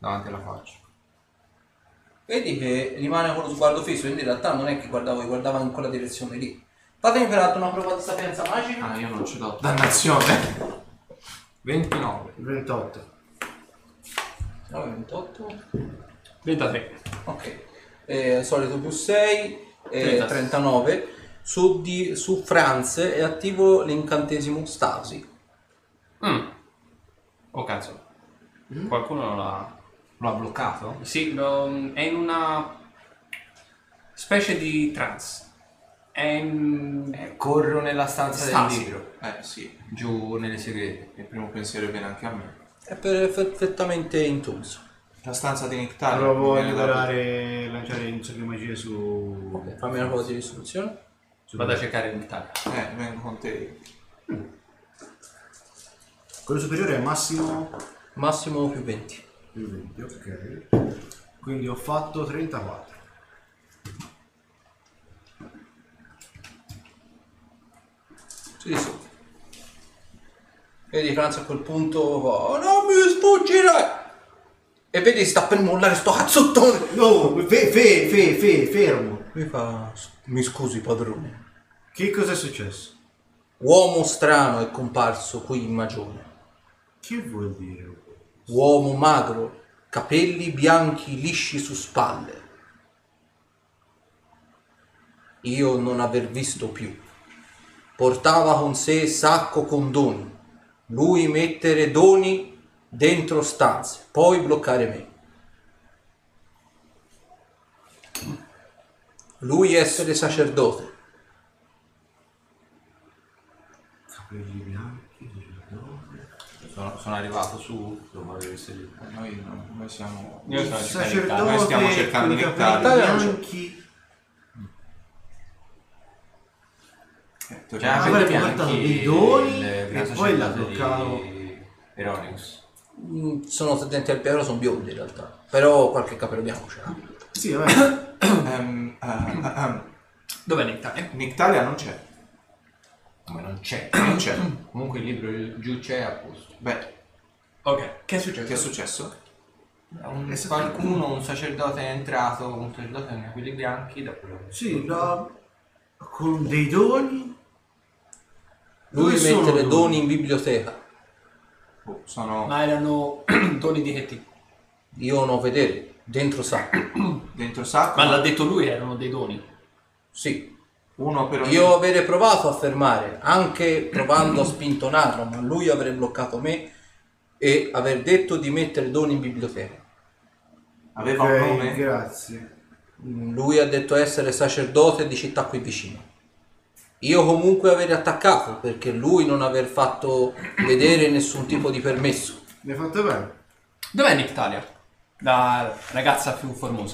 davanti alla faccia. Vedi che rimane con lo sguardo fisso, quindi in realtà non è che guardavo, guardava in quella direzione lì. Fatemi peraltro una prova di sapienza magica. Ah, io non ce l'ho. Dannazione. ventinove. ventotto. No, ventotto. ventitré. Ok. Eh, solito più sei, eh, trenta. trentanove. Su, di, su Franz è attivo l'incantesimo Stasi. Mm. Oh cazzo. Qualcuno non l'ha... Lo ha bloccato? Sì, lo- è in una specie di trance. È in... Eh, corro nella stanza Stasi. del libro, Eh sì, giù nelle segrete. il primo pensiero viene anche a me. È perfettamente intuso. La stanza di Nictalia. Provo mi a viene da- liberare, lanciare inizio di magia su... Ok, fammi una prova di risoluzione. Vado a cercare in Italia. Eh, vengo con te. Quello superiore è massimo Massimo più venti. più venti, ok. Quindi ho fatto trentaquattro. Sì, sì. Vedi Franz a quel punto va, non mi sfuggirai! E vedi sta per mollare sto cazzottone. No, fe, fe, fe, fe, fermo. Mi fa, mi scusi padrone. Che cosa è successo? Uomo strano è comparso qui in magione. Che vuol dire? Uomo magro, capelli bianchi lisci su spalle. Io non aver visto più. Portava con sé sacco con doni. Lui mettere doni dentro stanze, poi bloccare me. Lui essere sacerdote. Capelli bianchi, sacerdote. Sono, sono arrivato su, dopo aver visto lì. Noi, no, noi siamo... Io sono Sacerdote Noi stiamo cercando con i di capelli Italia. bianchi. Eh, Cioè, Ah, avete avete anche portato dei doni il e gran poi l'ha sacerdote bloccato. di Eronius. Mm, Sono tendenti al piano, sono biondi in realtà. Però qualche capello bianco ce l'ha. Sì, vabbè. Ehm, eh, eh, ehm, Dov'è l'Italia? Nictalia non c'è. Come non c'è. Non c'è. Comunque il libro giù c'è a posto. Beh, Ok, che è successo? che è successo? Un, qualcuno, un sacerdote è entrato, un sacerdote con i capelli bianchi, da quello che Sì, la... con dei doni. Lui Dove sono mettere doni? doni in biblioteca. Oh, sono Ma erano doni di che tipo? Io non vedere. Dentro sacco. dentro sacco. Ma l'ha detto lui, erano dei doni. Sì. Uno per ogni... Io avere provato a fermare, anche provando a spintonarlo, ma lui avrebbe bloccato me e aver detto di mettere doni in biblioteca. Aveva Ok, un nome? grazie. Lui ha detto essere sacerdote di città qui vicino. Io comunque aver attaccato perché lui non aver fatto vedere nessun tipo di permesso. Mi hai fatto bene. Dov'è l'Italia? La ragazza più formosa.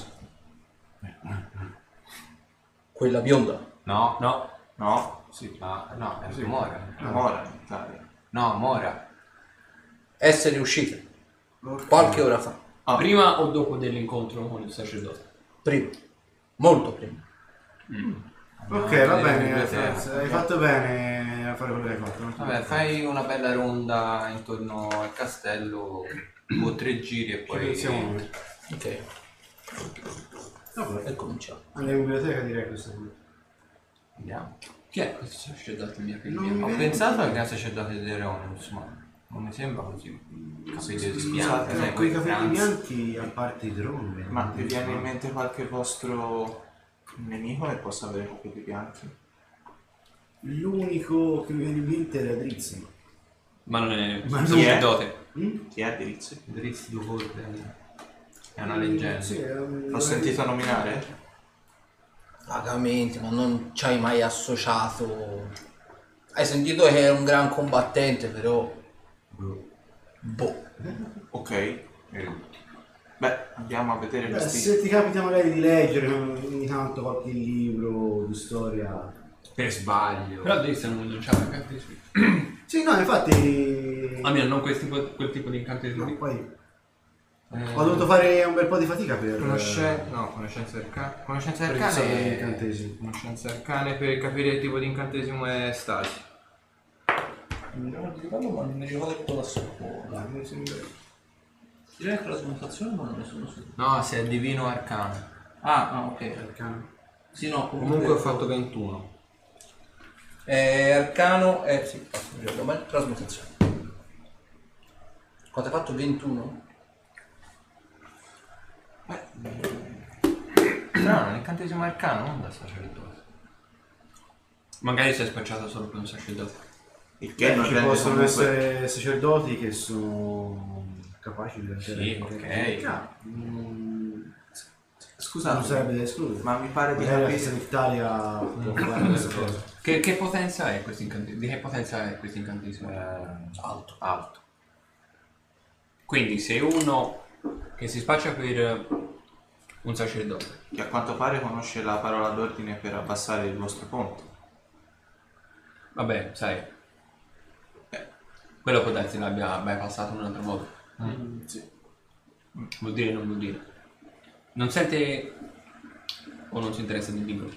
Quella bionda. No, No? No, sì. no, no, è Sì. Mora. Mora in Italia. No, Mora. Essere uscita Ok. qualche ora fa. Ah. Prima o dopo dell'incontro con il sacerdote? Prima. Molto prima. Ok, Andiamo va a vedere bene, la biblioteca. Franz, hai fatto bene a fare quello che hai fatto. Vabbè, fai una bella ronda intorno al castello, due o tre giri e Ci poi... pensiamo noi. Ok. Vabbè, E cominciamo. alla biblioteca direi a questo punto. Andiamo. Chi è questo sacerdote mia Non figlia? mi Ho viene- pensato al gran sacerdote di Eronius, ma non mi sembra così. Capelli Scusate, sbianchi, sai, Con i come capelli Franz. bianchi, a parte i droni. Ma vi viene in mente qualche vostro nemico che possa avere capelli bianchi? L'unico che mi viene in mente era Drizzy. Ma non è Ma un chi è? sacerdote. Mm? Chi è Drizzy? Drizzy du Corte è una leggenda. Sì, è un- L'ho sentito nominare? Vagamente, ma non ci hai mai associato. Hai sentito che è un gran combattente, però. Boh. Ok. Eh, Beh, andiamo a vedere Beh, questi... se ti capita magari di leggere ogni tanto qualche libro di storia. Per sbaglio. Però Drizzy non non c'ha incantesimi. Sì, no, infatti. Almeno non quel tipo, quel tipo di No, incantesimi. poi Eh, ho dovuto fare un bel po' di fatica per. Conosce... No, conoscenze arcane. Conoscenze Per risolvere gli arcane. incantesimi. Conoscenze arcane per capire il tipo di incantesimo è stasi. Non mi ricordo, ma non mi ricordo da solo. Dai, mi sembra. Direi che la trasmutazione ma non ne sono sicuro. No, se è divino arcano. Ah, no, ok. Arcano. Sì, no, Comunque ho fatto ventuno. Eh, arcano è... sì, fatto, ma trasmutazione. Quanto hai fatto? ventuno? No, un incantesimo arcano, non da sacerdote. Magari si è spacciato solo per un sacerdote. Il che non Ci rende possono comunque- essere sacerdoti che sono capaci di Sì, ok. Ah, mm, Scusate, non sarebbe da escludere. ma mi pare di Magari la capire... Chiesa d'Italia può fare questa cosa. Che, che potenza è questo incantesimo? Di che potenza è questo incantesimo? Alto. Alto. Quindi se uno che si spaccia per un sacerdote, che a quanto pare conosce la parola d'ordine per abbassare il vostro ponte. vabbè, sai, eh, quello può darsi l'abbia bypassato un'altra volta. Mm, sì. Vuol dire non vuol dire. Non sente o non si interessa del libro?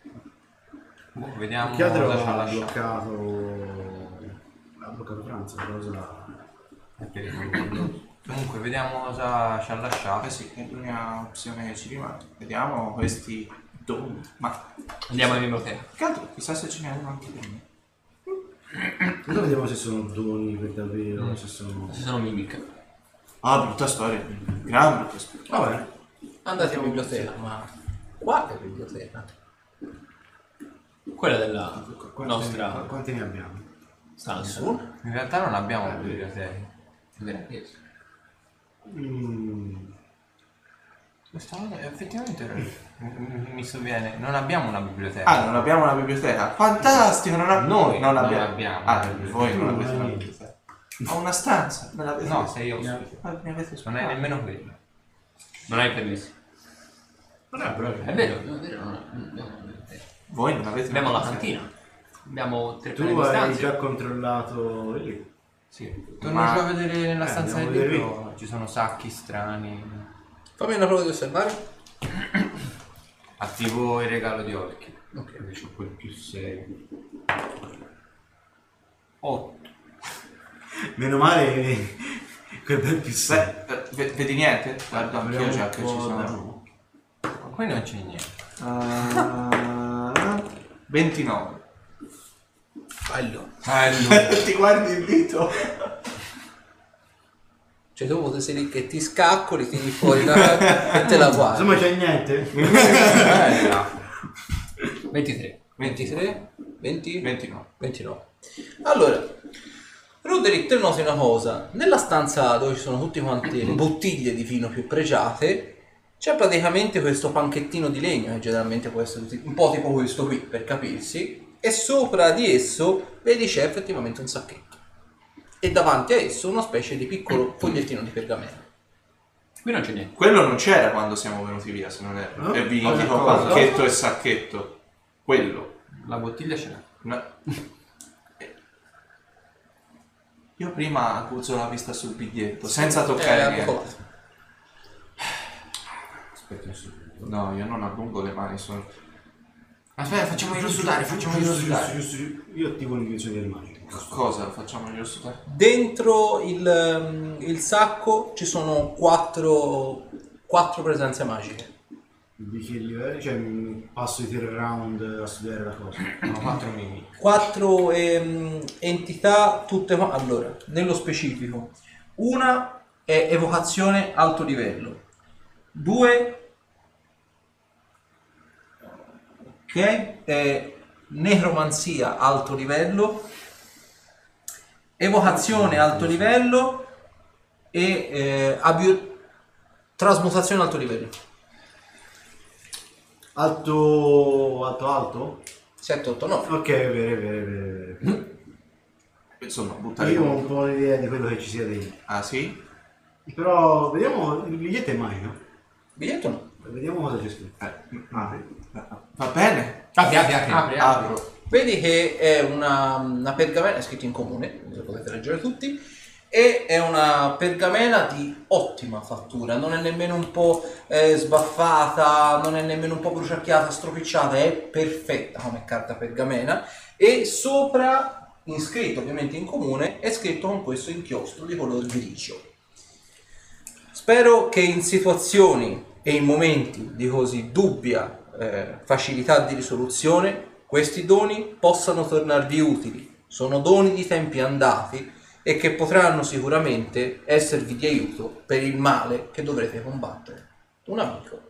Boh, vediamo Che altro cosa ci ha ha lasciato. bloccato. Ha bloccato Franza, cosa. È pericoloso. Comunque vediamo cosa ci ha lasciato. Eh sì, è l'unica opzione che ci rimane. Vediamo questi doni. Ma Andiamo in biblioteca. che altro, chissà se ce n'è uno anche per me. Noi vediamo se sono doni per davvero, se sono. Se sono mimica. Ah, brutta storia. Gran brutta storia. Va bene. Andate in biblioteca, ma... Quale biblioteca? Quella della Quanti, nostra quanti ne abbiamo? stanza. Nessuna? In realtà non abbiamo una biblioteca. Della chiesa. Mm, Questa volta effettivamente mi- mi sovviene, non abbiamo una biblioteca. Ah, non abbiamo una biblioteca? Fantastico, non abbiamo. Noi non non abbiamo. abbiamo Ah, una biblioteca. voi non Tu avete non una hai biblioteca. Ho una stanza, me l'avete No, sei io. Ah, ne avete Non hai nemmeno quello. Non hai permesso. non è proprio. È vero, è vero, non abbiamo una biblioteca. Voi non avete Abbiamo una la biblioteca. cantina. Abbiamo tre Tu paia di hai stanze. già controllato lì. Sì. Torno Ma- giù a vedere nella Eh, stanza del andiamo a vedere libro, ci sono sacchi strani. Fammi una prova di osservare. Attivo il regalo di Orchi. Ok. Invece ho quel più sei. otto. Meno male che quel bel più sei. Beh, eh, ve- vedi niente? Guarda, anch'io Proviamo già un che po' ci da sono. no. Qui non c'è niente. Ah, ventinove. Allora. Allora. Ti guardi il dito. Cioè dopo te sei lì che ti scaccoli, tiri fuori la... e te la guardi. Insomma c'è niente. Bella. ventitré. ventitré? venti? ventinove. ventinove. Allora, Roderick, te noti una cosa. Nella stanza dove ci sono tutte quante le bottiglie di vino più pregiate, c'è praticamente questo panchettino di legno, che generalmente può essere un po' tipo questo qui, per capirsi, e sopra di esso vedi c'è effettivamente un sacchetto. E davanti a esso una specie di piccolo fogliettino di pergameno. Qui non c'è niente. Quello non c'era quando siamo venuti via, se non erro. No? E vi Cosa, indico cosa? pacchetto e sacchetto. Quello. La bottiglia ce l'ha. No. Io prima accuso la vista sul biglietto, senza toccare Eh, niente. bucolato. Aspetta un secondo. No, io non allungo le mani, sono... Aspetta, facciamolo sudare, facciamolo Giusto, sudare. giusto, giusto. Io attivo l'invenzione del magico. Cosa? Facciamo giusto te? Dentro il, um, il sacco ci sono quattro, quattro presenze magiche. Di che livello? Cioè mi passo i tiro round a studiare la cosa. Sono quattro mimi. Quattro ehm, entità, tutte qua. Allora, nello specifico, una è evocazione alto livello, due che è necromanzia alto livello, evocazione alto livello e eh, abio- trasmutazione alto livello. Alto, alto, alto? sette, otto, nove. Ok, è vero, è vero, è vero, è vero. Insomma, buttare Io ho un contro. po' l'idea di quello che ci sia dentro. Ah sì? Però vediamo, il biglietto è mai, no? Biglietto no. Vediamo cosa c'è scritto. Eh, Ah, va bene? Apri, apri, apri. Apri, apri. Apro. Vedi che è una, una pergamena, è scritto in comune, lo potete leggere tutti, e è una pergamena di ottima fattura, non è nemmeno un po' eh, sbaffata, non è nemmeno un po' bruciacchiata, stropicciata, è perfetta come carta pergamena, e sopra, inscritto ovviamente in comune, è scritto con questo inchiostro di colore grigio. Spero che in situazioni e in momenti di così dubbia eh, facilità di risoluzione questi doni possano tornarvi utili. Sono doni di tempi andati e che potranno sicuramente esservi di aiuto per il male che dovrete combattere. Un amico.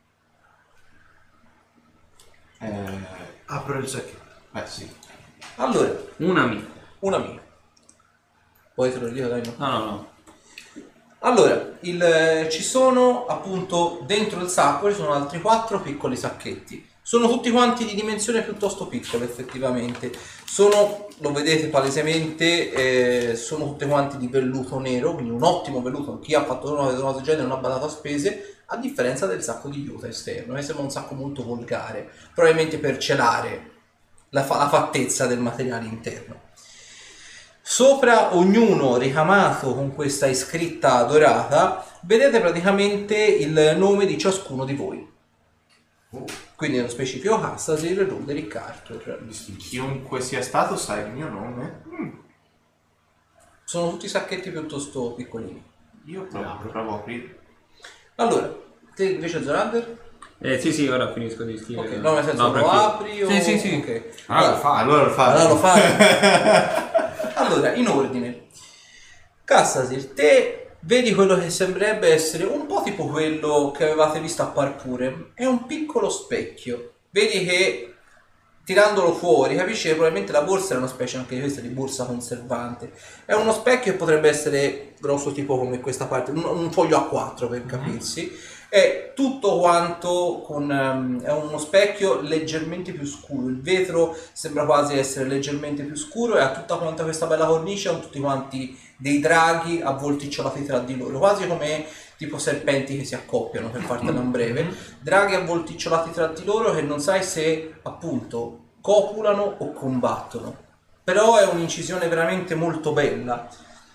Eh, Apro il sacchetto. beh sì. Allora, Un amico. un amico. Poi te lo dico, dai, no? No, no, no. Allora, il, eh, ci sono appunto dentro il sacco ci sono altri quattro piccoli sacchetti. Sono tutti quanti di dimensione piuttosto piccola, effettivamente. Sono, lo vedete palesemente, eh, sono tutti quanti di velluto nero, quindi un ottimo velluto. Chi ha fatto una cosa del genere non ha badato a spese, a differenza del sacco di juta esterno. Mi sembra un sacco molto volgare, probabilmente per celare la, fa- la fattezza del materiale interno. Sopra ognuno ricamato con questa iscritta dorata vedete praticamente il nome di ciascuno di voi. Quindi nello specifico Castasir, Ruderick, Arthur. Chiunque sia stato sa il mio nome. Mm. Sono tutti sacchetti piuttosto piccolini. Io provo, provo a aprire. Allora, te invece Zorander? Eh, sì, sì, ora finisco di scrivere. Ok, no, nel senso No, lo perché- apri o... Sì, sì, sì. Ok. Ah, Allora, lo fa. Allora lo fa. Allora lo fai. Allora, in ordine. Castasir, te vedi quello che sembrerebbe essere un po' tipo quello che avevate visto a Parpure. È un piccolo specchio. Vedi che tirandolo fuori capisci che probabilmente la borsa è una specie anche di questa di borsa conservante. È uno specchio che potrebbe essere grosso tipo come questa parte, un, un foglio A quattro per capirsi. È tutto quanto con um, è uno specchio leggermente più scuro, il vetro sembra quasi essere leggermente più scuro e ha tutta quanta questa bella cornice con tutti quanti dei draghi avvolticciolati tra di loro, quasi come tipo serpenti che si accoppiano, per fartela in breve, draghi avvolticciolati tra di loro che non sai se appunto copulano o combattono, però è un'incisione veramente molto bella.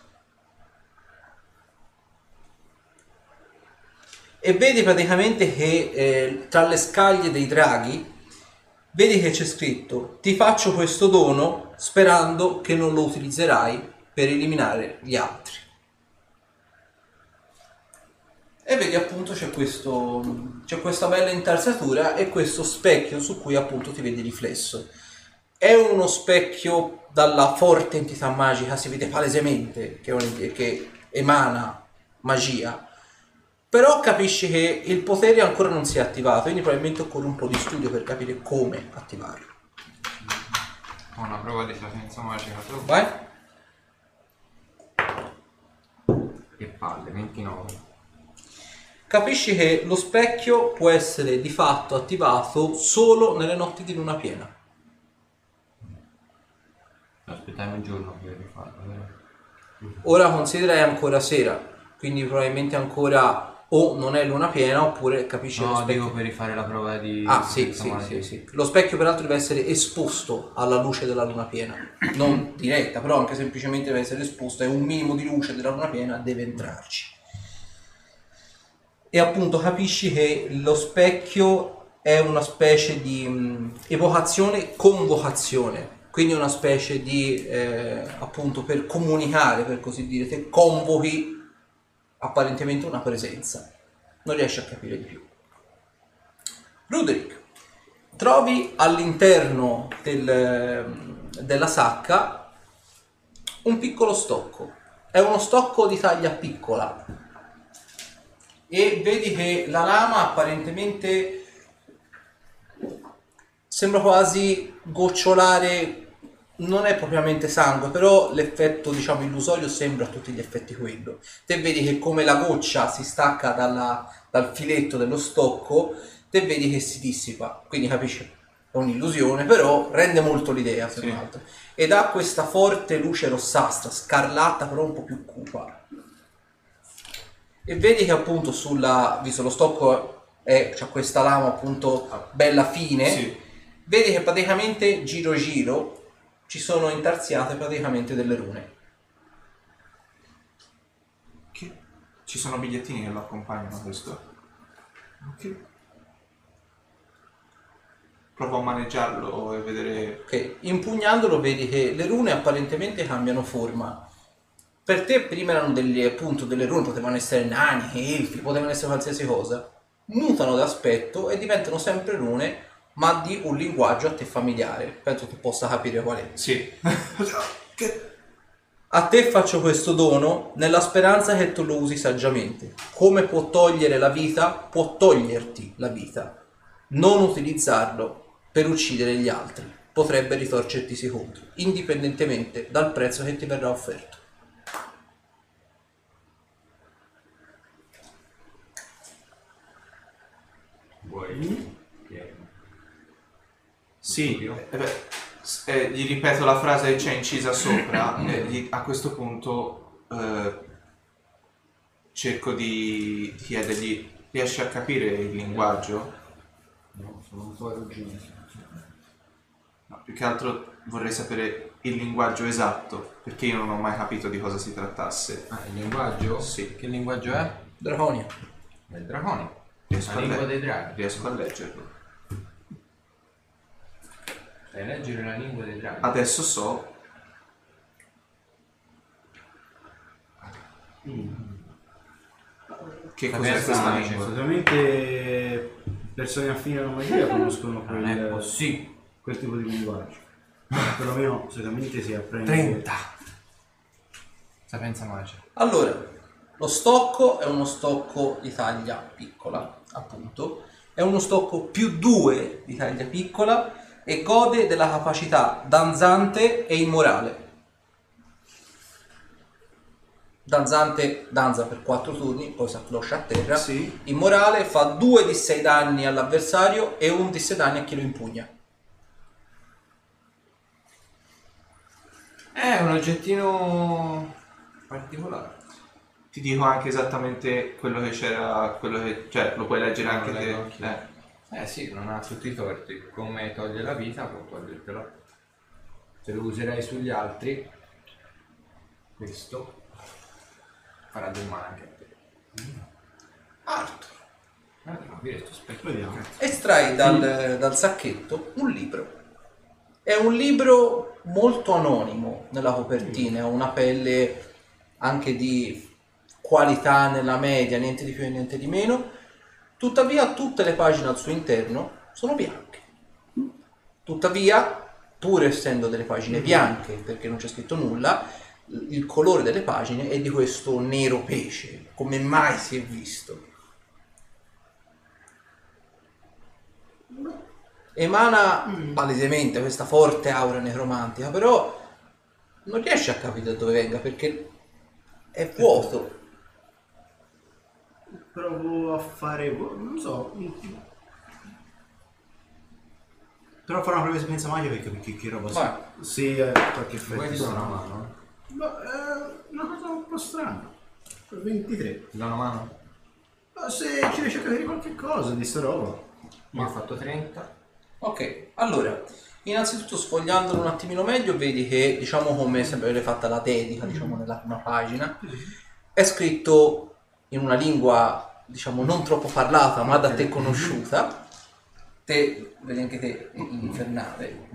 E vedi praticamente che eh, tra le scaglie dei draghi vedi che c'è scritto: ti faccio questo dono sperando che non lo utilizzerai per eliminare gli altri. E vedi appunto c'è questo c'è questa bella intarsatura e questo specchio su cui appunto ti vedi riflesso. È uno specchio dalla forte entità magica, si vede palesemente che, è un, che emana magia. Però capisci che il potere ancora non si è attivato, quindi probabilmente occorre un po' di studio per capire come attivarlo. Ho una prova di sapienza magica tu. Vai? Che palle, ventinove. Capisci che lo specchio può essere di fatto attivato solo nelle notti di luna piena. Aspettiamo un giorno per rifarlo, vero? Ora considera è ancora sera, quindi probabilmente ancora o non è luna piena oppure capisci che lo No, specchio... dico per rifare la prova di... Ah sì, sapienza sì, magica. sì, sì. Lo specchio peraltro deve essere esposto alla luce della luna piena, non diretta, però anche semplicemente deve essere esposto e un minimo di luce della luna piena deve entrarci. E appunto capisci che lo specchio è una specie di mh, evocazione convocazione, quindi una specie di eh, appunto per comunicare, per così dire, te convochi apparentemente una presenza, non riesci a capire di più. Ruderick, trovi all'interno del, della sacca un piccolo stocco, è uno stocco di taglia piccola e vedi che la lama apparentemente sembra quasi gocciolare. Non è propriamente sangue, però l'effetto diciamo illusorio sembra a tutti gli effetti quello. Te vedi che come la goccia si stacca dalla, dal filetto dello stocco, te vedi che si dissipa, quindi capisci, è un'illusione, però rende molto l'idea, se non altro. Ed ha questa forte luce rossastra, scarlatta, però un po' più cupa. E vedi che appunto sulla, visto lo stocco è, c'ha questa lama appunto bella fine, Sì. vedi che praticamente giro giro ci sono intarsiate praticamente delle rune. Che? Ci sono bigliettini che lo accompagnano a questo? Ok. Provo a maneggiarlo e vedere... Ok, impugnandolo vedi che le rune apparentemente cambiano forma. Per te prima erano delle, appunto, delle rune, potevano essere nani, elfi, potevano essere qualsiasi cosa. Mutano d'aspetto e diventano sempre rune, ma di un linguaggio a te familiare. Penso tu possa capire qual è. Sì. Che... A te faccio questo dono nella speranza che tu lo usi saggiamente. Come può togliere la vita, può toglierti la vita. Non utilizzarlo per uccidere gli altri. Potrebbe ritorcertisi contro, indipendentemente dal prezzo che ti verrà offerto. Vuoi? Che- Sì, Io? eh beh, s- eh, gli ripeto la frase che c'è incisa sopra e gli- a questo punto eh, cerco di chiedergli, riesci a capire il linguaggio? No, sono un po' rugginoso. No, più che altro vorrei sapere il linguaggio esatto, perché io non ho mai capito di cosa si trattasse. Ah, il linguaggio? Sì. Che linguaggio è? Draconia. È il draconico. Riesco La a, lingua le- dei draghi. riesco a leggerlo. Sai leggere la lingua dei draghi? Adesso so che cos'è Adesso questa no, lingua. Solitamente persone affini alla magia conoscono Non è quel, possibile. quel tipo di linguaggio. Perlomeno solitamente si apprende. trenta. Sapienza magica. Allora, lo stocco è uno stocco di taglia piccola, appunto. È uno stocco più due di taglia piccola e gode della capacità danzante e immorale. Danzante danza per quattro turni, poi si accloscia a terra. Sì. Immorale fa due di sei danni all'avversario e un di sei danni a chi lo impugna. È un oggettino particolare. Ti dico anche esattamente quello che c'era, quello che, cioè lo puoi leggere No, anche lo te. leggo anch'io. Eh. Eh sì, non ha tutti i torti. Come toglie la vita, può togliertela. Se lo userai sugli altri, questo farà del male anche a te. Arthur. Ah, devo capire sto specchio. Vediamo. Estrai dal, dal sacchetto un libro. È un libro molto anonimo nella copertina, ha una pelle anche di qualità nella media, niente di più e niente di meno. Tuttavia tutte le pagine al suo interno sono bianche. Tuttavia, pur essendo delle pagine bianche, perché non c'è scritto nulla, il colore delle pagine è di questo nero pesce, come mai si è visto. Emana palesemente questa forte aura necromantica, però non riesce a capire da dove venga perché è vuoto. Provo a fare. Non so. Però farò una prova di esperienza magica perché che, che roba Vai. so. Sì, eh, qualche Vuoi ti effetto. do una mano? Ma è una cosa un po' strana. ventitré. Ti do una mano? Ma se ci riesci a capire qualche cosa di sta roba. Io ho fatto trenta. Ok, allora, innanzitutto sfogliandolo un attimino meglio vedi che, diciamo come sembra aver fatta la dedica, diciamo nella prima pagina, è scritto in una lingua, diciamo, non troppo parlata ma da te conosciuta, te, vedi anche te, in infernale,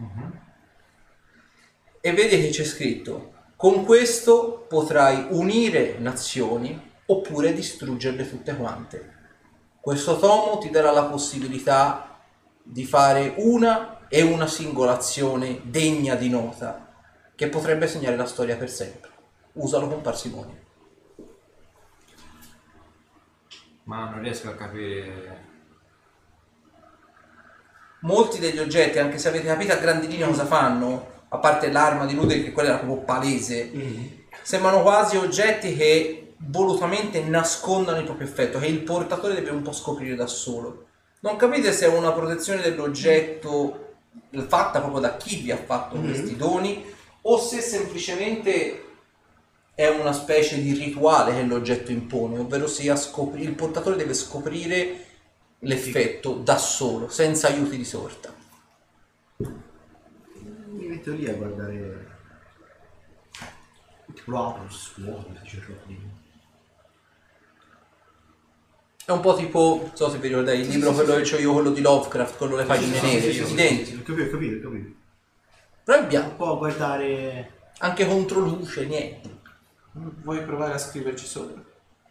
e vedi che c'è scritto: con questo potrai unire nazioni oppure distruggerle tutte quante. Questo tomo ti darà la possibilità di fare una e una singola azione degna di nota che potrebbe segnare la storia per sempre. Usalo con parsimonia. Ma non riesco a capire. Molti degli oggetti, anche se avete capito a grandi linee cosa fanno, a parte l'arma di Ludwig che quella era proprio palese, sembrano quasi oggetti che volutamente nascondono il proprio effetto, che il portatore deve un po' scoprire da solo. Non capite se è una protezione dell'oggetto fatta proprio da chi vi ha fatto Mm-hmm. questi doni o se semplicemente è una specie di rituale che l'oggetto impone, ovvero sia scopri- il portatore deve scoprire l'effetto da solo, senza aiuti di sorta. Mi metto lì a guardare. Tipo lo apro, scuoto, cerco di. È un po' tipo, non so se vi ricordate il libro, quello che ho io, quello di Lovecraft, quello con le pagine nere, identico. Ho capito, ho capito, ho capito. Però è Un bianco, po' a guardare. anche contro luce, niente. Vuoi provare a scriverci sopra?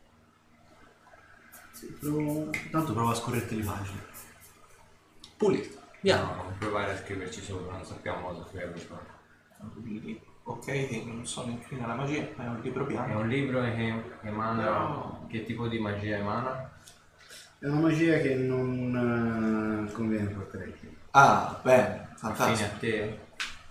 Sì, provo... Tanto provo a scorrerti le pagine. Pulito. No, Bianco. non provare a scriverci sopra, non sappiamo cosa scriverci sopra. Ok, che non sono incline alla magia, ma è un libro È bianco. un libro che emana... No. Che tipo di magia emana? È una magia che non eh, conviene portare qui. Ah, bene, Affine fantastico. a te?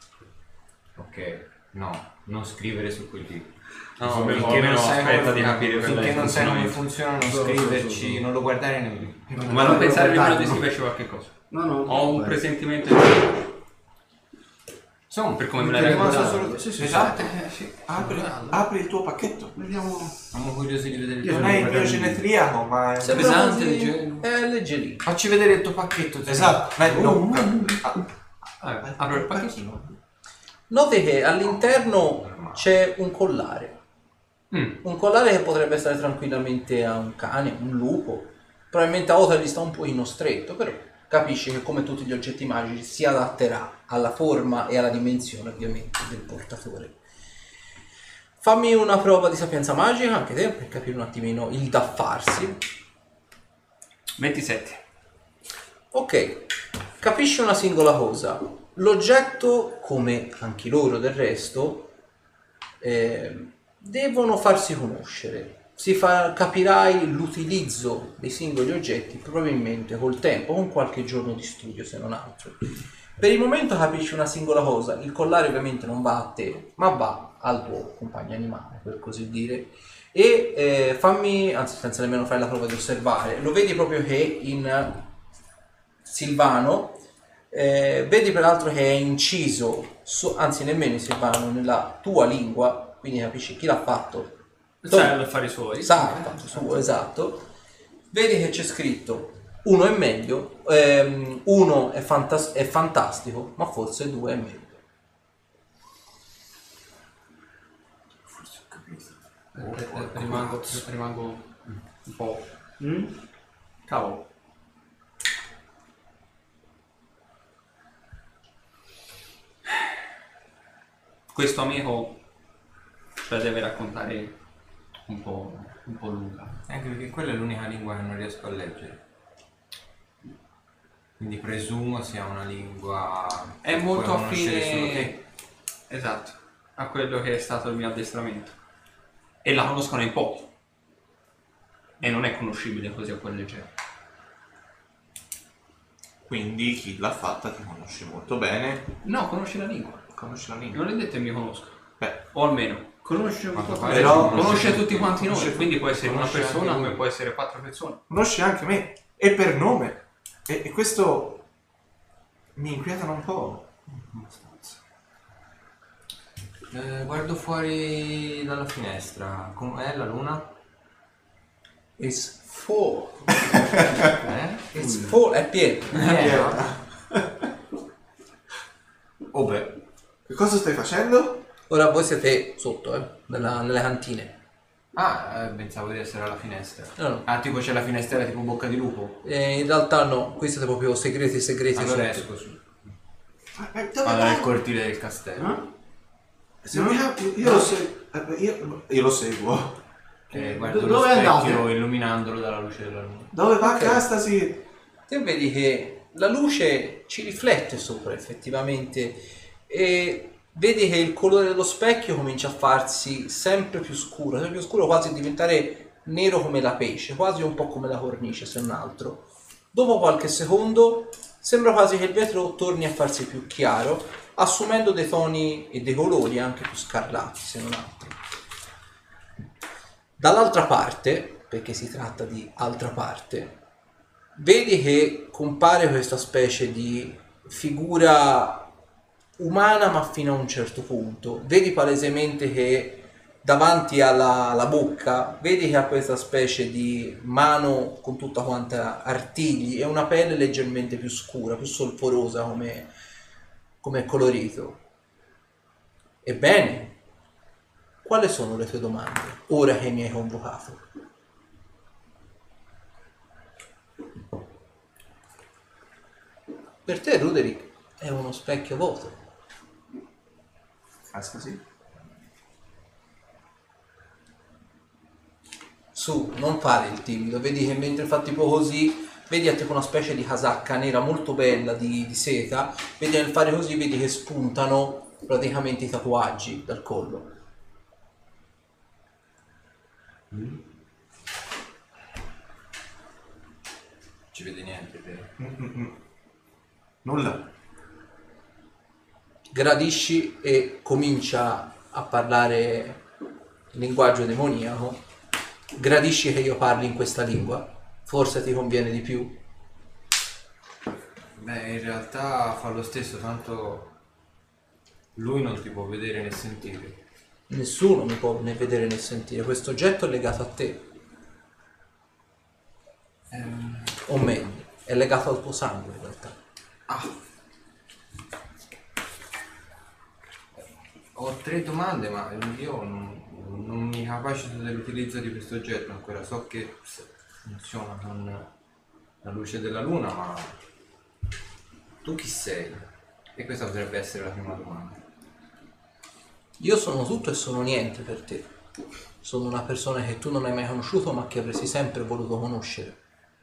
Ok, no, non scrivere su quel libro. No, Finché almeno- non almeno sai aspetta come- di capire finché quella non sai come funziona. funziona, non So, so, scriverci, so, so. non lo guardare nel libro. Ma non pensare nemmeno di no. scriverci qualche cosa. No, no. Ho un beh. presentimento di... Insomma, Per come me mi l'hai è rimasto raccontato. solo- Sì, sì, Esatto. Eh, sì. Apri, apri il tuo pacchetto. Vediamo. Siamo curiosi di vedere il Io tuo Non è il libro. mio genetriaco, ma è... Sembra pesante, quasi- leggero. È leggerino. Facci vedere il tuo pacchetto. te. Esatto, beh, no. Ah, Ah, apro il pacchettino. Noti che all'interno c'è un collare. Mm. Un collare che potrebbe stare tranquillamente a un cane, un lupo. Probabilmente a Otar gli sta un pochino stretto, però capisci che come tutti gli oggetti magici si adatterà alla forma e alla dimensione ovviamente del portatore. Fammi una prova di sapienza magica anche te per capire un attimino il da farsi. ventisette. Ok, capisci una singola cosa. L'oggetto, come anche loro del resto, eh, devono farsi conoscere. Si fa, capirai l'utilizzo dei singoli oggetti probabilmente col tempo, con qualche giorno di studio se non altro. Per il momento capisci una singola cosa, il collare ovviamente non va a te, ma va al tuo compagno animale, per così dire. E eh, fammi, anzi senza nemmeno fare la prova di osservare, lo vedi proprio che in Silvano, eh, vedi peraltro che è inciso, su- anzi nemmeno in Silvano, nella tua lingua, quindi capisci chi l'ha fatto. Sai gli affari suoi. Sa, ha fatto suo, esatto. Vedi che c'è scritto uno è meglio, ehm, uno è, fantas- è fantastico, ma forse due è meglio. Forse ho capito. Eh, eh, rimango, rimango un po'... Mm? Cavolo. Questo amico cioè deve raccontare un po', un po' lunga. Anche perché quella è l'unica lingua che non riesco a leggere. Quindi presumo sia una lingua È che molto puoi conoscere solo affine, te. esatto, a quello che è stato il mio addestramento. E la conoscono in pochi. E non è conoscibile così a quel leggero. quindi chi l'ha fatta ti conosce molto bene. No, conosci la lingua. Conosci la lingua. Non è detto che mi conosco. Beh, O almeno conosce un Ma po' pare però- conosce tutti quanti noi. conosce- Quindi può essere una conosce persona anche come lui. può essere quattro persone. conosci anche me. E per nome. E, e questo mi inquietano un po'. Eh, guardo fuori dalla finestra. Com'è la luna? It's full. Eh? It's full, è pieno. Piena? Oh beh. Che cosa stai facendo? Ora voi siete sotto, eh, nella- nelle cantine. Ah, eh, pensavo di essere alla finestra. No, no. Ah, tipo c'è la finestra tipo bocca di lupo? Eh, in realtà no, qui siete proprio segreti segreti Allora sotto. esco su. Ma- ma dove Vado nel vai? cortile del castello. Eh? Se mi ha- io, io lo seguo. Io, io lo seguo. Che guardo Do- lo dove specchio andate? illuminandolo dalla luce della luna. Dove va Ok. Castasi? Te vedi che la luce ci riflette sopra effettivamente e vedi che il colore dello specchio comincia a farsi sempre più scuro, sempre più scuro, quasi a diventare nero come la pece, quasi un po' come la cornice se non altro. Dopo qualche secondo sembra quasi che il vetro torni a farsi più chiaro, assumendo dei toni e dei colori anche più scarlatti se non altro. Dall'altra parte, perché si tratta di altra parte, vedi che compare questa specie di figura umana ma fino a un certo punto. Vedi palesemente che davanti alla, alla bocca, vedi che ha questa specie di mano con tutta quanta artigli e una pelle leggermente più scura, più solforosa come, come colorito. Ebbene, quali sono le tue domande, ora che mi hai convocato? Per te, Ruderick, è uno specchio vuoto. Castasi? su, non fare il timido. Vedi che mentre fa tipo così, vedi ha tipo una specie di casacca nera molto bella di, di seta. Vedi nel fare così, vedi che spuntano praticamente i tatuaggi dal collo. Ci vede niente, vero? Mm-mm. Nulla. Gradisci e comincia a parlare in linguaggio demoniaco. Gradisci che io parli in questa lingua? Forse ti conviene di più? Beh, in realtà fa lo stesso, tanto lui non ti può vedere né sentire. Nessuno mi può né vedere né sentire. Questo oggetto è legato a te. Ehm, O meglio, è legato al tuo sangue in realtà. ah. Ho tre domande, ma io non, non mi capacito dell'utilizzo di questo oggetto ancora. So che funziona con la luce della luna, ma tu chi sei? E questa potrebbe essere la prima domanda. Io sono tutto e sono niente per te. Sono una persona che tu non hai mai conosciuto ma che avresti sempre voluto conoscere.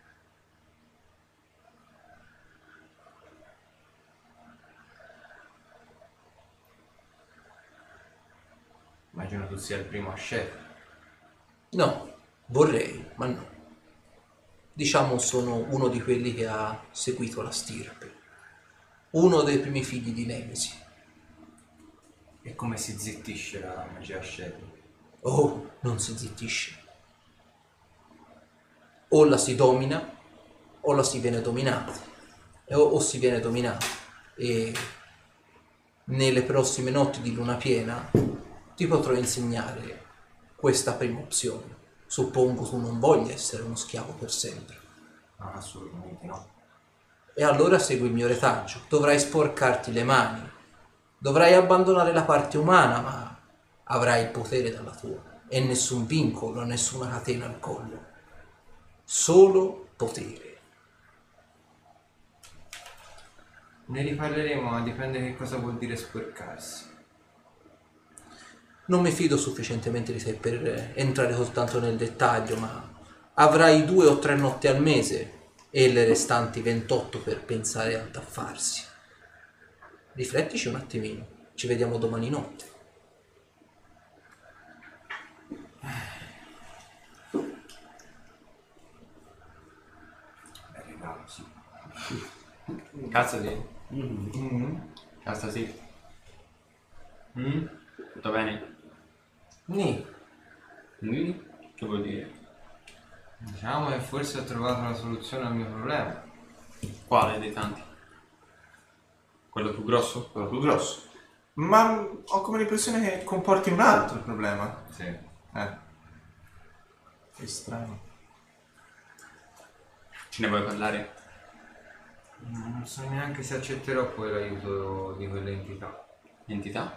Immagino tu sia il primo a scegliere. No, vorrei, ma no. Diciamo sono uno di quelli che ha seguito la stirpe. Uno dei primi figli di Nemesi. E come si zittisce la magia scelta? Oh, non si zittisce. O la si domina o la si viene dominata. O, o si viene dominata. E nelle prossime notti di luna piena ti potrò insegnare questa prima opzione. Suppongo tu non voglia essere uno schiavo per sempre. No, assolutamente no. E allora segui il mio retaggio. Dovrai sporcarti le mani. Dovrai abbandonare la parte umana, ma avrai il potere dalla tua. E nessun vincolo, nessuna catena al collo. Solo potere. Ne riparleremo, ma dipende che cosa vuol dire sporcarsi. Non mi fido sufficientemente di te per entrare soltanto nel dettaglio, ma avrai due o tre notti al mese e le restanti ventotto per pensare ad affarsi. Riflettici un attimino, ci vediamo domani notte. Beh, regalo, sì. Cazzo di... Mm-hmm. Cazzo sì. Mm? Tutto bene? Nì. Mm? Che vuol dire? Diciamo che forse ho trovato la soluzione al mio problema. Quale dei tanti? Quello più grosso? Quello più grosso. Ma ho come l'impressione che comporti un altro problema. Sì. Eh. Che strano. Ce ne vuoi parlare? Non so neanche se accetterò poi l'aiuto di quelle entità. Entità?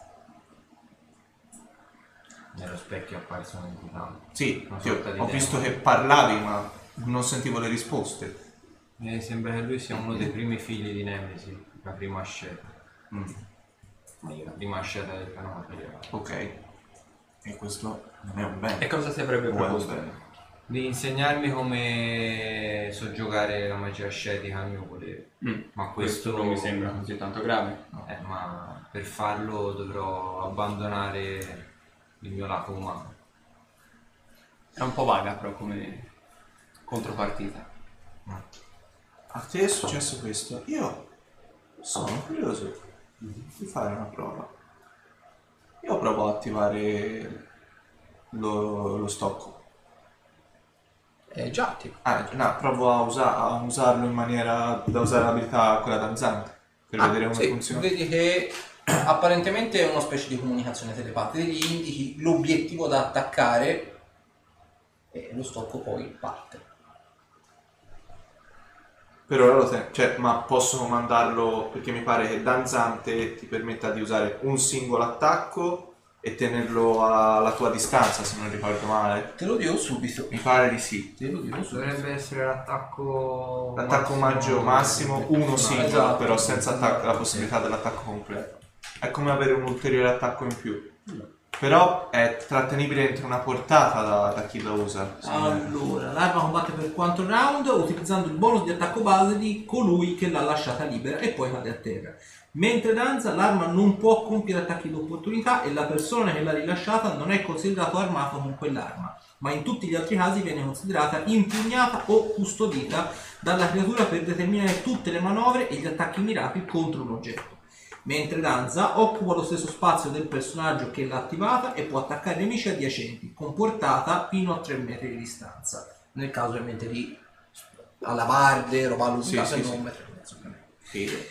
Nello specchio è apparsa un'entità. Sì, Una io sorta di ho demone. visto che parlavi ma non sentivo le risposte. Mi sembra che lui sia uno dei primi figli di Nemesi, la prima asceta. Mm. La prima asceta del piano materiale. Ok. E questo non è un bene. E cosa ti avrebbe O è un proposto? bene? Di insegnarmi come soggiogare la magia ascetica al mio potere. Mm. Ma Questo questo non mi sembra così tanto grave. Eh, ma per farlo dovrò abbandonare il mio lato umano. È un po' vaga però come contropartita. A te è successo questo? Io sono curioso di fare una prova. Io provo a attivare lo, lo stocco. È già attivo. Ah, no, provo a, usa- a usarlo in maniera da usare l'abilità quella danzante per Ah, vedere come sì, funziona. vedi che apparentemente è una specie di comunicazione telepatica, gli indichi l'obiettivo da attaccare e lo stocco poi parte. Per ora lo tengo, cioè, ma posso mandarlo perché mi pare che danzante ti permetta di usare un singolo attacco e tenerlo alla tua distanza, se non ricordo male. Te lo dico subito. Mi pare di sì. Te lo dico subito. Dovrebbe essere l'attacco L'attacco maggio massimo, uno singolo, Esatto. però senza attacco- la possibilità dell'attacco completo. È come avere un ulteriore attacco in più. Però è trattenibile entro una portata da, da chi la usa. Allora, l'arma combatte per quattro round utilizzando il bonus di attacco base di colui che l'ha lasciata libera e poi cade a terra. Mentre danza, l'arma non può compiere attacchi d'opportunità e la persona che l'ha rilasciata non è considerato armato con quell'arma, ma in tutti gli altri casi viene considerata impugnata o custodita dalla creatura per determinare tutte le manovre e gli attacchi mirati contro un oggetto. Mentre danza, occupa lo stesso spazio del personaggio che l'ha attivata e può attaccare nemici adiacenti, con portata fino a tre metri di distanza. Nel caso ovviamente di alabarde, roba allungata Sì, e sì, non sì. metri e mezzo. Sì.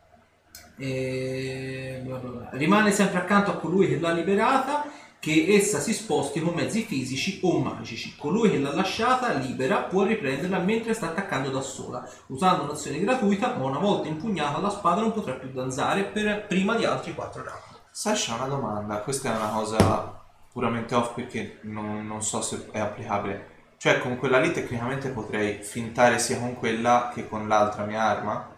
E... bla bla bla. Rimane sempre accanto a colui che l'ha liberata, che essa si sposti con mezzi fisici o magici. Colui che l'ha lasciata libera può riprenderla mentre sta attaccando da sola, usando un'azione gratuita, ma una volta impugnata la spada non potrà più danzare per prima di altri quattro round. Sasha, una domanda. Questa è una cosa puramente off perché non, non so se è applicabile. Cioè, con quella lì tecnicamente potrei fintare sia con quella che con l'altra mia arma?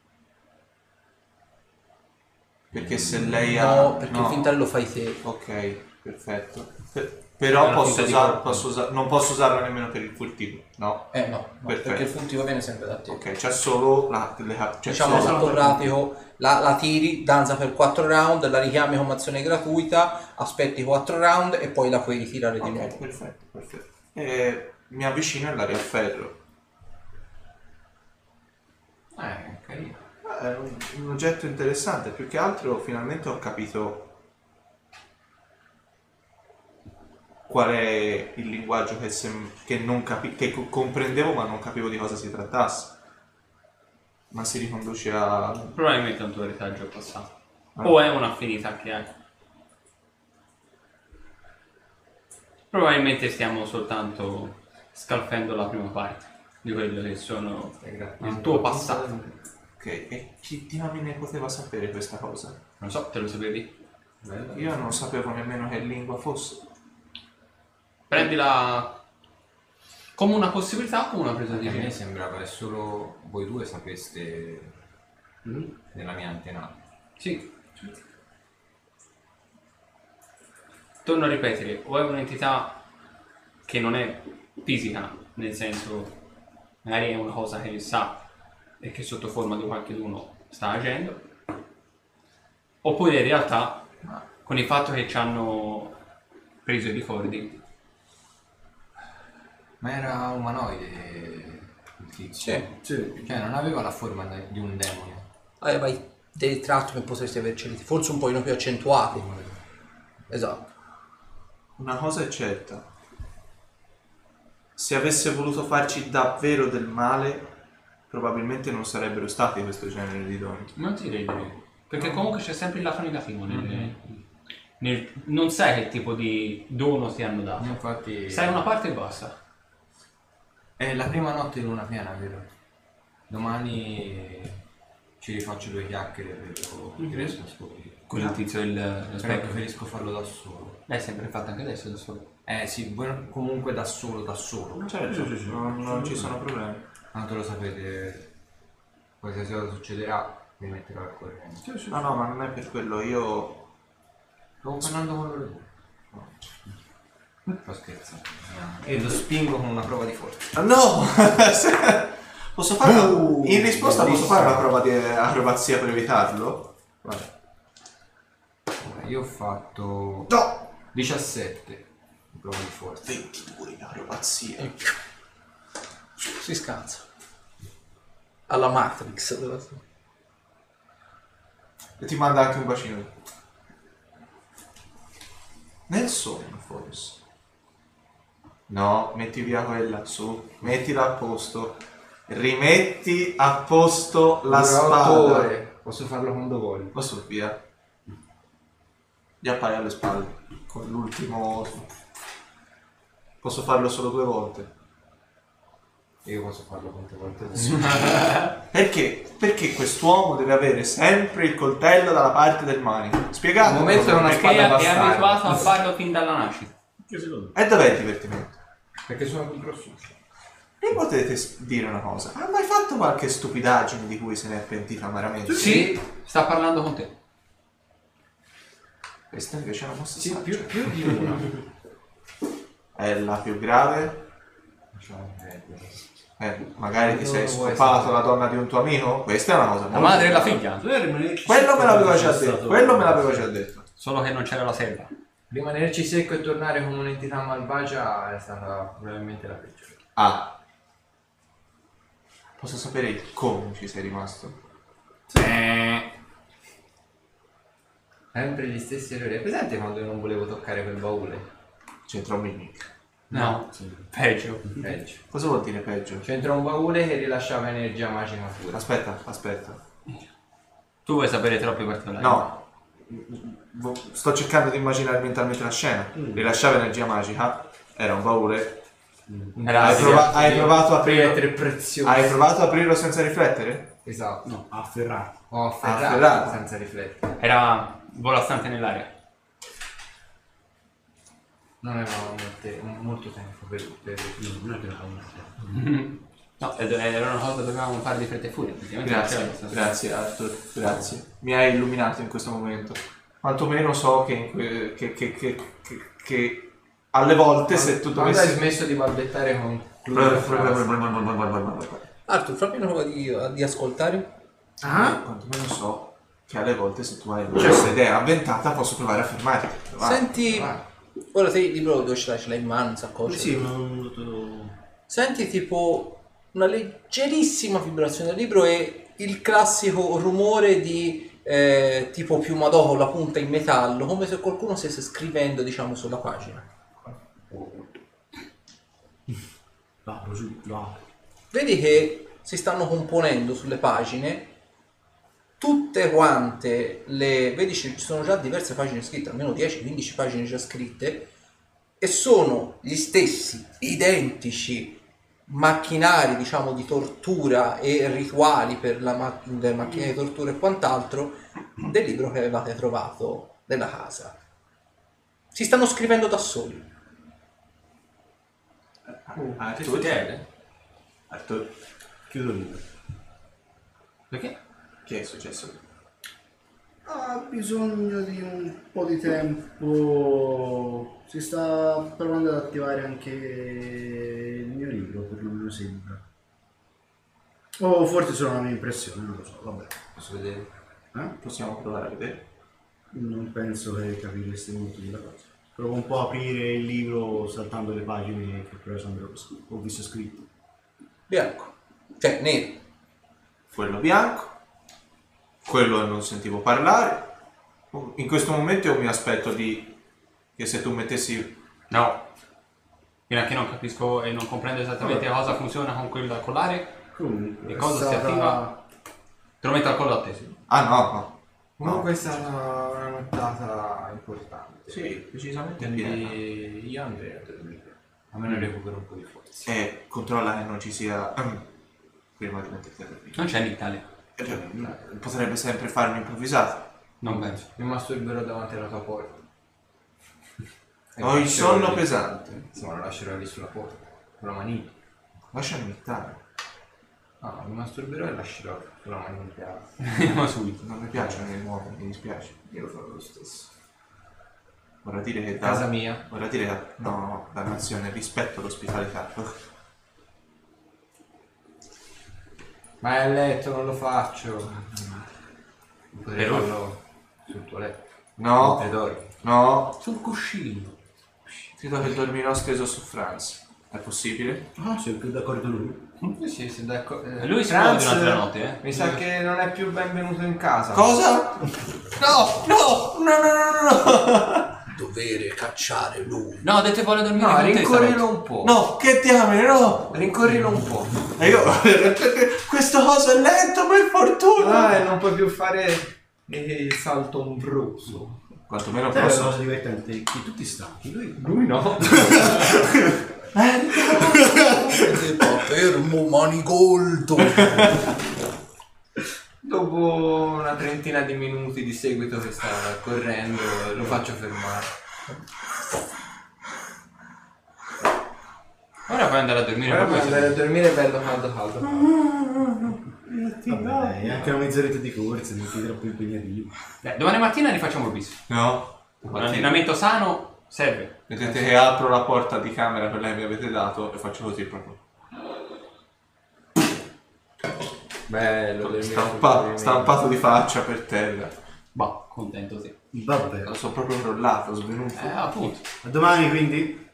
Perché se lei ha... No, perché il fintare lo fai te. Ok, perfetto. Per- però È una posso finta di usar- colpo. posso usa- non posso usarla nemmeno per il furtivo, no? Eh no, no, Perfetto. perché il furtivo viene sempre da te. Ok, c'è solo la... Le, cioè Diciamo solo- salto pratico, la, la tiri, danza per quattro round, la richiami come azione gratuita, aspetti quattro round e poi la puoi ritirare di Ok, nuovo. perfetto, perfetto. E mi avvicino e la riafferro. Eh, carino. È un, un oggetto interessante, più che altro finalmente ho capito qual è il linguaggio che, sem- che, non capi- che co- comprendevo ma non capivo di cosa si trattasse. Ma si riconduce a... Probabilmente è un tuo retaggio passato. Ah. O è un'affinità che hai. Probabilmente stiamo soltanto scalfendo la prima parte di quello che sono il tuo passato. Ok, e chi diamine poteva sapere questa cosa? Non so, te lo sapevi? Io non sapevo nemmeno che lingua fosse. Prendila come una possibilità o come una presa di A me giro. sembrava che solo voi due sapeste della mia antenata. Sì. Torno a ripetere, o è un'entità che non è fisica, nel senso magari è una cosa che sa e che sotto forma di qualcuno sta agendo, oppure in realtà con il fatto che ci hanno preso i ricordi. Ma era umanoide il tizio. Sì. Cioè non aveva la forma de- di un demone. Aveva i- dei tratti che potresti averceli, forse un pochino più accentuati. Esatto. Una cosa è certa. Se avesse voluto farci davvero del male, probabilmente non sarebbero stati questo genere di doni. Non ti redere, perché comunque c'è sempre il lato negativo nel, nel- non sai che tipo di dono ti hanno dato, Infatti sai una parte e basta. è la prima notte di luna piena, vero? Domani ci rifaccio due chiacchiere e vedo che riesco a scoprire. Con il tizio del Però specchio. preferisco farlo da solo. L'hai sempre fatto anche adesso da solo. Eh sì, voi comunque da solo, da solo. Certo, non, non ci sono problemi. Tanto lo sapete, qualsiasi cosa succederà, mi metterò al corrente. No, no, ma non è per quello, io... Stavo parlando con loro due. Sto scherzando. E lo spingo con una prova di forza. Ah, no! Posso fare una- in risposta posso fare una prova di acrobazia per evitarlo? Vabbè. Ora, io ho fatto No! diciassette di prova di forza. ventidue in acrobazia. Si scansa. Alla Matrix. E ti manda anche un bacino. Nel sogno, forse. No, metti via quella, su. Mettila a posto. Rimetti a posto la spada. Posso farlo quando voglio. Posso via. Gli appare alle spalle. Con l'ultimo... Posso farlo solo due volte. Io posso farlo quante volte Perché? Perché quest'uomo deve avere sempre il coltello dalla parte del manico. Spiegato? Al momento è una Perché spada è, è bastarda. abituato a farlo fin dalla nascita. E dov'è il divertimento? Perché sono più grossuccio. Mi potete s- dire una cosa? Ha mai fatto qualche stupidaggine di cui se ne è pentito amaramente? Sì, sta parlando con te. Questa invece è una mossa Sì, saggia. più, più di una. È la più grave. Eh, magari ti Non sei lo vuoi scopato sapere. la donna di un tuo amico? Questa è una cosa La molto madre e la grave. figlia. Quello me l'aveva già detto, quello me l'aveva già detto. Solo che non c'era la selva. Rimanerci secco e tornare come un'entità malvagia è stata probabilmente la peggiore. Ah. Posso sapere il come ci sei rimasto? Sempre gli stessi errori. È presente quando io non volevo toccare quel baule? C'entra un mimic. No, peggio. Peggio. Cosa vuol dire peggio? C'entra un baule che rilasciava energia magica pura. Aspetta, aspetta. Tu vuoi sapere troppi particolari? No. Vo- Sto cercando di immaginare mentalmente la scena. Rilasciava energia magica, era un baule. Era Hai, sì, prova- hai sì. provato a Pietre aprirlo? preziose. Hai provato a aprirlo senza riflettere? Esatto. No, afferrato. Ho afferrato, Afferrato. senza riflettere. Era volastante nell'aria. Non avevamo molte- molto tempo per... per... Non è che la No, ed- era una cosa che dovevamo fare di fretta e furia. effettivamente non c'era Grazie, questa- grazie Arthur, grazie. Mi hai illuminato in questo momento. Quantomeno so che, in que- che, che, che, che, che alle volte se tu Quando hai dovessi... smesso di balbettare con... Arthur, fammi una cosa di, di ascoltare. Ah? Quantomeno so che alle volte se tu hai questa idea avventata posso provare a fermarti. Vai. Senti, ora te il libro dove ce l'hai? Ce l'hai in mano, un sacco. Sì, ma non lo... Senti tipo una leggerissima vibrazione del libro e il classico rumore di eh, tipo piumadò con la punta in metallo, come se qualcuno stesse scrivendo, diciamo, sulla pagina. Va, giù, va. Vedi che si stanno componendo sulle pagine tutte quante le... Vedi ci sono già diverse pagine scritte, almeno dieci quindici pagine già scritte, e sono gli stessi identici macchinari, diciamo, di tortura e rituali per la ma- le macchine di tortura e quant'altro del libro che avevate trovato nella casa. Si stanno scrivendo da soli. Arthur, Arthur, Chiudo il libro. Perché? che è successo? Ha bisogno di un po' di tempo. Si sta provando ad attivare anche il mio libro, perlomeno sembra. O forse solo una mia impressione, non lo so, vabbè. Posso vedere? Eh? Possiamo provare a vedere? Non penso che capireste molto della cosa. Provo un po' a aprire il libro saltando le pagine che però sono- ho visto scritte. Bianco. Cioè, nero. Quello bianco, quello non sentivo parlare. In questo momento io mi aspetto di che se tu mettessi... No. Fino a che non capisco e non comprendo esattamente cosa funziona con quel collare, Comunque, e cosa si è stata- attiva, te lo metto al collo a te. Sì. Ah no, no. Comunque è stata una nottata importante. Sì, decisamente piena. Quindi io andrei a dormire. A meno recupero un po' di forza. E controlla che non ci sia... prima di metterti a dormire. Non c'è in Italia. Cioè, potrebbe sempre fare un'improvvisata. Non penso. Mi masturberò davanti alla tua porta. E Ho il lascerò sonno lì. pesante. Insomma, lo lascerò lì sulla porta. Con la manina. Lasciami stare. No, mi masturberò e lascerò sulla manina. Andiamo subito. Non mi piacciono le nuove, mi dispiace. Io lo farò lo stesso. Vorrà dire che da... Casa mia. Vorrà dire che... No, no, la nazione, rispetto l'ospitalità. Ma è a letto, non lo faccio. Potrei Però- farlo sul tuo letto. No, Mentre dormi. no. Sul cuscino. Credo che dormirò steso su Franz. È possibile? Ah, sei più d'accordo lui. Sì, sì, sì, d'accordo. E lui si muove durante la notte, eh. Mi sa che non è più benvenuto in casa. Cosa? No, no, no, no, no, no. Dovere cacciare lui. No, ho detto che vuole dormire No, con te rincorrilo stanotte. un po'. No, che diamine, no. Rincorrilo un po'. E io... Questo coso è lento, per fortuna. Ah, e non puoi più fare il salto ombroso. Quantomeno Sai la cosa posso... divertente? Che tutti stanchi, lui... Lui no. Fermo manigoldo. Dopo una trentina di minuti di seguito che sta correndo, lo faccio fermare. Ora puoi andare a dormire Ora proprio puoi andare a dormire bello caldo caldo. Vabbè, dai, anche una mezz'oretta di corsa, non è troppo impegnativo. Eh, domani mattina rifacciamo il bis. No, Un allenamento sano serve. Vedete che apro la porta di camera per lei mi avete dato e faccio così proprio. Bello, del mio Stampa- suggerimento. stampato di faccia per terra. Bah, contento sì. Vabbè. Lo so proprio crollato, svenuto. Eh, appunto. A domani quindi?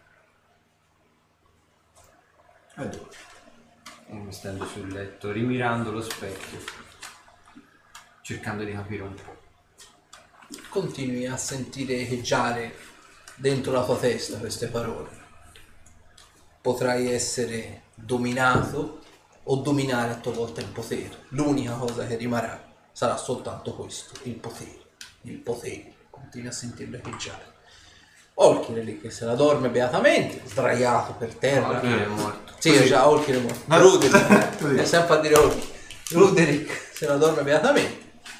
A domani. E mi stendo sul letto, rimirando lo specchio, cercando di capire un po'. Continui a sentire echeggiare dentro la tua testa queste parole. Potrai essere dominato o dominare a tua volta il potere. L'unica cosa che rimarrà sarà soltanto questo, il potere. Il potere. Continui a sentirlo echeggiare. Olkir è lì che se la dorme beatamente, sdraiato per terra. Olkir è morto. Sì, già Olkir è morto. No. Ruderick, Così. è sempre a dire Olkir. Ruderick se la dorme beatamente.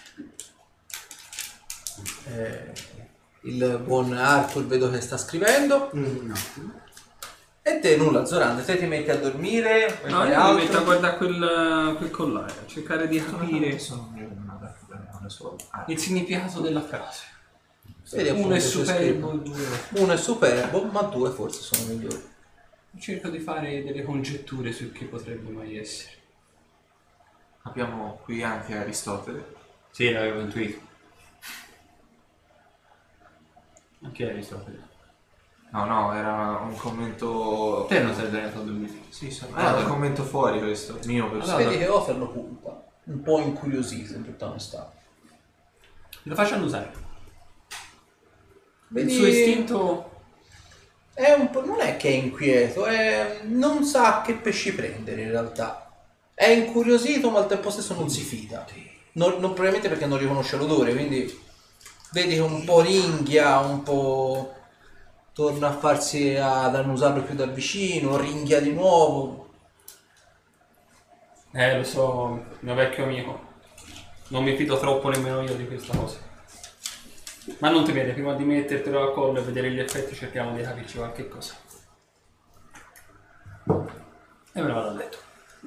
Eh, il buon Arthur vedo che sta scrivendo. Mm, no. E te nulla, Zoran, te ti metti a dormire, vuoi No, fare io mi altro? metto a guardare quel, quel collare, a cercare di capire Sono io che non ho dato bene con le sue- Ah, il significato della frase. Vedi, appunto, Uno è c'è superbo, scritto. due. Uno è superbo, ma due forse sono migliori. Cerco di fare delle congetture su chi potrebbe mai essere. Abbiamo qui anche Aristotele. Sì, l'avevo intuito. Anche Aristotele. No, no, era un commento. Te non sei andato a dormire. Sì, sì. Era un commento fuori questo, mio personale. Allora- Vedi che Ofer lo punta, un po' incuriosito in tutta onestà. Lo facciano usare. Vedi, Il suo istinto. è un po', non è che è inquieto, è, non sa che pesci prendere in realtà. È incuriosito ma al tempo stesso non si fida. Non, non- probabilmente perché non riconosce l'odore, quindi vedi che un po' ringhia, un po' torna a farsi ad annusarlo più da vicino, ringhia di nuovo. Eh, lo so, mio vecchio amico. Non mi fido troppo nemmeno io di questa cosa. Ma non ti vede, prima di mettertelo al collo e vedere gli effetti cerchiamo di capirci qualche cosa. E me ne vado a letto.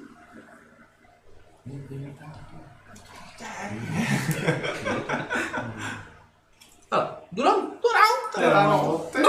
Allora, durante, durante La notte.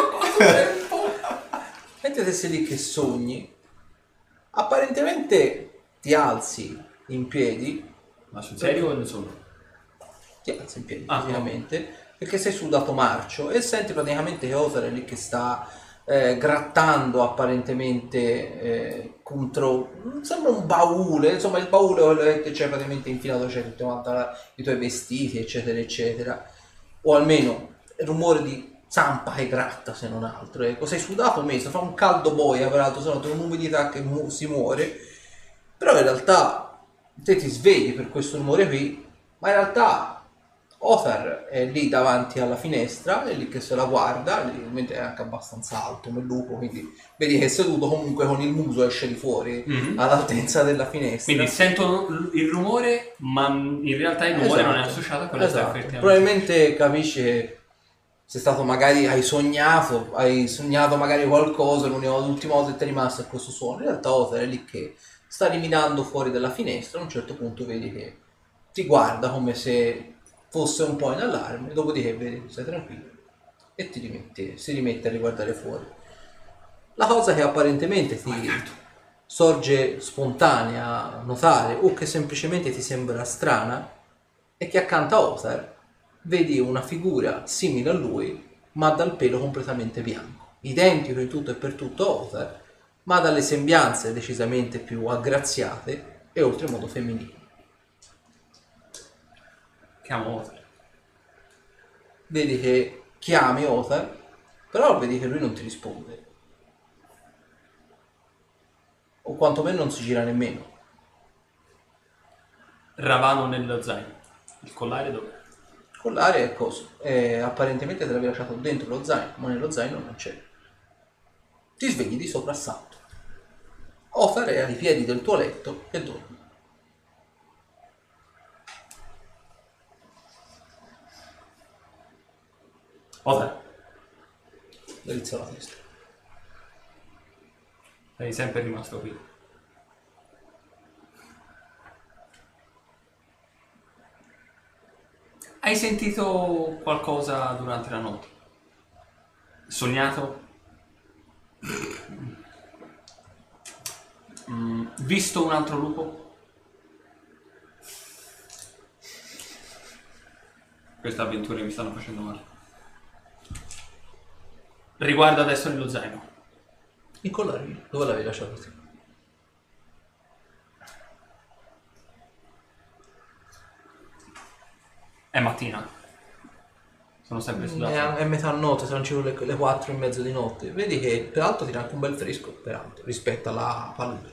mentre te sei lì che sogni, apparentemente ti alzi in piedi, Ma sul serio o nel sonno? ti alzi in piedi Ah, fisicamente, perché sei sudato marcio e senti praticamente che Othar è lì che sta eh, grattando apparentemente eh, contro, sembra un baule, insomma il baule è quello che c'è praticamente infilato, c'è tutti quanti la- i tuoi vestiti eccetera eccetera, o almeno il rumore di zampa che gratta se non altro, ecco, sei sudato messo, fa un caldo boia peraltro, se no c'è un'umidità che mu- si muore, però in realtà te ti svegli per questo rumore qui, ma in realtà Othar è lì davanti alla finestra, è lì che se la guarda, lì, mentre è anche abbastanza alto come lupo, quindi vedi che è seduto comunque con il muso esce di fuori Mhm. all'altezza della finestra. Quindi sento l- il rumore, ma in realtà il rumore non è associato a quello che sta Esatto. effettivamente. Probabilmente capisci che sei stato magari, hai sognato, hai sognato magari qualcosa, l'unica- l'ultima cosa che ti è rimasta è questo suono. In realtà Othar è lì che sta riminando fuori dalla finestra, a un certo punto vedi che ti guarda come se fosse un po' in allarme, dopodiché vedi, stai tranquillo e ti rimette, si rimette a riguardare fuori. La cosa che apparentemente ti sorge spontanea a notare o che semplicemente ti sembra strana è che accanto a Othar vedi una figura simile a lui ma dal pelo completamente bianco, identico in tutto e per tutto a Othar, ma dalle sembianze decisamente più aggraziate e oltremodo femminili. Chiamo Othar. Vedi che chiami Othar, però vedi che lui non ti risponde. O quantomeno non si gira nemmeno. Ravano nello zaino. Il collare dove? Il collare è coso. È, apparentemente te l'avevi lasciato dentro lo zaino, ma nello zaino non c'è. Ti svegli di soprassalto. Othar è ai piedi del tuo letto e dormi. Othar, Drizza la testa. sei sempre rimasto qui. Hai sentito qualcosa durante la notte? Sognato? Mm, visto un altro lupo? Queste avventure mi stanno facendo male. Riguarda adesso nello zaino. Il collarino, dove l'avevi lasciato? È mattina. Sono sempre sudato. È, è metà notte, sono circa le, le quattro e mezzo di notte. Vedi che peraltro tira anche un bel fresco, peraltro, rispetto alla palude.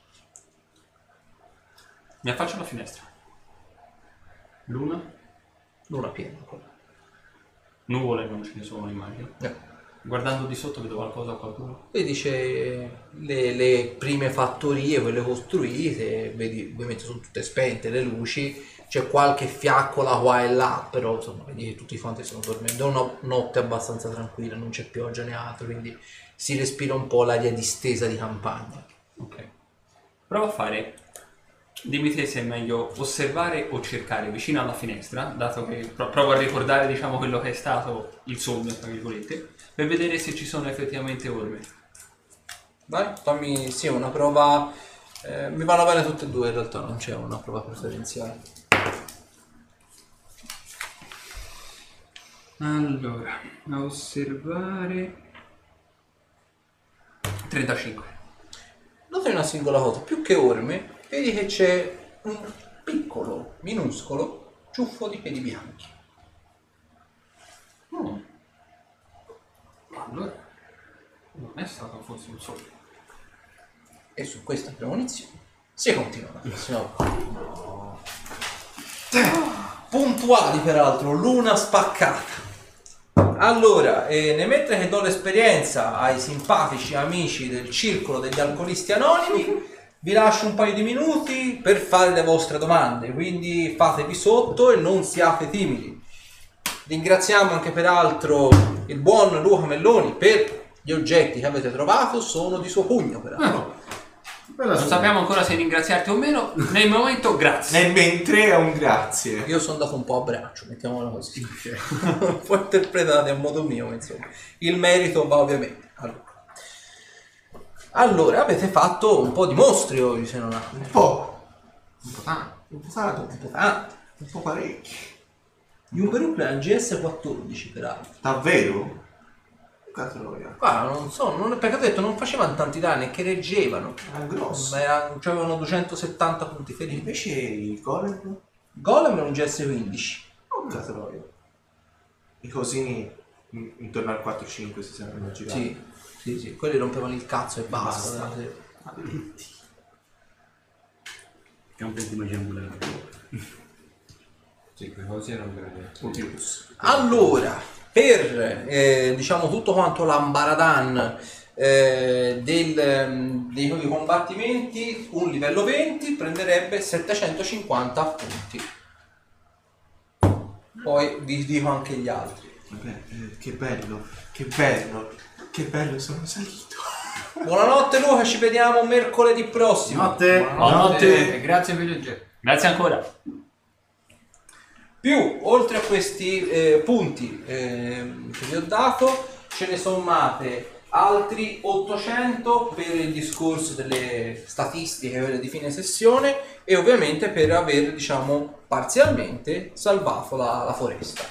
Mi affaccio alla finestra. Luna? Luna piena. Quella. Nuvole non ce ne sono, immagino. No. Guardando di sotto vedo qualcosa o qualcuno? Vedi c'è le, le prime fattorie, quelle costruite, vedi ovviamente sono tutte spente le luci, c'è qualche fiaccola qua e là, però insomma vedi che tutti quanti sono dormendo, è una notte abbastanza tranquilla, non c'è pioggia né altro, quindi si respira un po' l'aria distesa di campagna. Ok. Prova a fare, dimmi te se è meglio osservare o cercare vicino alla finestra, dato che pro- provo a ricordare diciamo quello che è stato il sogno, tra virgolette, per vedere se ci sono effettivamente orme. Vai, fammi sì una prova, eh, mi vanno bene tutte e due in realtà, non c'è una prova preferenziale. Allora, a osservare... trentacinque. Noti una singola cosa, più che orme, vedi che c'è un piccolo, minuscolo ciuffo di peli bianchi. Mm. Allora, non è stato forse un sogno. E su questa premonizione si continua la prossima volta. Puntuali peraltro, luna spaccata. Allora, eh, ne mentre che do l'esperienza ai simpatici amici del circolo degli alcolisti anonimi, vi lascio un paio di minuti per fare le vostre domande, quindi fatevi sotto e non siate timidi. Ringraziamo anche peraltro il buon Luca Melloni per gli oggetti che avete trovato, sono di suo pugno peraltro. Bella Non storia. sappiamo ancora se ringraziarti o meno, nel momento grazie. Nel mentre è un grazie. Io sono andato un po' a braccio, mettiamola così. Un po' interpretate a modo mio, ma insomma. Il merito va ovviamente. Allora. allora, avete fatto un po' di mostri oggi, se non altro. Un po'. Un po' tanto. Un po' tanto. Un po' tanti. Un po' parecchi. Di un Peruclan G S quattordici, peraltro. Davvero? Catroia. Guarda, non so, non, perché ho detto non facevano tanti danni, che reggevano. Era grosso. Ma erano, cioè avevano duecentosettanta punti feriti. Invece il golem? Golem è un G S quindici. Oh, catroia. I cosini in- intorno al quattro cinque si saranno girati. Sì, sì, sì. Quelli rompevano il cazzo e basta. Basta. Sì. C'è un venti magia angolare. Sì, quei cosi erano veramente. Odious. Allora, per eh, diciamo tutto quanto l'ambaradan eh, del, ehm, dei nuovi combattimenti, un livello venti prenderebbe settecentocinquanta punti. Poi vi dico anche gli altri. Vabbè, eh, che bello, che bello, che bello sono salito. Buonanotte Luca, ci vediamo mercoledì prossimo. Notte. Buonanotte. E grazie per gli oggetti. Grazie ancora. Più, oltre a questi eh, punti eh, che vi ho dato, ce ne sommate altri ottocento per il discorso delle statistiche di fine sessione e ovviamente per aver, diciamo, parzialmente salvato la, la foresta.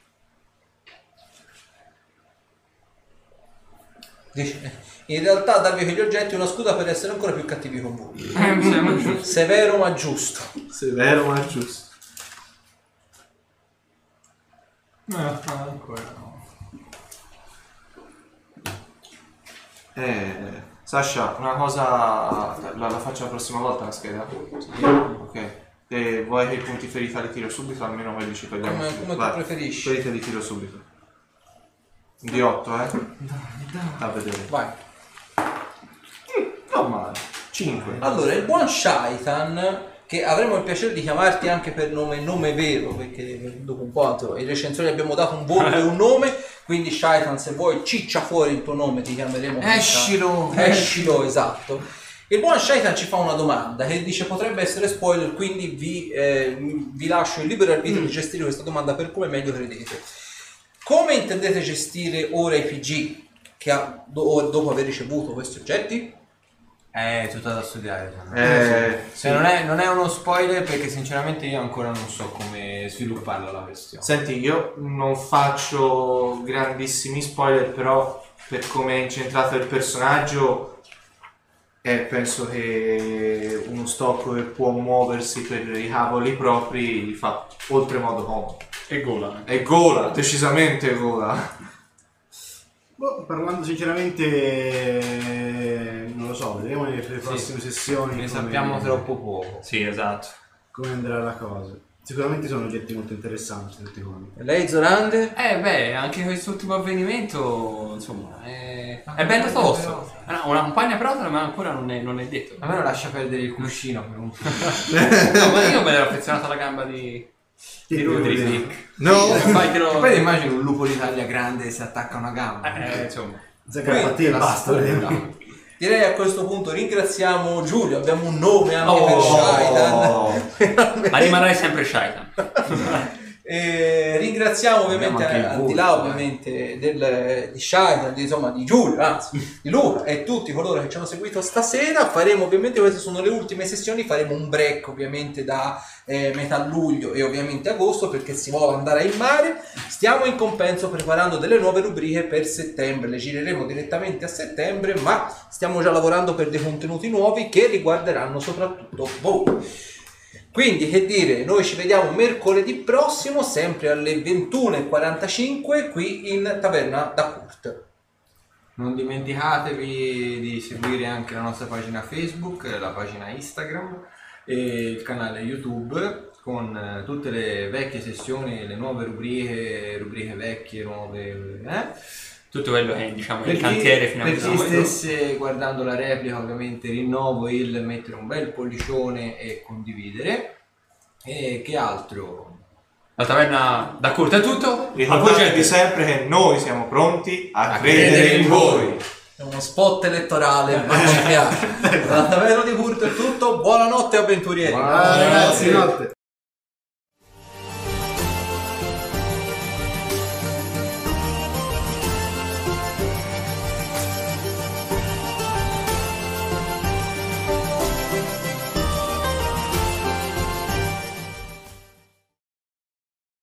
Dice, in realtà darvi quegli oggetti è una scusa per essere ancora più cattivi con voi. Eh, mi sembra giusto. Severo ma giusto. Severo ma giusto. No, ancora no. Eh, Sasha, una cosa la, la faccio la prossima volta la scheda? Sì. Ok. E vuoi che i punti ferita li tiro subito? Almeno quelli ci togliamo. Come, subito. come tu Vai, preferisci. quelli te li tiro subito. Di otto, eh? Da vedere. Vai. Non male. cinque. Allora, il buon Shaitan, che avremo il piacere di chiamarti anche per nome nome vero, perché dopo un po' in recensione abbiamo dato un voto e un nome, quindi Shaitan, se vuoi ciccia fuori il tuo nome, ti chiameremo Escilo! Escilo, esatto. Il buon Shaitan ci fa una domanda che dice potrebbe essere spoiler, quindi vi, eh, vi lascio il libero arbitrio di gestire questa domanda per come meglio credete. come intendete gestire ora i P G che ha, do- dopo aver ricevuto questi oggetti? È tutto da studiare. Eh, Cioè, non, è, non è uno spoiler perché sinceramente io ancora non so come svilupparla la questione. Senti, io non faccio grandissimi spoiler, però per come è incentrato il personaggio, eh, penso che uno stock che può muoversi per i cavoli propri gli fa oltremodo comodo. E gola. È gola, decisamente gola. Boh, parlando sinceramente, non lo so, vedremo nelle prossime sessioni. Ne come- sappiamo troppo poco. Sì, esatto. come andrà la cosa. Sicuramente sono oggetti molto interessanti tutti quanti. E lei Zorande? Eh beh, anche quest'ultimo avvenimento, insomma, è, è bello tosto. Ah, no, una compagna protola, ma ancora non è, non è detto. A me lo lascia perdere il cuscino per un po'. No, ma io me l'ero affezionato alla gamba di... di Rudrick. No! Fai che lo... E poi ti immagini un lupo d'Italia grande e si attacca a una gamba. Eh, insomma. Zagarpati e basta. vedete? Direi a questo punto ringraziamo Giulio, abbiamo un nome anche Oh. per Shaitan. Ma rimarrai sempre Shaitan. E ringraziamo ovviamente, Abbiamo anche il al di voto, là eh. ovviamente del, di Shaitan, di, insomma di Giulio, anzi di Luca e tutti coloro che ci hanno seguito stasera. Faremo ovviamente, queste sono le ultime sessioni, faremo un break ovviamente da eh, metà luglio e ovviamente agosto perché si vuole andare in mare. Stiamo in compenso preparando delle nuove rubriche per settembre, le gireremo direttamente a settembre, ma stiamo già lavorando per dei contenuti nuovi che riguarderanno soprattutto voi. Quindi, che dire, noi ci vediamo mercoledì prossimo, sempre alle ventuno e quarantacinque, qui in Taverna da Kurt. Non dimenticatevi di seguire anche la nostra pagina Facebook, la pagina Instagram e il canale YouTube con eh, tutte le vecchie sessioni, le nuove rubriche, rubriche vecchie, nuove... Eh? Tutto quello che diciamo Per il chi, cantiere fino a per chi questo stesse guardando la replica, ovviamente rinnovo il mettere un bel pollicione e condividere. E che altro? La taverna da Kurt è tutto. Ricordatevi sempre che noi siamo pronti a, A credere, credere in in voi. È uno spot elettorale, ma ci piace. La Taverna di Kurt è tutto, buonanotte avventurieri. Buonanotte. Ragazzi, notte.